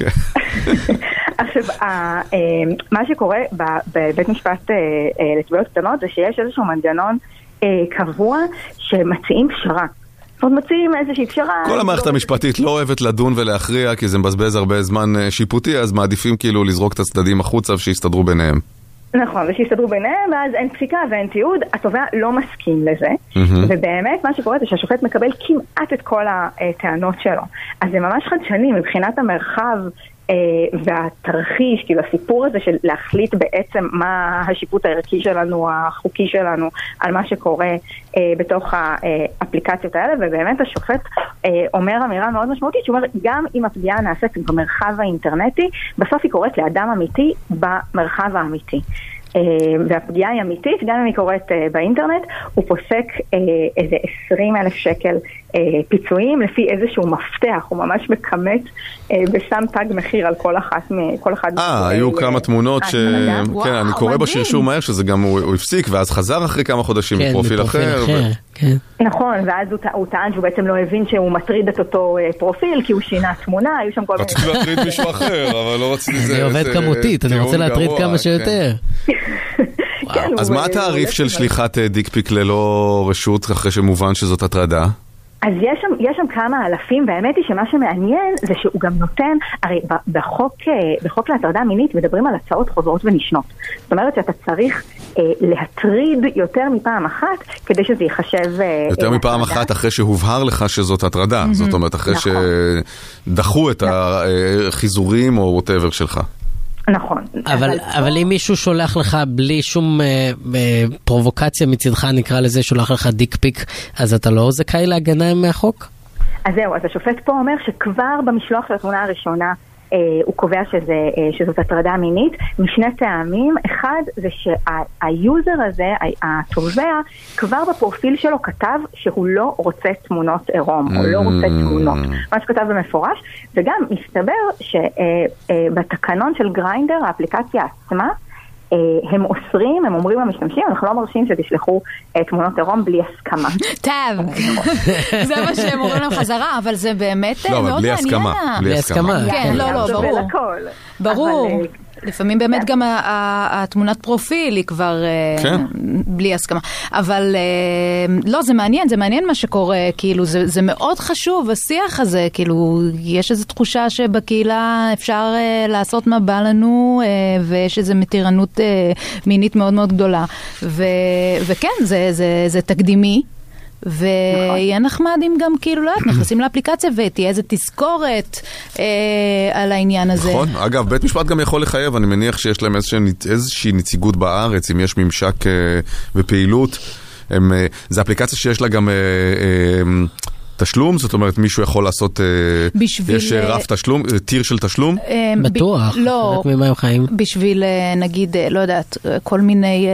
עכשיו, מה שקורה בבית משפט לתביעות קטנות זה שיש איזשהו מנגנון קבוע שמציעים פשרה. זאת אומרת, מציעים איזושהי פשרה. כל המערכת המשפטית לא אוהבת לדון ולהכריע, כי זה מבזבז הרבה זמן שיפוטי, אז מעדיפים כאילו לזרוק את הצדדים החוצה ושיסתדרו ביניהם. נכון, ושיסתדרו ביניהם, ואז אין פסיקה ואין תיעוד, התובע לא מסכים לזה, ובאמת מה שקורה זה שהשופט מקבל כמעט את כל הטענות שלו. אז זה ממש חדשני מבחינת המרחב והתרחיש, כאילו הסיפור הזה של להחליט בעצם מה השיפוט הערכי שלנו, החוקי שלנו, על מה שקורה בתוך האפליקציות האלה, ובאמת השופט אומר אמירה מאוד משמעותית, שאומר גם אם הפגיעה נעשית במרחב האינטרנטי, בסוף היא קורית לאדם אמיתי במרחב האמיתי. והפגיעה היא אמיתית, גם אם היא קורית באינטרנט, הוא פוסק איזה עשרים אלף שקל פיצויים, לפי איזשהו מפתח, הוא ממש מקמת ושם תג מחיר על כל אחת, כל אחד. אה, היו כמה תמונות ש... כן, אני קורא בשרשור מהר שזה גם הוא הפסיק, ואז חזר אחרי כמה חודשים בפרופיל אחר. נכון, ואז הוא טען שהוא בעצם לא הבין שהוא מטריד את אותו פרופיל, כי הוא שינה תמונה, היו שם כל מיני... רציתי להטריד מישהו אחר, אבל לא רציתי... זה עובד כמותית, אני רוצה להטריד כמה שיותר. אז מה התעריף של שליחת דיק פיק ללא רשות, אחרי שמובן שזאת הטרדה? אז יש שם, יש שם כמה אלפים, והאמת היא שמה שמעניין זה שהוא גם נותן, הרי בחוק, בחוק להטרדה מינית מדברים על הצעות חוזרות ונשנות. זאת אומרת שאתה צריך אה, להטריד יותר מפעם אחת, כדי שזה ייחשב... אה, יותר מפעם הטרדה. אחת אחרי שהובהר לך שזאת הטרדה. Mm-hmm. זאת אומרת, אחרי נכון. שדחו את נכון. החיזורים או whatever שלך. נכון. אבל, אבל אם מישהו שולח לך בלי שום אה, אה, פרובוקציה מצדך, נקרא לזה, שולח לך דיק פיק, אז אתה לא זכאי להגנה מהחוק? אז זהו, אז השופט פה אומר שכבר במשלוח של התמונה הראשונה, אה, הוא קובע שזה, אה, שזאת הטרדה מינית, משני טעמים. אחד זה שהיוזר הזה, התובע, כבר בפרופיל שלו כתב שהוא לא רוצה תמונות עירום, הוא לא רוצה תמונות. מה שכתב במפורש, וגם מסתבר שבתקנון של גריינדר, האפליקציה עצמה, הם אוסרים, הם אומרים למשתמשים, אנחנו לא מרשים שתשלחו תמונות עירום בלי הסכמה. טוב, זה מה שהם אומרים להם חזרה, אבל זה באמת מאוד מעניין. לא, בלי הסכמה. בלי הסכמה. כן, לא, לא, ברור. ברור. לפעמים באמת גם התמונת פרופיל היא כבר בלי הסכמה. אבל לא, זה מעניין, זה מעניין מה שקורה, כאילו זה מאוד חשוב, השיח הזה, כאילו יש איזו תחושה שבקהילה אפשר לעשות מה בא לנו, ויש איזו מתירנות מינית מאוד מאוד גדולה. וכן, זה תקדימי. ויהיה נחמד אם גם כאילו לא נכנסים לאפליקציה ותהיה איזו תזכורת אה, על העניין הזה. נכון, אגב בית משפט גם יכול לחייב, אני מניח שיש להם איזושהי, איזושהי נציגות בארץ, אם יש ממשק אה, ופעילות, הם, אה, זה אפליקציה שיש לה גם אה, אה, תשלום, זאת אומרת מישהו יכול לעשות, בשביל... יש רף תשלום, טיר של תשלום? בטוח, לא, בשביל נגיד, לא יודעת, כל מיני,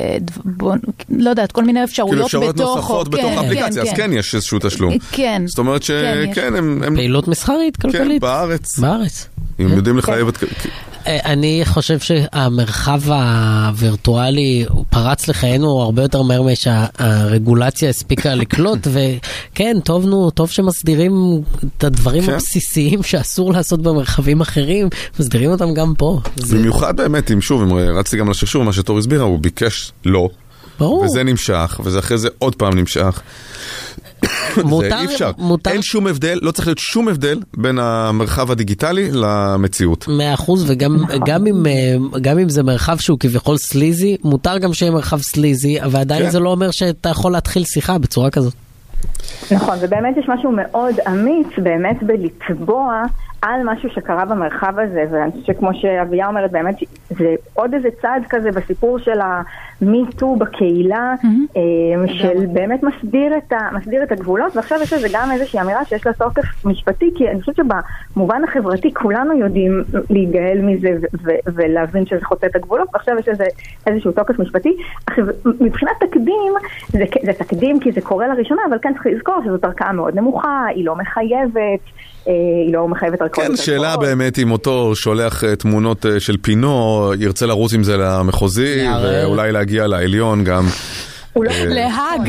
לא יודעת, כל מיני אפשרויות בתוך, אפשרויות נוספות בתוך האפליקציה, אז כן יש איזשהו תשלום. כן. זאת אומרת שכן, הם... פעילות מסחרית, כלכלית. כן, בארץ. בארץ. אם יודעים לחייב את... אני חושב שהמרחב הווירטואלי פרץ לחיינו הרבה יותר מהר שהרגולציה הספיקה לקלוט, וכן, טוב נו, טוב שמסדירים את הדברים הבסיסיים שאסור לעשות במרחבים אחרים, מסדירים אותם גם פה. במיוחד באמת, אם שוב, אם רצתי גם לשרשור, מה שתור הסבירה, הוא ביקש לא, ברור. וזה נמשך, וזה אחרי זה עוד פעם נמשך. זה אי אפשר. אין שום הבדל, לא צריך להיות שום הבדל בין המרחב הדיגיטלי למציאות. מאה אחוז, וגם אם זה מרחב שהוא כביכול סליזי, מותר גם שיהיה מרחב סליזי, אבל עדיין זה לא אומר שאתה יכול להתחיל שיחה בצורה כזאת. נכון, ובאמת יש משהו מאוד אמיץ באמת בלצבוע על משהו שקרה במרחב הזה, ואני חושבת שכמו שאביה אומרת, באמת זה עוד איזה צעד כזה בסיפור של המיטו בקהילה, של באמת מסדיר את, ה, מסדיר את הגבולות, ועכשיו יש לזה גם איזושהי אמירה שיש לה תוקף משפטי, כי אני חושבת שבמובן החברתי כולנו יודעים להיגאל מזה ו- ו- ולהבין שזה חוצה את הגבולות, ועכשיו יש לזה איזשהו תוקף משפטי. עכשיו, מבחינת תקדים, זה, זה תקדים כי זה קורה לראשונה, אבל כן צריך לזכור שזאת ערכאה מאוד נמוכה, היא לא מחייבת, היא לא מחייבת על כל כן, שאלה באמת אם אותו שולח תמונות של פינו, ירצה לרוץ עם זה למחוזי, ואולי להגיע לעליון גם. להג.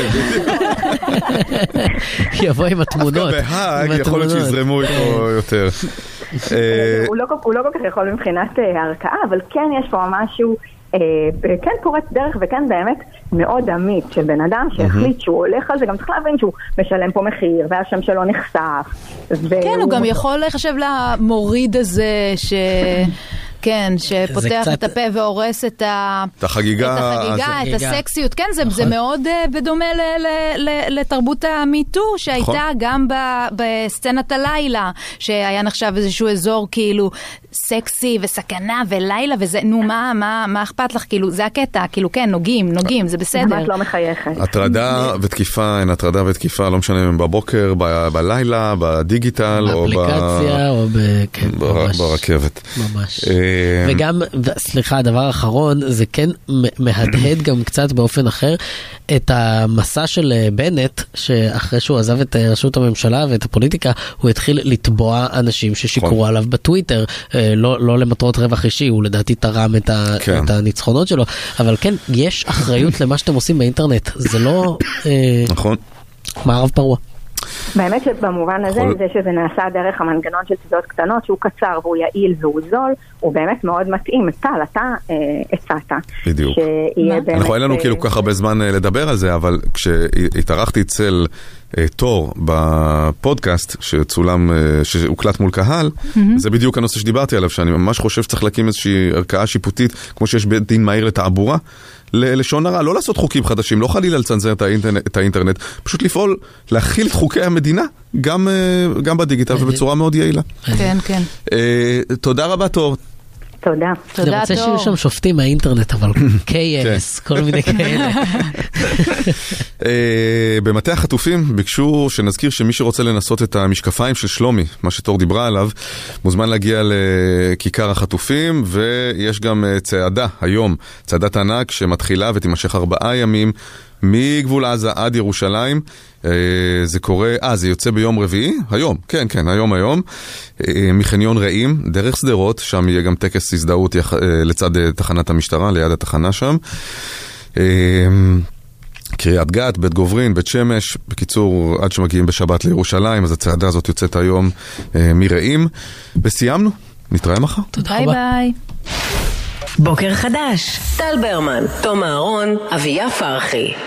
יבוא עם התמונות. בהג יכול להיות שיזרמו איתו יותר. הוא לא כל כך יכול מבחינת הערכאה, אבל כן יש פה משהו כן פורץ דרך וכן באמת מאוד אמיץ של בן אדם שהחליט שהוא הולך על זה, גם צריך להבין שהוא משלם פה מחיר והשם שלו נחשף. כן, הוא גם יכול לחשב למוריד הזה ש... כן, שפותח את הפה והורס את החגיגה, את הסקסיות. כן, זה מאוד בדומה לתרבות המיטו, שהייתה גם בסצנת הלילה, שהיה נחשב איזשהו אזור כאילו סקסי וסכנה ולילה, וזה, נו, מה אכפת לך? כאילו, זה הקטע, כאילו, כן, נוגעים, נוגעים, זה בסדר. ממש לא מחייכת. הטרדה ותקיפה, אין הטרדה ותקיפה, לא משנה אם בבוקר, בלילה, בדיגיטל, או באפליקציה, או ברכבת. ממש. וגם, סליחה, הדבר האחרון, זה כן מהדהד גם קצת באופן אחר את המסע של בנט, שאחרי שהוא עזב את רשות הממשלה ואת הפוליטיקה, הוא התחיל לתבוע אנשים ששיקרו עליו בטוויטר, לא, לא למטרות רווח אישי, הוא לדעתי תרם את, ה, כן. את הניצחונות שלו, אבל כן, יש אחריות למה שאתם עושים באינטרנט, זה לא נכון. מערב פרוע. באמת שבמובן הזה, זה שזה נעשה דרך המנגנון של צדות קטנות, שהוא קצר והוא יעיל והוא זול, הוא באמת מאוד מתאים. טל, אתה הצעת. בדיוק. אנחנו אין לנו כאילו כל כך הרבה זמן לדבר על זה, אבל כשהתארחתי אצל תור בפודקאסט שצולם, שהוקלט מול קהל, זה בדיוק הנושא שדיברתי עליו, שאני ממש חושב שצריך להקים איזושהי ערכאה שיפוטית, כמו שיש בית דין מהיר לתעבורה, לשון הרע, לא לעשות חוקים חדשים, לא חלילה לצנזר את האינטרנט, את האינטרנט, פשוט לפעול, להכיל את חוקי המדינה, גם, גם בדיגיטל ובצורה מאוד יעילה. כן, כן. תודה רבה, תור. תודה. תודה, תור. אני רוצה שיהיו שם שופטים מהאינטרנט, אבל קייס, כל מיני כאלה. במטה החטופים ביקשו שנזכיר שמי שרוצה לנסות את המשקפיים של שלומי, מה שתור דיברה עליו, מוזמן להגיע לכיכר החטופים, ויש גם צעדה היום, צעדת ענק שמתחילה ותימשך ארבעה ימים, מגבול עזה עד ירושלים. זה קורה, אה, זה יוצא ביום רביעי, היום, כן, כן, היום היום, מחניון רעים, דרך סדרות, שם יהיה גם טקס הזדהות לצד תחנת המשטרה, ליד התחנה שם. קריית גת, בית גוברין, בית שמש, בקיצור, עד שמגיעים בשבת לירושלים, אז הצעדה הזאת יוצאת היום מרעים. וסיימנו, נתראה מחר. תודה רבה. ביי ביי. בוקר חדש, טל ברמן, תום אהרון, אביה פרחי.